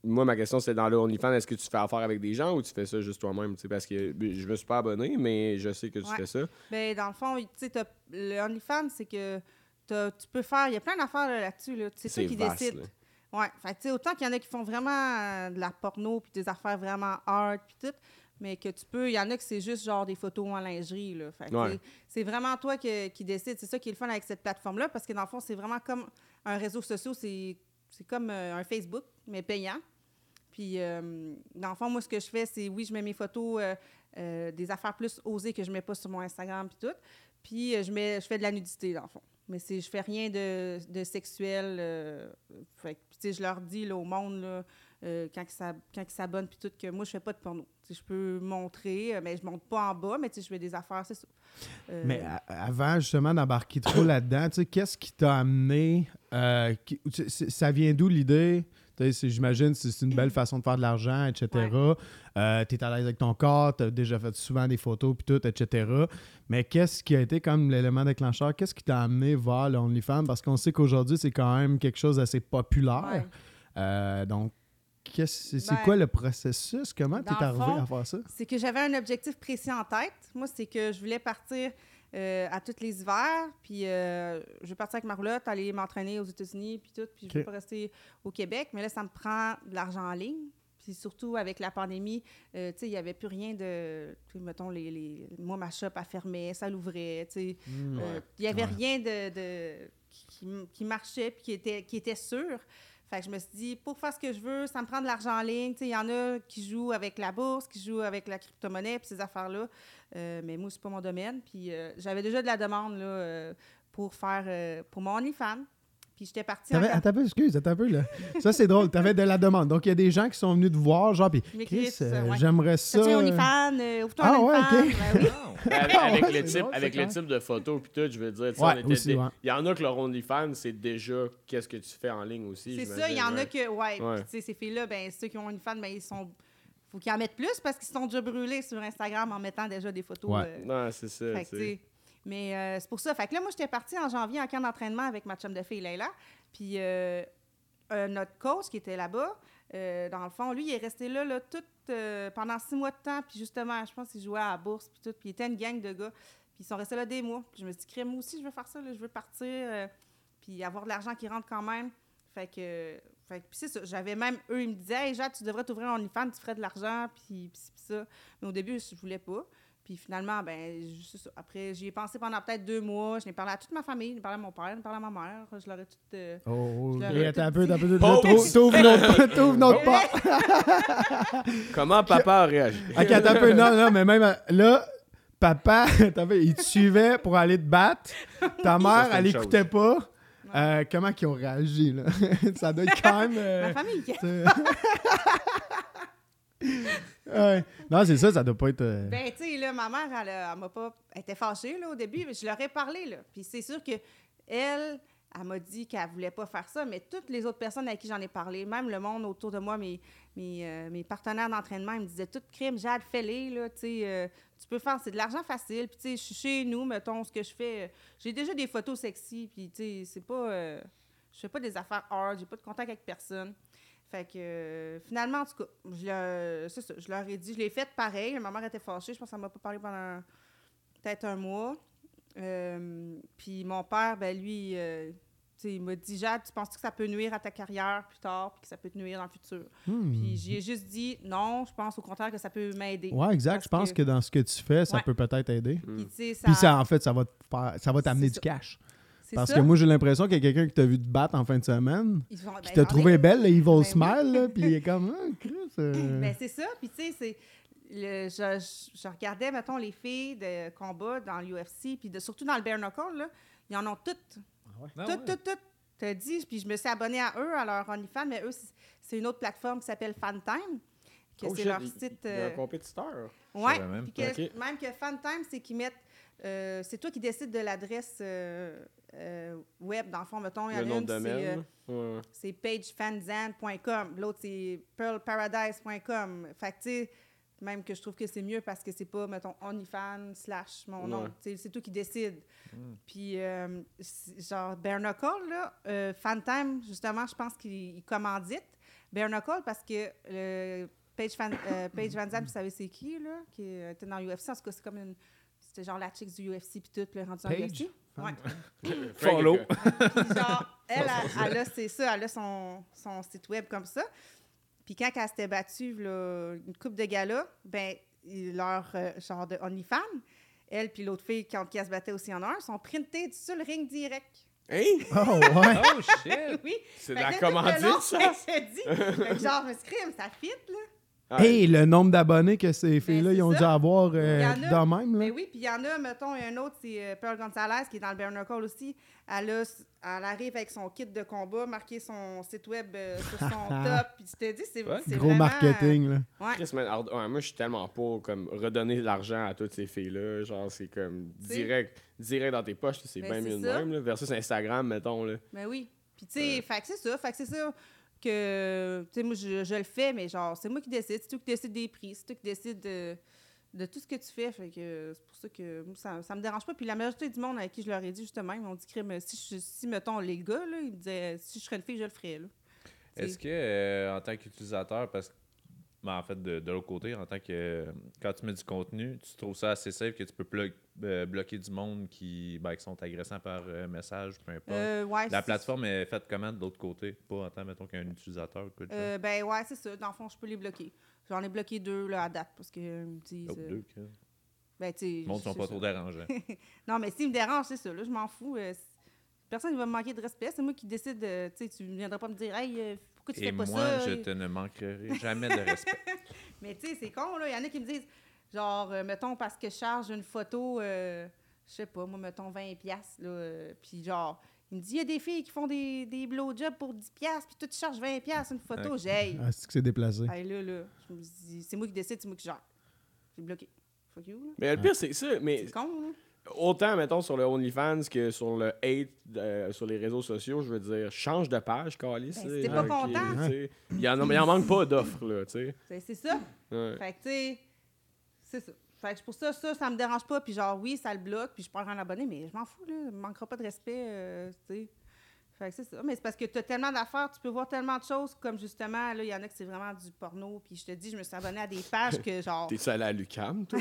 moi, ma question, c'est dans le OnlyFans, est-ce que tu fais affaire avec des gens ou tu fais ça juste toi-même? Tu sais, parce que je me suis pas abonné, mais je sais que tu Ouais. fais ça. Ben, dans le fond, tu sais, t'as- le OnlyFans, c'est que t'as- tu peux faire... Il y a plein d'affaires là, là-dessus. Là. C'est toi qui vaste, décides. là. Ouais. Fait que, tu sais, autant qu'il y en a qui font vraiment euh, de la porno puis des affaires vraiment hard puis tout, mais que tu peux... Il y en a que c'est juste genre des photos en lingerie, là. Fait que, Ouais. tu sais, c'est vraiment toi que- qui décides. C'est ça qui est le fun avec cette plateforme-là, parce que dans le fond, c'est vraiment comme un réseau social. C'est, c'est comme euh, un Facebook, mais payant. Puis, euh, dans le fond, moi, ce que je fais, c'est, oui, je mets mes photos, euh, euh, des affaires plus osées que je mets pas sur mon Instagram puis tout. Puis, euh, je, mets, je fais de la nudité, dans le fond. Mais c'est, je fais rien de, de sexuel. Euh, fait que, tu sais, je leur dis, là, au monde, là, euh, quand, ils s'ab- quand ils s'abonnent puis tout, que moi, je fais pas de porno. Tu sais, je peux montrer, euh, mais je monte pas en bas, mais tu sais, je fais des affaires, c'est ça. Euh, Mais a- avant, justement, d'embarquer trop là-dedans, tu sais, qu'est-ce qui t'a amené... euh, qui- tu sais, ça vient d'où l'idée? Tu sais, c'est- j'imagine que c'est une belle façon de faire de l'argent, et cetera. Euh, tu es à l'aise avec ton corps, tu as déjà fait souvent des photos, puis tout, et cetera. Mais qu'est-ce qui a été comme l'élément déclencheur? Qu'est-ce qui t'a amené vers le OnlyFans? Parce qu'on sait qu'aujourd'hui, c'est quand même quelque chose d'assez populaire. Ouais. Euh, donc, qu'est-ce- c'est c'est Ben, quoi le processus? Comment tu es dans le arrivé fond, à faire ça? C'est que j'avais un objectif précis en tête. Moi, c'est que je voulais partir euh, à tous les hivers, puis euh, je vais partir avec ma roulotte, aller m'entraîner aux États-Unis, puis tout, puis je ne veux Ok. pas rester au Québec. Mais là, ça me prend de l'argent en ligne. Puis surtout, avec la pandémie, euh, tu sais, il n'y avait plus rien de... tu sais, mettons, les, les, moi, ma shop, elle fermait, ça l'ouvrait, tu sais. Hmm. Euh, Il n'y avait Ouais. rien de, de- qui, qui- qui marchait puis qui était, qui était sûr. Fait que je me suis dit, pour faire ce que je veux, ça me prend de l'argent en ligne. Tu sais, il y en a qui jouent avec la bourse, qui jouent avec la crypto-monnaie puis ces affaires-là. Euh, mais moi, c'est pas mon domaine. Puis euh, j'avais déjà de la demande là, euh, pour faire euh, pour mon OnlyFans. Puis j'étais partie en T'avais- quar- Attends un peu, excuse, attends un peu, là. Ça, c'est drôle. T'avais de la demande. Donc, il y a des gens qui sont venus te voir, genre, puis Mais Chris, Chris, euh, ouais. j'aimerais ça. T'as-tu un euh, OnlyFans? Euh, ouvre-toi Ah un ouais, OnlyFans. ok. Ben oui. avec Ah avec ouais, le c'est type, drôle, avec c'est le clair. type de photos puis tout, je veux dire, tu sais, Ouais, on était aussi, des- ouais. il y en a que leur OnlyFans, c'est déjà qu'est-ce que tu fais en ligne aussi. C'est j'imagine, ça, il y en a ouais. que, ouais. Ouais. Puis, tu sais, ces filles-là, ben, ceux qui ont une fan, ben, ils sont. Faut qu'ils en mettent plus parce qu'ils se sont déjà brûlés sur Instagram en mettant déjà des photos. Ouais. euh, Non, c'est ça. Fait que, tu sais. tu sais, mais euh, c'est pour ça. Fait que là, moi, j'étais partie en janvier en camp d'entraînement avec ma chum de fille, Leila. Puis euh, euh, notre coach qui était là-bas, euh, dans le fond, lui, il est resté là, là tout, euh, pendant six mois de temps. Puis justement, je pense qu'il jouait à la bourse, puis tout. Puis il était une gang de gars. Puis ils sont restés là des mois. Puis je me suis dit, crème, moi aussi, je veux faire ça. Là, je veux partir, euh, puis avoir de l'argent qui rentre quand même. Fait que, fait que puis c'est ça. J'avais même, eux, ils me disaient, hey, Jade, tu devrais t'ouvrir un OnlyFans, tu ferais de l'argent, puis, puis, puis ça. Mais au début, je voulais pas. Puis finalement, ben, je- c'est ça. Après, j'y ai pensé pendant peut-être deux mois. Je n'ai parlé à toute ma famille, je n'ai parlé à mon père, je n'ai parlé à ma mère. Je leur ai tout. euh, Oh, Je ok, l'aurais attends un tout peu, dit. attends un peu. Pause. T'ouvres t'ouvres notre, t'ouvres notre porte. Comment papa a réagi? Ok, attends un peu. Non, non, mais même euh, là, papa, attends un peu, il te suivait pour aller te battre. Ta mère, c'est elle une écoutait pas. Euh, comment qu'ils ont réagi, là? Ça doit être quand même... euh, Ma famille. tu sais. Ouais. Non, c'est ça, ça doit pas être... euh, Ben, tu sais, là, ma mère, elle, a- elle m'a pas. Elle était fâchée, là, au début, mais je leur ai parlé, là. Puis c'est sûr que elle, elle m'a dit qu'elle voulait pas faire ça, mais toutes les autres personnes avec qui j'en ai parlé, même le monde autour de moi, mes, mes, euh, mes partenaires d'entraînement, ils me disaient tout crime, Jade, fais-les, là, tu sais, euh, tu peux faire, c'est de l'argent facile. Puis, tu sais, je suis chez nous, mettons, ce que je fais, euh, j'ai déjà des photos sexy, puis, tu sais, c'est pas. euh, je fais pas des affaires hard, j'ai pas de contact avec personne. Fait que euh, finalement, en tout cas, je, leur- c'est ça, je leur ai dit, je l'ai fait pareil. Ma mère était fâchée, je pense qu'elle m'a pas parlé pendant peut-être un mois. Euh, puis mon père, ben lui, euh, tu sais, il m'a dit, Jade, tu penses que ça peut nuire à ta carrière plus tard, puis que ça peut te nuire dans le futur? hmm. Puis j'y ai juste dit, non, je pense au contraire que ça peut m'aider. Ouais, exact. Parce Je pense que- que... dans ce que tu fais, ça Ouais. peut peut-être aider. Puis tu sais, ça, Puis ça, en fait, ça va te faire, ça va t'amener C'est du ça. cash. c'est Parce ça. que moi, j'ai l'impression qu'il y a quelqu'un qui t'a vu te battre en fin de semaine, Ils vont- qui ben, t'a j'en ai- trouvé belle, le Evil Ben oui. Smile, là, puis il est comme, ah, Chris. euh, Ben, c'est ça. Puis, tu sais, c'est. le- je, je- je regardais, mettons, les filles de combat dans l'U F C, puis de, surtout dans le bare knuckle, là, ils en ont toutes. Ah toutes, toutes, toutes. T'as dit, puis je me suis abonnée à eux, à leur OnlyFans, mais eux, c'est- c'est une autre plateforme qui s'appelle FanTime, que Oh, c'est shit, leur il- site. il y a euh, un compétiteur. ouais, savais même puis que- Ok. même que FanTime, c'est qu'ils mettent. euh, c'est toi qui décides de l'adresse euh, euh, web, dans le fond, mettons. Il y en Le a nom une, de c'est, domaine. euh, Ouais. c'est pagefanzan point com. L'autre, c'est pearl paradise point com. Fait que, tu sais, même que je trouve que c'est mieux parce que c'est pas, mettons, OnlyFans slash mon nom. Ouais. Tu sais, c'est toi qui décides. Puis, euh, c'est- genre, Bare Knuckle, là, euh, FanTime, justement, je pense qu'il il commandite. Bare Knuckle, parce que le Paige Van, euh, Paige Van Zandt, vous savez c'est qui, là, qui était dans l'U F C. En tout cas, c'est comme une... C'était genre la chick du U F C, puis tout, le rendu dans l'U F C. Ouais. Follow. Puis genre, elle, elle, elle a, c'est ça, elle a son, son site web comme ça. Puis quand elle s'était battue, là, une couple de gars-là, ben, leur euh, genre de OnlyFans, elle puis l'autre fille, quand qui elle se battait aussi en un, sont printées sur le ring direct. Hein? Oh, ouais. Oh shit! Oui. C'est de Fait la que là, tout le commandite, long, ça? elle s'est dit, fait que genre, je me suis crime, ça fit, là. Ah, Hey, le nombre d'abonnés que ces filles-là, c'est ils ont ça. dû avoir euh, Il y en a, dans même. Là. Mais oui, puis il y en a, mettons, il y a un autre, c'est euh, Pearl Gonzalez, qui est dans le Bare Knuckle aussi. Elle, a, elle arrive avec son kit de combat, marqué son site web euh, sur son top. Puis tu te dis, c'est, Ouais. c'est Gros vraiment, marketing. Là. euh, ouais. Chris, man, hard- ouais, moi, je suis tellement pour comme, redonner de l'argent à toutes ces filles-là. Genre, c'est comme T'sais. direct, direct dans tes poches. C'est Ben, bien c'est mieux de ça. même. Là, versus Instagram, mettons. Là. Ben oui. Puis tu sais, fait que c'est ça. Fait que c'est ça que, tu sais, moi, je, je le fais, mais genre, c'est moi qui décide. C'est toi qui décide des prix. C'est toi qui décide de, de tout ce que tu fais. Fait que c'est pour ça que moi, ça, ça me dérange pas. Puis la majorité du monde avec qui je leur ai dit, justement, ils m'ont dit, crime, si, je, si mettons, les gars, là, ils me disaient, si je serais une fille, je le ferais, là. Est-ce que, euh, en tant qu'utilisateur, parce que, ben, en fait, de, de l'autre côté, en tant que, euh, quand tu mets du contenu, tu trouves ça assez safe que tu peux plug, euh, bloquer du monde qui, ben, qui sont agressants par euh, message, peu importe. Euh, ouais, La c'est- plateforme est faite comment de l'autre côté? Pas en tant, mettons, qu'un utilisateur ou quoi de genre? Euh, ben ouais, c'est ça. Dans le fond, je peux les bloquer. J'en ai bloqué deux là, à date parce que euh, ils me disent. Oh, euh, deux, Chris. ben, tu sais. Le monde sont c'est pas ça. trop dérangeants. Non, mais s'ils me dérangent, c'est ça. Là, je m'en fous. euh, c'est- personne ne va me manquer de respect. C'est moi qui décide. euh, tu sais, tu ne viendras pas me dire, hey, euh, pourquoi tu Et fais pas moi, ça? je te ne manquerai jamais de respect. Mais tu sais, c'est con, là. Il y en a qui me disent, genre, euh, mettons, parce que je charge une photo, euh, je sais pas, moi, mettons vingt piastres, là. euh, Puis genre, il me dit, il y a des filles qui font des, des blowjobs pour dix piastres, puis toi, tu charges vingt piastres une photo. Ok. J'ai, hey, Ah, c'est que c'est déplacé. hey, là, là, je me dis, c'est moi qui décide, c'est moi qui gère. J'ai bloqué. Fuck you, là. Mais le pire, c'est ça. Mais C'est con, là. autant, mettons, sur le OnlyFans que sur le hate euh, sur les réseaux sociaux, je veux dire, change de page, calice. Ben, si t'es pas Genre, qui- content. tu sais, Il y en, a- il en manque pas d'offres, là, tu sais. C'est c'est ça. Ouais. Fait que, tu sais, c'est ça. Fait que pour ça, ça, ça me dérange pas. Puis genre, oui, ça le bloque, puis je perds un abonné, mais je m'en fous, là. Il me manquera pas de respect, euh, tu sais. Fait que c'est ça. Mais c'est parce que tu as tellement d'affaires, tu peux voir tellement de choses, comme justement, là, il y en a que c'est vraiment du porno. Puis je te dis, je me suis abonnée à des pages que genre. T'es-tu allé à l'UQAM, toi?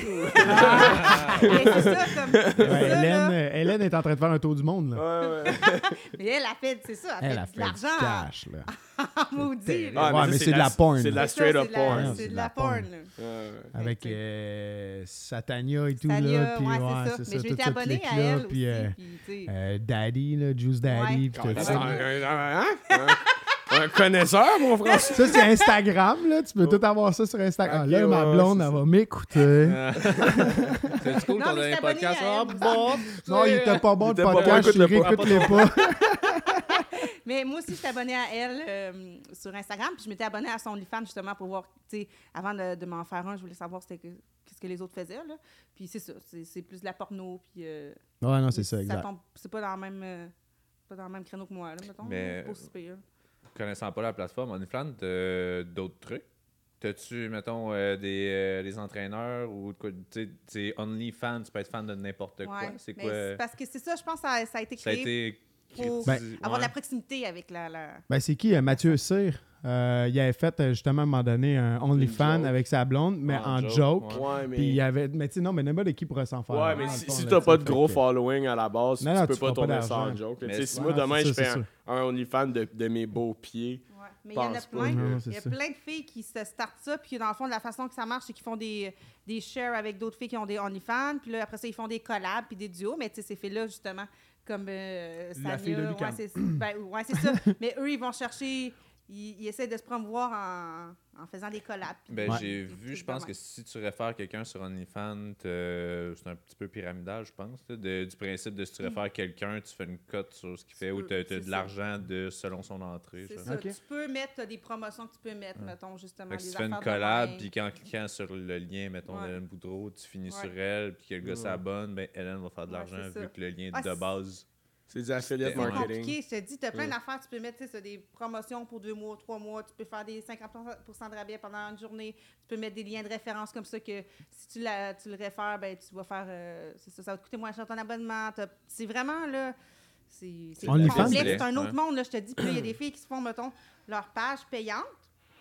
Mais c'est ça, comme. c'est Ouais, ça, Hélène, là. euh, Hélène est en train de faire un tour du monde. Là. ouais, ouais. Mais elle a fait, c'est ça, elle, Elle a fait fait de du l'argent cash. Là. en maudit. là. Ah, Ouais, ça, mais c'est de la porn. C'est de la C'est ça, straight up c'est de la- porn. C'est de la porn, là. Ouais, ouais. Avec Fait que, euh, Satania et tout. Tania, là, puis, ouais, ouais, c'est ça. Mais je toute m'étais cette abonnée à clique-là, elle puis, aussi. euh, puis, tu sais. euh, Daddy, là, Juice Daddy. Ouais. puis tout Attends, ça. hein? Hein? Un connaisseur, mon François. Ça, c'est Instagram, là. Tu peux tout avoir ça sur Instagram. Ok, Ah, là, ma ouais, blonde, c'est elle ça. va m'écouter. C'est cool Non, ton mais dernier je suis abonnée podcast? à Ah, elle. bon! Non, il était pas bon Il le était pas bon, podcast. écoute-le Chérie, pas. écoute-les pas. Mais moi aussi, je suis abonnée à elle euh, sur Instagram. Puis je m'étais abonnée à son OnlyFans justement pour voir, tu sais, avant de, de m'en faire un, je voulais savoir c'était que, qu'est-ce que les autres faisaient. Là. Puis c'est ça, c'est, c'est plus de la porno. Puis, euh, Ouais, non, c'est ça, exact. tombe- c'est pas dans le même, euh, pas dans le même créneau que moi, là, mettons. Mais- là, c'est pas si pire. Connaissant pas la plateforme, OnlyFans, t'as d'autres trucs? T'as-tu, mettons, euh, des, euh, des entraîneurs ou de quoi? Tu sais, c'est OnlyFans, tu peux être fan de n'importe quoi. Ouais, C'est mais quoi? c'est parce que c'est ça, je pense que ça, ça a été Ça a créé été pour crédit- avoir de la ouais. proximité avec la... la... Ben, c'est qui? euh, Mathieu Cyr. Euh, il avait fait, euh, justement, à un moment donné, un OnlyFans joke. avec sa blonde, mais En en joke, joke. ouais. Ouais, mais. Puis il y avait... Mais tu sais, non, mais n'importe qui pourrait s'en faire. Ouais, un, mais dans si, le fond, si là, t'as tu pas sais, de fait gros que- following à la base, Non, tu non, peux tu pas feras pas tourner ça d'argent. en joke. là. Mais Tu sais, c'est- si moi Ouais, demain c'est je ça, fais c'est un, un OnlyFans de, de mes beaux pieds, Ouais. Mais il y en a pense pas. plein. Non, c'est Il y a ça. plein de filles qui se startent ça, puis dans le fond, de la façon que ça marche, c'est qu'ils font des, des shares avec d'autres filles qui ont des OnlyFans, puis là, après ça, ils font des collabs, puis des duos, mais tu sais, ces filles-là, justement, comme euh, La Sania, fille de ouais, Lucam. c'est ben, ouais, c'est ça. Mais eux, ils vont chercher, ils, ils essaient de se promouvoir en, en faisant des collabs. puis Ben, Ouais. j'ai des vu, trucs je pense de que si tu réfères quelqu'un sur OnlyFans, t'as- c'est un petit peu pyramidal, je pense, là, de- du principe de si tu réfères quelqu'un, tu fais une cote sur ce qu'il fait Tu ou peux, tu as c'est de ça. l'argent de selon son entrée. C'est genre. ça. Ok. Tu peux mettre, t'as des promotions que tu peux mettre, mettons, justement, Fait que des si tu fais une affaires de collab, même. puis qu'en cliquant sur le lien, mettons, Ouais. d'Hélène Boudreau, tu finis Ouais. sur elle, puis que le gars Ouais. s'abonne, ben Hélène va faire de Ouais, l'argent c'est ça. vu que le lien Ouais, de c'est- base. c'est du affiliate C'est C'est marketing. compliqué, je te dis, tu as plein Ouais. d'affaires, tu peux mettre tu sais, ça, des promotions pour deux mois, trois mois, tu peux faire des cinquante pour cent de rabais pendant une journée, tu peux mettre des liens de référence comme ça que si tu, la, tu le réfères, ben, tu vas faire, euh, c'est ça, ça va te coûter moins cher ton abonnement. T'as- C'est vraiment, là, c'est c'est OnlyFans, complexe, c'est- c'est un autre ouais. monde, là, je te dis. Puis là, il y a des filles qui se font, mettons, leur page payante,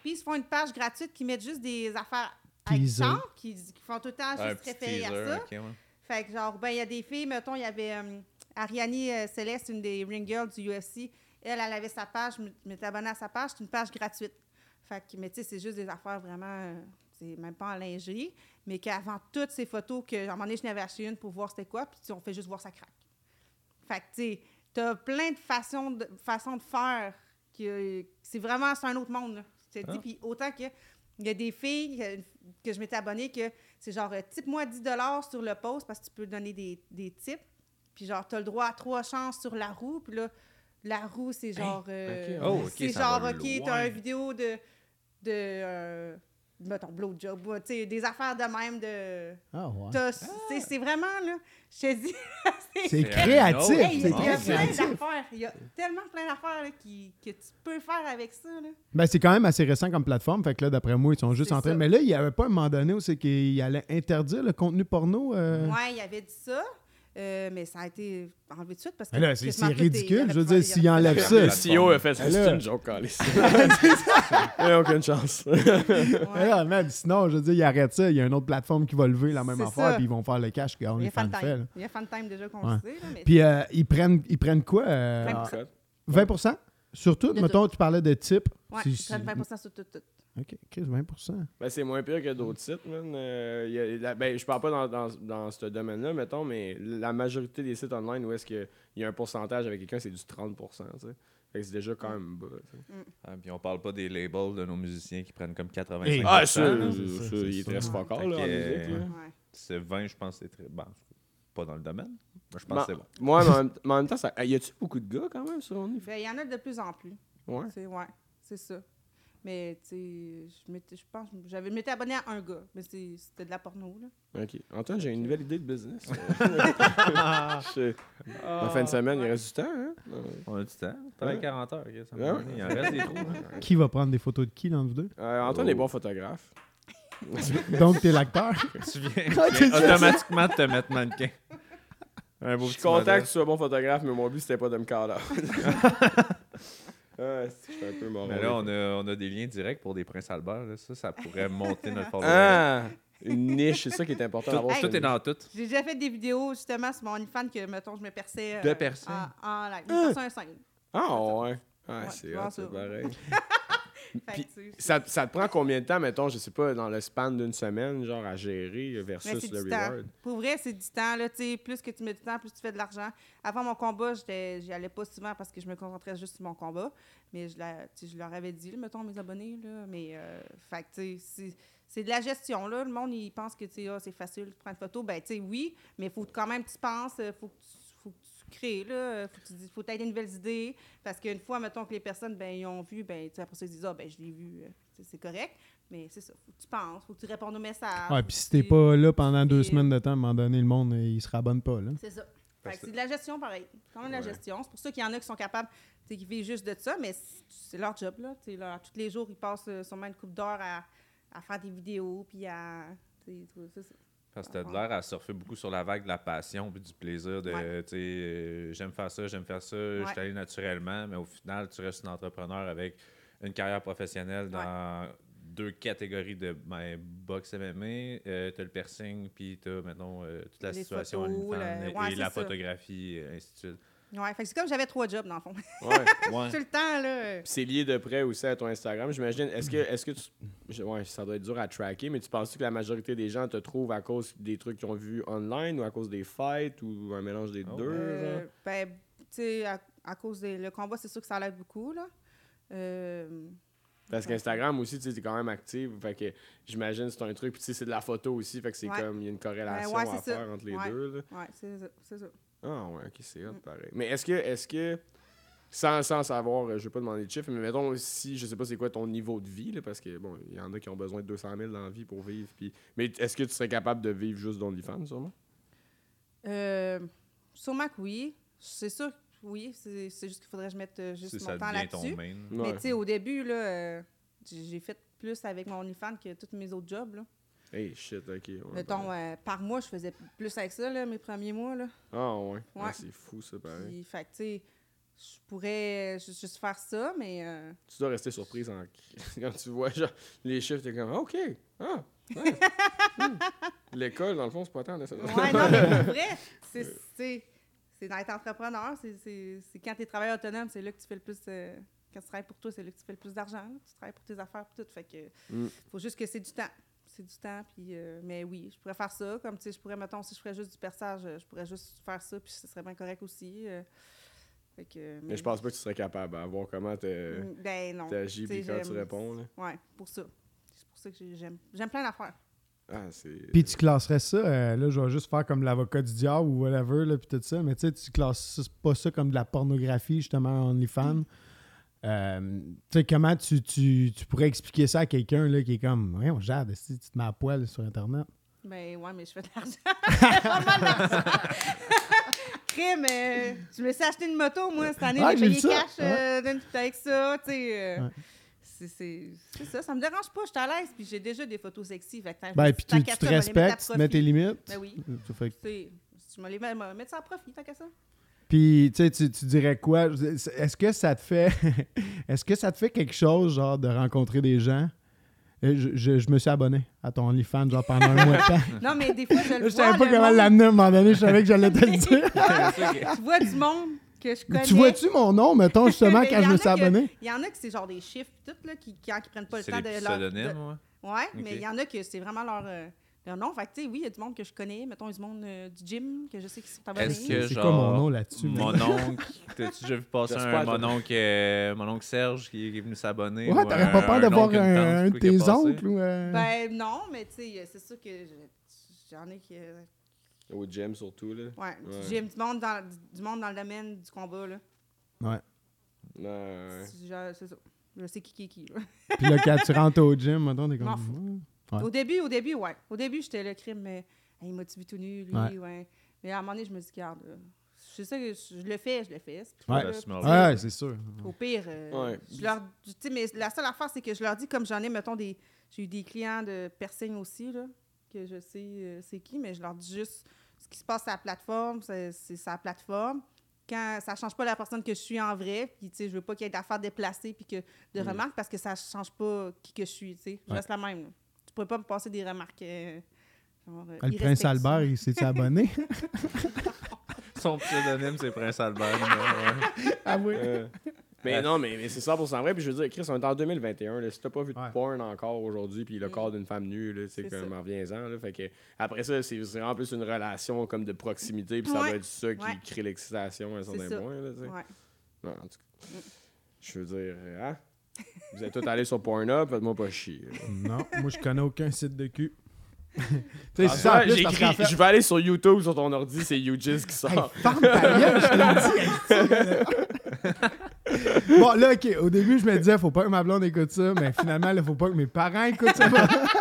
Puis ils se font une page gratuite qui met juste des affaires Teaser. alléchantes, qui, qui font tout le temps Un juste petit référer à teaser, ça. ok, ouais. Fait que genre, ben il y a des filles, mettons, il y avait euh, Ariane euh, Céleste, une des ring girls du U F C. Elle, elle avait sa page, je m'étais abonnée à sa page, c'est une page gratuite. Fait que, mais tu sais, c'est juste des affaires vraiment, euh, c'est même pas en lingerie, mais qu'avant toutes ces photos, que, à un moment donné, je n'avais acheté une pour voir c'était quoi, puis on fait juste voir ça craque. Fait que, tu sais, t'as plein de façons de, façons de faire, que c'est vraiment, c'est un autre monde, là. Je te dis, Ah. puis autant que, il y a des filles que, que je m'étais abonnée que c'est genre, euh, type-moi dix dollars sur le post parce que tu peux donner des, des tips. Puis genre, t'as le droit à trois chances sur la roue. Puis là, la roue, c'est genre... euh, ok. Oh, ok, c'est ça genre, va OK, loin. t'as une vidéo de... de euh, mettons, blowjob, ou, tu sais, des affaires de même de... Ah ouais. t'as- c'est, c'est vraiment, là, je te dis... C'est C'est créatif. un Hey, il y C'est a autre. très plein créatif. d'affaires. Il y a tellement plein d'affaires là, qui, que tu peux faire avec ça. Là. Ben, c'est quand même assez récent comme plateforme. Fait que là, d'après moi, ils sont juste C'est en train. ça. Mais là, il n'y avait pas un moment donné où c'est qu'il allait interdire le contenu porno. euh, Ouais, il avait dit ça, euh, mais ça a été enlevé tout de suite parce que. Mais là, c'est- quasiment c'est tout est- ridicule. il avait Je veux pas- dire, il s'il avait enlève pas- ça, Le C E O a fait ça. là. C'est une joke, Alice. Il n'y a aucune chance. Mais Ouais. là, man, sinon, je veux dire, ils arrêtent ça. Il y a une autre plateforme qui va lever la même C'est affaire, ça. puis ils vont faire le cash que Il y a OnlyFans fait. là. Fantime. Il y a Fantime déjà qu'on Ouais. le sait. Là, mais Puis euh, ils, prennent, ils prennent quoi euh, vingt pour cent. vingt pour cent Sur tout, De mettons, tu parlais de type. ouais, C'est- ils prennent vingt pour cent sur tout. tout. OK, Chris, vingt pour cent. Ben, c'est moins pire que d'autres sites, man. Euh, y a- la- ben, je parle pas dans, dans, dans ce domaine-là, mettons, mais la majorité des sites online où est-ce qu'il y a un pourcentage avec quelqu'un, c'est du trente pour cent, tu sais. Fait que c'est déjà quand même bas, tu sais. Ah, puis on parle pas des labels de nos musiciens qui prennent comme quatre-vingt-cinq Hey. pour cent. Ah, ça, là, ça, c'est ça, ça, c'est il ça. te reste pas Fait encore, là, en que, musique, là. Ouais. C'est vingt, je pense que c'est très... Bon, pas dans le domaine. Moi, je pense Ma- que c'est bon. Moi, mais en, même- mais en même temps, ça, y a-tu beaucoup de gars quand même sur OnlyFans? Ben, il y en a de plus en plus. Ouais. C'est, ouais, c'est ça. Mais, tu sais, je m'étais- je pense, j'avais, je m'étais abonné à un gars, mais c'est- c'était de la porno, là. Ok. Antoine, j'ai une nouvelle idée de business. Je- En fin de semaine, il reste du temps, hein? On a du temps. Travaille Ouais. quarante heures. ok, ça me Ouais. donne- Il en reste des trous. hein. Qui va prendre des photos de qui dans vous deux? Euh, Antoine est bon photographe. Donc, t'es l'acteur. Tu viens, Ah, tu tu viens dis automatiquement te mettre mannequin. Un beau Je suis petit content modèle. que tu sois bon photographe, mais mon but, c'était pas de me caler. Ah, c'est- je suis un peu mort. Mais là, on a, on a des liens directs pour des Prince Albert. Là. Ça, ça pourrait monter notre following. Ah! Une niche, c'est ça qui est important Tout, d'avoir. Hey. tout cette est dans tout. J'ai déjà fait des vidéos, justement, sur mon OnlyFans que, mettons, je me perçais... De percer. En, en live. Je me perçais un sein. Ah, ouais. Ah, Ouais, c'est tu hot, vois c'est ça. pareil. Fait Puis, que, tu sais, Ça, ça te prend combien de temps, mettons, je sais pas, dans le span d'une semaine, genre à gérer mais versus c'est le du temps. reward? Pour vrai, c'est du temps. Là, tu sais, plus que tu mets du temps, plus tu fais de l'argent. Avant mon combat, j'étais- j'y allais pas souvent parce que je me concentrais juste sur mon combat. Mais je, la- tu sais, je leur avais dit, là, mettons, mes abonnés. Là, mais, euh, fait que, tu sais, c'est- c'est de la gestion. Là. Le monde, il pense que tu sais, ah, c'est facile de prendre une photo. Ben, tu sais, oui, mais il faut quand même que tu penses, il faut que tu, faut que tu crées. Là, faut que tu dis- faut t'aider des nouvelles idées. Parce qu'une fois, mettons que les personnes, ben, ils ont vu, ben, tu sais, après ça, ils disent, ah, ben, je l'ai vu, euh, tu sais, c'est correct. Mais c'est ça, faut que tu penses, faut que tu répondes aux messages. Ouais, faut puis que si t'es tu- pas là pendant deux Et- semaines de temps, à un moment donné, le monde, il se rabonne pas, là. C'est ça. Fait Parce que que- c'est de la gestion pareil. Quand même de la Ouais. gestion. C'est pour ça qu'il y en a qui sont capables, tu sais, qui vivent juste de ça, mais c'est- c'est leur job, là. Tu sais, là, tous les jours, ils passent euh, sûrement une couple d'heures à, à faire des vidéos, puis à. Tu sais, tout- c'est ça. Parce que t'as de l'air à surfer beaucoup sur la vague de la passion puis du plaisir de, Ouais. tu sais, euh, j'aime faire ça, j'aime faire ça, je suis allé naturellement, mais au final, tu restes un entrepreneur avec une carrière professionnelle dans deux catégories de ben, boxe M M A. Euh, t'as le piercing, puis t'as maintenant euh, toute la Les situation photos, OnlyFans le- et ouais, c'est la ça. photographie, et ainsi de suite. Ouais, fait que c'est comme j'avais trois jobs, dans le fond. Ouais. Tout le temps, là. Puis c'est lié de près aussi à ton Instagram, j'imagine. Est-ce que, est-ce que tu. je- Ouais, ça doit être dur à tracker, mais tu penses que la majorité des gens te trouvent à cause des trucs qu'ils ont vus online ou à cause des fights ou un mélange des Oh. deux? Euh, genre? ben, tu sais, à, à cause des le combat, c'est sûr que ça l'aide beaucoup, là. Euh, Parce qu'Instagram aussi, tu sais, t'es quand même active. Fait que j'imagine que c'est un truc. Puis tu sais, c'est de la photo aussi. Fait que c'est Ouais. comme, il y a une corrélation Ben ouais, à c'est ça. faire entre les Ouais. deux. Là. ouais, c'est ça. C'est ça. Ah ouais, ok, c'est hot, Mm. pareil. Mais est-ce que, est-ce que, sans, sans savoir, euh, je vais pas demander de chiffres, mais mettons si, je sais pas c'est quoi ton niveau de vie, là, parce que bon, il y en a qui ont besoin de deux cent mille dans la vie pour vivre. Puis... Mais est-ce que tu serais capable de vivre juste d'OnlyFans, sûrement? Euh, sûrement que oui. C'est sûr que oui. C'est c'est juste qu'il faudrait que je mette euh, juste Si mon ça temps devient ton là-dessus. main. Mais tu sais, au début, là, euh, j'ai j'ai fait plus avec mon OnlyFans que tous mes autres jobs. Là. Hey, shit, ok. Ouais, Mettons, pareil. euh, par mois, je faisais plus avec ça, là, mes premiers mois. Là. Ah ouais, Ouais. Ah, c'est fou ça, pareil. Puis, fait que, tu sais, je pourrais ju- juste faire ça, mais... euh, Tu dois rester surprise en... quand tu vois genre, les chiffres, t'es comme, OK, ah, ouais. Hmm. L'école, dans le fond, c'est pas tant de ça. Ouais, non, mais pour vrai, c'est, c'est, c'est dans être entrepreneur, c'est, c'est, c'est quand tu es travailleur autonome, c'est là que tu fais le plus... euh, quand tu travailles pour toi, c'est là que tu fais le plus d'argent. Tu travailles pour tes affaires, pour tout. Fait que Mm. faut juste que c'est du temps. C'est du temps, puis... euh, mais oui, je pourrais faire ça. Comme, tu sais, je pourrais, mettons, si je ferais juste du perçage, euh, je pourrais juste faire ça, puis ce serait bien correct aussi. euh, fait que, Mais je pense pas que tu serais capable à voir comment t'es- Mm, Ben non. t'agis Tu sais, puis quand tu j'aime- réponds. Là. Ouais, pour ça. C'est pour ça que j'ai- j'aime, j'aime plein d'affaires. Ah, c'est... Puis tu classerais ça, euh, là, je vais juste faire comme l'avocat du diable ou whatever, là, puis tout ça, mais tu sais, tu classes ça- pas ça comme de la pornographie, justement, OnlyFans. Euh, tu sais, comment tu, tu, tu pourrais expliquer ça à quelqu'un là, qui est comme, ouais, Jade, si tu te mets à poil sur Internet. Ben ouais, mais je fais de l'argent. Je fais pas mal d'argent. Crime, euh, je me suis acheté une moto, moi, cette année. Ouais, j'ai j'ai payé vu ça. cash euh, d'une- avec ça, tu sais. euh, Ouais. c'est, c'est, c'est ça, ça me dérange pas, je suis à l'aise, puis j'ai déjà des photos sexy. Fait que, tant- Ben, puis tant tu, qu'à tu te ça, je vais les mettre à respectes, tu te mets tes profit. limites. Ben oui. Ça fait que- C'est- Je vais les mettre, me mettre ça à profit, tant qu'à ça. Puis, tu sais, tu tu dirais quoi? Est-ce que ça te fait... Est-ce que ça te fait quelque chose, genre, de rencontrer des gens? Euh, Je, je, je me suis abonné à ton OnlyFans, genre, pendant un mois de temps. Non, mais des fois, je le Je vois. savais pas le comment monde- l'amener à un moment donné, je savais que j'allais te le dire. Je vois du monde que je connais. Tu vois-tu mon nom, mettons, justement, Mais quand il y je en me a suis que- abonné? Il y en a que c'est genre des chiffres pis tout, là, qui, qui, qui prennent pas le C'est temps les de leur... pseudonymes, de- moi. Ouais, Ok. mais il y en a que c'est vraiment leur, euh, leur nom. Fait que, tu sais, oui, il y a du monde que je connais. Mettons, il y a du monde euh, du gym que je sais qu'ils sont abonnés. Est-ce que, C'est genre, quoi mon nom là-dessus? Mon mec? oncle, t'as-tu déjà vu passer J'espère un que- mon oncle, euh, mon oncle Serge qui est venu s'abonner? Ouais, ou t'aurais un- pas peur un d'avoir oncle, une un, tante, un de quoi, qui a tes passé? oncles ou... euh, Ben non, mais tu sais, c'est sûr que je- j'en ai qui... euh, Au gym, surtout, là. Ouais, Ouais. j'ai du monde, dans, du, du monde dans le domaine du combat, là. Ouais. Non, ouais. C'est genre- c'est ça. Je sais qui qui est qui, là. Puis là, quand tu rentres au gym, mettons, t'es M'en comme... fous. Ouais. Au début, au début, ouais. Au début, j'étais le crime, mais hey, il m'a-tu vu tout nu, lui, Ouais. ouais. Mais à un moment donné, je me dis, garde, là, je sais que je, je le fais, je le fais. c'est tout, Ouais. là, La puis, smell. tu sais, Ouais, c'est sûr. Au pire, euh, Ouais. je leur, tu sais, mais la seule affaire, c'est que je leur dis, comme j'en ai, mettons, des, j'ai eu des clients de piercing aussi, là, que je sais euh, c'est qui, mais je leur dis juste ce qui se passe sur la plateforme, c'est, c'est sa plateforme. Quand ça change pas la personne que je suis en vrai, puis tu sais, je veux pas qu'il y ait d'affaires déplacées puis que de Mm. remarques parce que ça change pas qui que je suis, tu sais. Je Ouais. reste la même. Là. Tu pourrais pas me passer des remarques euh, genre, euh, Ah, le prince irrespectueuses. Albert, il s'est abonné? Son pseudonyme, c'est Prince Albert. mais ouais. Ah oui? Euh, mais Ah, non, mais, mais c'est cent pour cent vrai. Puis je veux dire, Chris, on est en deux mille vingt et un. Là, si t'as pas vu de Ouais. porn encore aujourd'hui, puis le Mm. corps d'une femme nue, là, c'est C'est comme, ça. reviens-en. Là, fait que, après ça, c'est c'est vraiment plus une relation comme de proximité, puis ça Ouais. doit être ça qui Ouais. crée l'excitation à un C'est certain ça. point. Là, tu sais. Ouais. Non, en tout cas, je veux dire, euh, hein? Vous êtes tous allés sur Pornhub, faites-moi pas chier. là. Non, moi, je connais aucun site de cul. tu sais, Ah, c'est ça, en ouais, plus, j'ai parce écrit, qu'en fait... je vais aller sur YouTube, sur ton ordi, c'est YouJizz qui Hey, sort. ferme ta gueule, je te l'ai dit. Bon, là, OK, au début, je me disais, faut pas que ma blonde écoute ça, mais finalement, il faut pas que mes parents écoutent ça.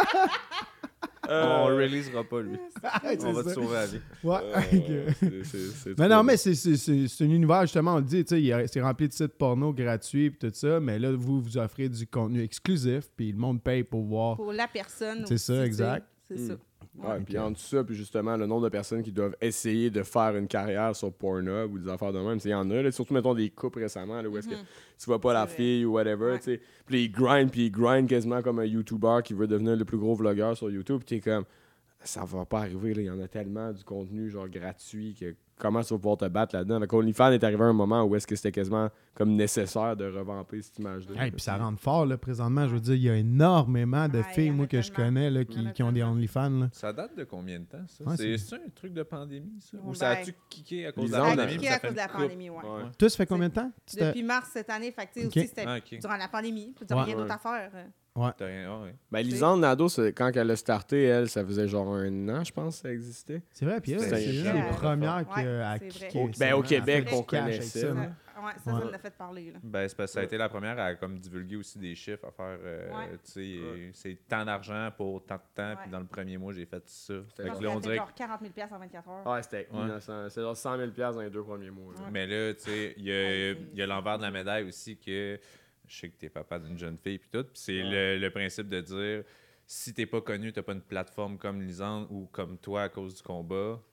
Euh, On le releasera pas, lui. C'est On va te ça. sauver la vie. Ouais, euh, OK. c'est- c'est- c'est Mais trop non, mais c'est, c'est, c'est, c'est un univers, justement, on le dit, tu sais, il y a- c'est rempli de sites porno gratuits et tout ça, mais là, vous, vous offrez du contenu exclusif, puis le monde paye pour voir. Pour la personne. C'est aussi, ça, tu sais. exact. C'est Mm. ça. Ouais, Ok. puis entre ça, puis justement, le nombre de personnes qui doivent essayer de faire une carrière sur Pornhub ou des affaires de même, il y en a, là, surtout, mettons, des couples récemment, là, où est-ce que Mhm. tu vois pas la C'est vrai. fille ou whatever, Ouais. tu sais. Puis ils grindent, puis ils grindent quasiment comme un YouTuber qui veut devenir le plus gros vlogueur sur YouTube, puis t'es comme, ça va pas arriver, là, il y en a tellement du contenu, genre, gratuit, que comment tu vas pouvoir te battre là-dedans? Avec OnlyFans est arrivé à un moment où est-ce que c'était quasiment comme nécessaire de revamper cette image-là. Hey, puis ça rentre fort, là, présentement. Je veux dire, il y a énormément de Ouais, il filles, y en moi, a que je tellement. connais, là, Il y qui, en a qui ont des tellement. OnlyFans, là. Ça date de combien de temps, ça? Ouais, c'est c'est- c'est un truc de pandémie, ça? Ou Ben, ça a-tu kické à cause de la Lisande, Ça a on a- pandémie? kické puis ça à fait cause de une la couple? pandémie, ouais. Ouais. Toi, ça fait combien de temps? Tu t'es- Depuis mars cette année, fait que, tu sais, Ok. aussi, c'était Ah, ok. durant la pandémie. Tu Ouais. rien d'autre Ouais. à faire. euh. T'as rien- ah ouais. Ben, Lisande Nadeau, c'est- quand elle a starté, elle, ça faisait genre un an, je pense, ça existait. C'est vrai, puis elle, C'était c'est une génial. des premières Ouais, qui a c'est vrai. kické, Au- ben, ça, au là. Québec, Elle a fait qu'on du cash avec connaissait, ça, là. là. Ouais, ça, Ouais. ça nous a fait parler. Là. Ben, c'est parce que ça a été la première à comme divulguer aussi des chiffres, à faire, euh, Ouais. tu sais, euh, c'est tant d'argent pour tant de temps, Ouais. puis dans le premier mois, j'ai fait ça. Fait Je que pense là, on qu'elle a fait dirait que- genre quarante mille piastres en vingt-quatre heures. Ah, c'était Ouais. innocent. C'est genre cent mille piastres dans les deux premiers mois. là. Ouais. Mais là, tu sais, il y a, Ouais, c'est- il y a l'envers de la médaille aussi que je sais que t'es papa d'une jeune fille, puis tout. Puis c'est Ouais. le, le principe de dire si t'es pas connu, t'as pas une plateforme comme Lisande ou comme toi à cause du combat,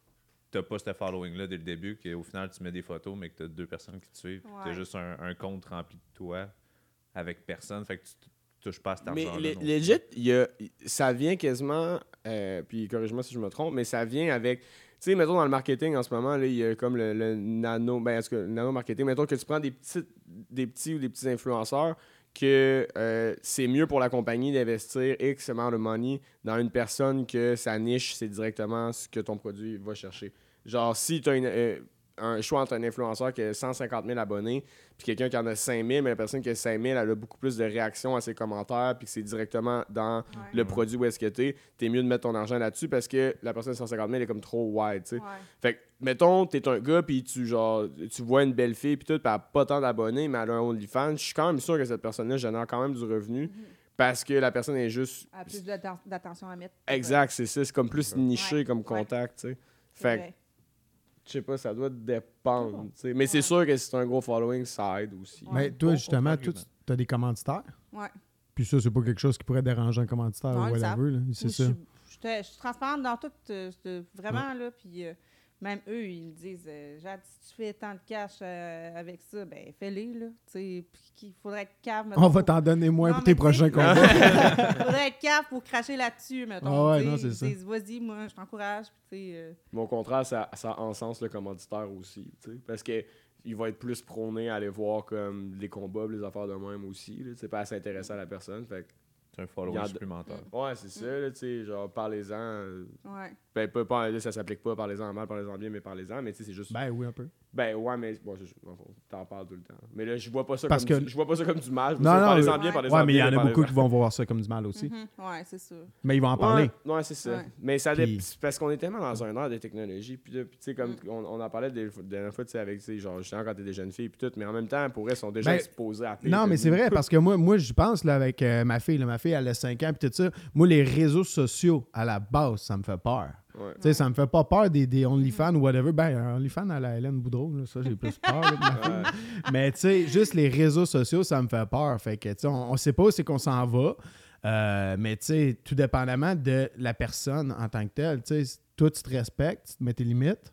t'as pas ce following-là dès le début, qu'au final, tu mets des photos, mais que t'as deux personnes qui te suivent. Ouais. T'as juste un, un compte rempli de toi avec personne. Fait que tu t- touches pas à cet Mais argent-là. le- non plus. legit, il y a, ça vient quasiment, euh, puis corrige-moi si je me trompe, mais ça vient avec, tu sais, mettons dans le marketing en ce moment, là, il y a comme le, le nano, ben, est-ce que le nano-marketing, mettons que tu prends des petits, des petits ou des petits influenceurs, que euh, c'est mieux pour la compagnie d'investir X amount of money dans une personne que sa niche, c'est directement ce que ton produit va chercher. Genre, si tu as une... euh, un choix entre un influenceur qui a cent cinquante mille abonnés puis quelqu'un qui en a cinq mille, mais la personne qui a cinq mille, elle a beaucoup plus de réactions à ses commentaires puis que c'est directement dans Ouais. le produit où est-ce que t'es, t'es mieux de mettre ton argent là-dessus parce que la personne de cent cinquante mille est comme trop wide, tu sais. Ouais. Fait que, mettons, t'es un gars puis tu, genre, tu vois une belle fille puis tout, puis elle a pas tant d'abonnés, mais elle a un OnlyFans, je suis quand même sûr que cette personne-là génère quand même du revenu parce que la personne est juste... Elle a plus d'atten- d'attention à mettre. Exact, c'est ça. C'est comme plus niché Ouais. comme Ouais. contact, tu sais. C'est Fait que, vrai. je sais pas, ça doit dépendre. tu sais. Mais Ouais. c'est sûr que si c'est un gros following, ça aide aussi. Ouais. Mais toi, Bon justement, contre-argument. tu as des commanditaires. Ouais. Puis ça, c'est pas quelque chose qui pourrait déranger un commanditaire Non, ou ils whatever. là. C'est Moi, ça. Je, suis- j'étais- je suis transparente dans tout, euh, j'étais vraiment, là, puis euh, même eux, ils me disent, euh, Jade, si tu fais tant de cash euh, avec ça, ben fais-les, là, tu sais, puis qu'il faudrait être cave, mettons, On va pour- t'en donner moins Non, pour mais tes prochains tu sais- combats. faudrait être cave pour cracher là-dessus, mettons, Ah ouais, tu sais, non, c'est ils ça. disent, vas-y, moi, je t'encourage, puis tu sais, euh, Mais au contraire, ça, ça encense le commanditaire aussi. tu sais. Parce que il va être plus prôné à aller voir comme les combats, les affaires de même aussi. Là, tu sais, pas à s'intéresser à la personne. Fait que, C'est un following Regarde. supplémentaire. ouais, c'est ça, là, tu sais, genre, parlez-en. euh, ouais. Ben, pas, pas- là, ça s'applique pas, parlez-en mal, parlez-en bien, mais parlez-en. Mais tu sais, c'est juste. Ben oui, un peu. Ben ouais, mais bon, je, bon, t'en parles tout le temps. Mais là, je vois pas ça Parce comme que- du, je vois pas ça comme du mal. Je Non, vois ça, non, parlez-en ouais. bien, parlez-en Ouais, mais il y bien, en a parlez-en. beaucoup qui vont voir ça comme du mal aussi. Mhm. Ouais, c'est ça. Mais ils vont en parler. Ouais, ouais, c'est ça. Ouais. Mais ça dé- Puis- c'est parce qu'on est tellement dans un ère de technologie. Puis, là, puis tu sais, comme Mm. on, on en parlait des- la dernière fois, tu sais, avec, tu sais, genre, justement, quand t'es des jeunes filles, puis tout, mais en même temps, pour elles, sont déjà Ben, exposées à pire Non, que mais c'est nous. vrai, parce que moi, moi je pense là, avec euh, ma fille. Là, ma fille, elle a cinq ans, puis tout ça. Moi, les réseaux sociaux, à la base, ça me fait peur. Ouais. Tu sais, ça me fait pas peur des, des OnlyFans ou whatever. Ben, un OnlyFans à la Hélène Boudreau, là, ça, j'ai plus peur là, de ma fille. Ouais. Mais tu sais, juste les réseaux sociaux, ça me fait peur. Fait que, tu sais, on, on sait pas où c'est qu'on s'en va. Euh, mais tu sais, tout dépendamment de la personne en tant que telle, tu sais, toi, tu te respectes, tu te mets tes limites.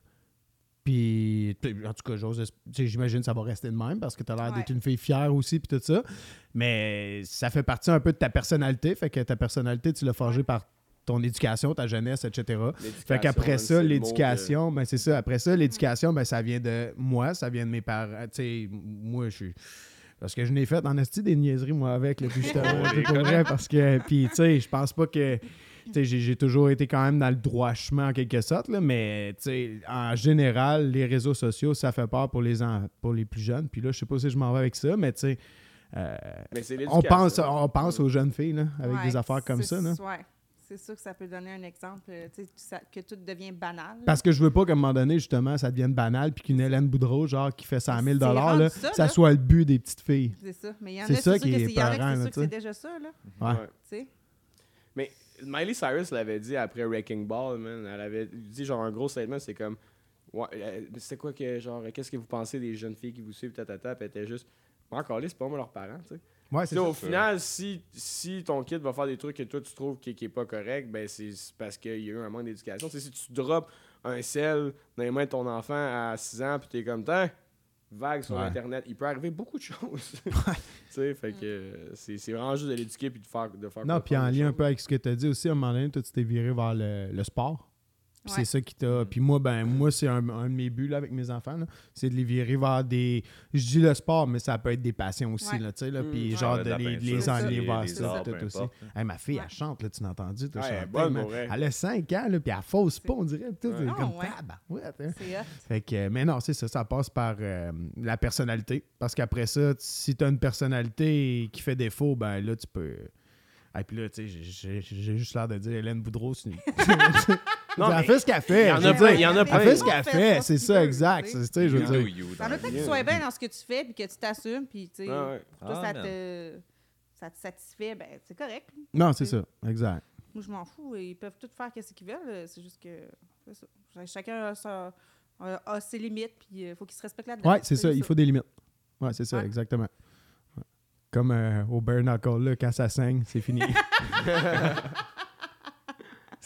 Puis, tu sais, en tout cas, j'ose, tu sais, j'imagine que ça va rester de même parce que tu as l'air Ouais. d'être une fille fière aussi, puis tout ça. Mais ça fait partie un peu de ta personnalité. Fait que ta personnalité, tu l'as forgée par ton éducation, ta jeunesse, et cetera. Fait qu'après L'éducation, ça, c'est le mot l'éducation, ben c'est ça. Après ça, l'éducation, ben ça vient de moi, ça vient de mes parents. Tu sais, moi, je suis. Parce que je n'ai fait en esti des niaiseries, moi, avec, là, puis je les pour vrai, parce que. Puis, tu sais, je pense pas que. Tu sais, j'ai j'ai toujours été quand même dans le droit chemin, en quelque sorte, là, mais, tu sais, en général, les réseaux sociaux, ça fait peur pour les, en- pour les plus jeunes. Puis là, je sais pas si je m'en vais avec ça, mais, tu sais. euh, Mais c'est on l'éducation. pense, on pense aux jeunes filles, là, avec Ouais, des affaires comme c'est- ça, là. Ouais. C'est sûr que ça peut donner un exemple, euh, tu sais, ça- que tout devient banal. Parce que je veux pas qu'à un moment donné, justement, ça devienne banal, puis qu'une Hélène Boudreau, genre, qui fait cent mille C'est dollars, rendu là, ça, ça là. soit le but des petites filles. C'est ça. Mais il y en a, C'est c'est ça sûr qui que est c'est- il y en a peurant, qui là, c'est sûr que c'est tu déjà ça, là. Ouais. Ouais. Tu sais. Mais Miley Cyrus l'avait dit après Wrecking Ball, man. Elle avait dit genre un gros statement, c'est comme ouais, euh, c'est quoi que genre qu'est-ce que vous pensez des jeunes filles qui vous suivent tatata, puis elle était juste encore là, c'est pas moi leurs parents, tu sais. Ouais, Tu c'est sais, ça. au final, si, si ton kid va faire des trucs que toi tu trouves qui, qui est pas correct, ben c'est c'est parce qu'il y a eu un manque d'éducation. Tu sais, si tu drops un sel dans les mains de ton enfant à six ans, puis t'es comme t'es vague sur Ouais. internet, il peut arriver beaucoup de choses. tu sais, fait que euh, c'est c'est vraiment juste de l'éduquer puis de faire de faire Non, puis en comprendre les lien un choses. peu avec ce que tu as dit aussi, à un moment donné, toi, tu t'es viré vers le, le sport. Puis Ouais. c'est ça qui t'a. Puis moi, ben, moi, c'est un, un de mes buts là, avec mes enfants, là, c'est de les virer vers des. Je dis le sport, mais ça peut être des passions aussi, Ouais. là, tu sais, là, Mm. puis Ouais. genre Ouais, de la les, peinture, les c'est enlever ça. vers les ça, arts, tout peu aussi. importe. Hey, ma fille, Ouais. elle chante, là, tu l'as entendu, tu Ouais, elle est chanter, bonne, man. pour vrai. Elle a cinq ans, là, puis elle fausse pas, on dirait, tout, c'est Ouais. comme Ah, ouais. tabarouette, hein. C'est hot. Fait que, mais non, c'est ça, ça passe par euh, la personnalité. Parce qu'après ça, t- si tu as une personnalité qui fait défaut, ben là, tu peux. Et puis là, tu sais, j'ai- j'ai j'ai juste l'air de dire Hélène Boudreau, c'est une. Non, elle mais fait ce qu'elle fait. il y en je a veux plein, dire. il y en a Elle plein. fait ce Tout le qu'elle monde fait, fait c'est ce ça, qu'il veut, exact. tu sais. C'est- tu sais, je veux You do dire. you, Ça dans veut la pas que vie. tu sois bien dans ce que tu fais puis que tu t'assumes puis tu sais, Ouais, ouais. toi Ah, ça man. te ça te satisfait, ben c'est correct. Non, c'est ça, exact. Moi je m'en fous, ils peuvent tout faire ce qu'ils veulent, c'est juste que c'est ça. Chacun a, sa- a- a ses limites puis il faut qu'ils se respectent là-dedans. Ouais, c'est ça, il faut des limites. Ouais, c'est ça, Ouais. exactement. Ouais. Comme euh, au bare knuckle, là, quand ça saigne, c'est fini.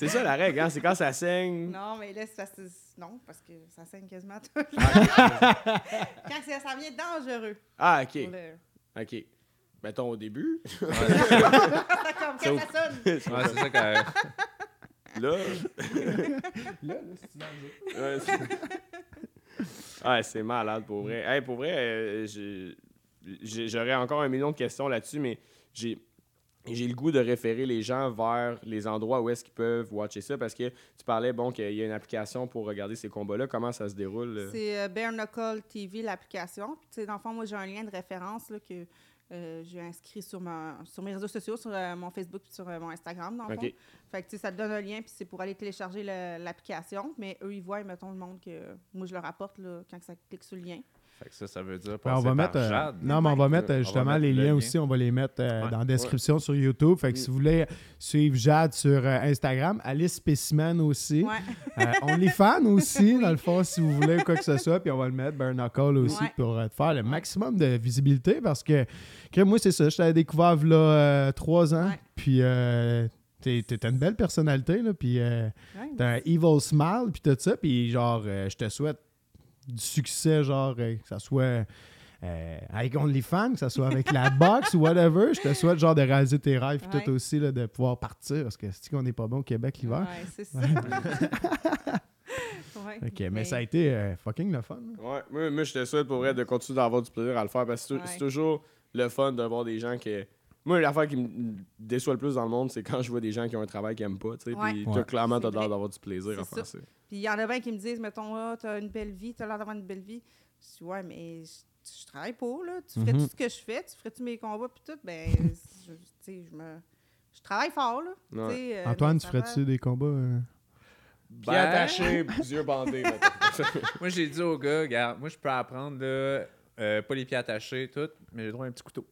C'est ça la règle, hein? C'est quand ça saigne. Non, mais là, ça, c'est... non, parce que ça saigne quasiment tout. Quand ça, ça vient dangereux. Ah, OK. Pour le- OK. Mettons au début. C'est comme quand ça sonne. Ouais, c'est ça quand même. Là. Là, là, c'est dans le- Ouais, c'est... ouais, c'est malade pour vrai. Hey, pour vrai, euh, j'ai- j'ai- j'aurais encore un million de questions là-dessus, mais j'ai... J'ai le goût de référer les gens vers les endroits où est-ce qu'ils peuvent watcher ça parce que tu parlais, bon, qu'il y a une application pour regarder ces combats-là. Comment ça se déroule? euh? C'est euh, Bare Knuckle T V, l'application. Puis, tu sais, dans le fond, moi, j'ai un lien de référence là, que euh, j'ai inscrit sur, ma, sur mes réseaux sociaux, sur euh, mon Facebook et sur euh, mon Instagram, dans le fond. OK. Fait que, tu sais, ça te donne un lien, puis c'est pour aller télécharger le- l'application. Mais eux, ils voient, mettons, le monde que moi, je leur apporte là, quand ça clique sur le lien. Fait que ça, ça veut dire Ouais, passer on va par mettre, euh, Jade. non, mais on va mettre euh, On va justement mettre les le liens lien. aussi. On va les mettre euh, Ouais. dans la description sur YouTube. Fait que si vous voulez suivre Jade sur euh, Instagram, Alice Specimen aussi. Ouais. Euh, OnlyFans aussi, dans le fond, si vous voulez quoi que ce soit. Puis on va le mettre, Bare Knuckle aussi, Ouais. pour euh, te faire le maximum de visibilité. Parce que, que moi, c'est ça. Je t'avais découvert là euh, trois ans. Ouais. Puis euh, t'es- t'as une belle personnalité. Là, puis euh, Ouais, t'as un evil smile. Puis tout ça. Puis genre, euh, je te souhaite du succès, genre, euh, que ça soit euh, avec OnlyFans, que ça soit avec la boxe ou whatever. Je te souhaite, genre, de réaliser tes rêves. Puis Ouais. tout aussi, là, de pouvoir partir. Parce que c'est qu'on n'est pas bon au Québec l'hiver. Ouais, c'est ça. Ouais, Ok, mais ça a été euh, fucking le fun. là. Ouais, moi, moi, je te souhaite pour vrai de continuer d'avoir du plaisir à le faire parce que c'est tou- Ouais. c'est toujours le fun de voir des gens qui. Moi, l'affaire qui me déçoit le plus dans le monde, c'est quand je vois des gens qui ont un travail qu'ils n'aiment pas. Tu sais, Ouais. puis Ouais. toi, clairement, C'est t'as l'air vrai. d'avoir du plaisir à C'est faire ça. ça. Puis il y en a bien qui me disent, mettons, ah, t'as une belle vie, t'as l'air d'avoir une belle vie. Je dis, ouais, mais je, je travaille pas, là. Tu ferais Mhm. tout ce que je fais, tu ferais tous mes combats, puis tout. Ben, je, tu sais, je me. Je travaille fort, là. Ouais. Tu sais, euh, Antoine, mais tu ça va. ferais-tu des combats? euh? Pieds attachés, yeux bandés. mettons. Moi, j'ai dit au gars, regarde, moi, je peux apprendre, là, euh, pas les pieds attachés, tout, mais j'ai droit à un petit couteau.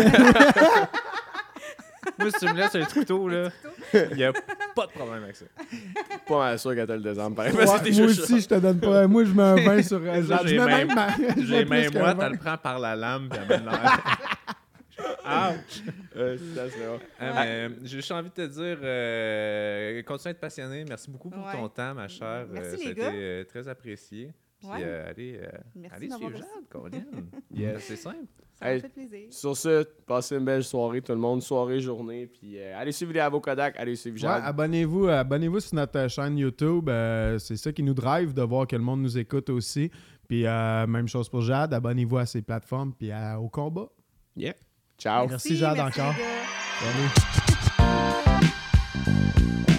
Moi, si tu me laisses un petit couteau, là, il n'y a pas de problème avec ça. Pas mal sûr qu'elle te le désarme. pareil. Ouais, Parce que t'es moi juste- aussi, je te donne pas. Moi, je mets un vingt sur. euh, Ça, je j'ai mets même- même ma- je J'ai mets plus même qu'un moi, vingt. tu le prends par la lame, puis elle l'air. Ouch! Euh, ça serait vrai. Ah, mais, euh, j'ai juste envie de te dire, euh, continue à être passionné. Merci beaucoup pour Ouais. ton temps, ma chère. Merci, Euh, les ça a été gars. euh, très apprécié. Puis Ouais. euh, allez, euh, Merci allez d'avoir suivre reçu. Jade, Colin. Yes. C'est simple. Ça Hey. me fait plaisir. Sur ce, passez une belle soirée, tout le monde. Soirée, journée. Puis euh, allez suivre les Avo Kodak, allez suivre Ouais, Jade. abonnez-vous, abonnez-vous sur notre euh, chaîne YouTube. euh, c'est ça qui nous drive de voir que le monde nous écoute aussi. Puis euh, même chose pour Jade. Abonnez-vous à ses plateformes puis à- au combat. Yeah. Ciao. Merci, Jade, merci, encore. les gars. Salut.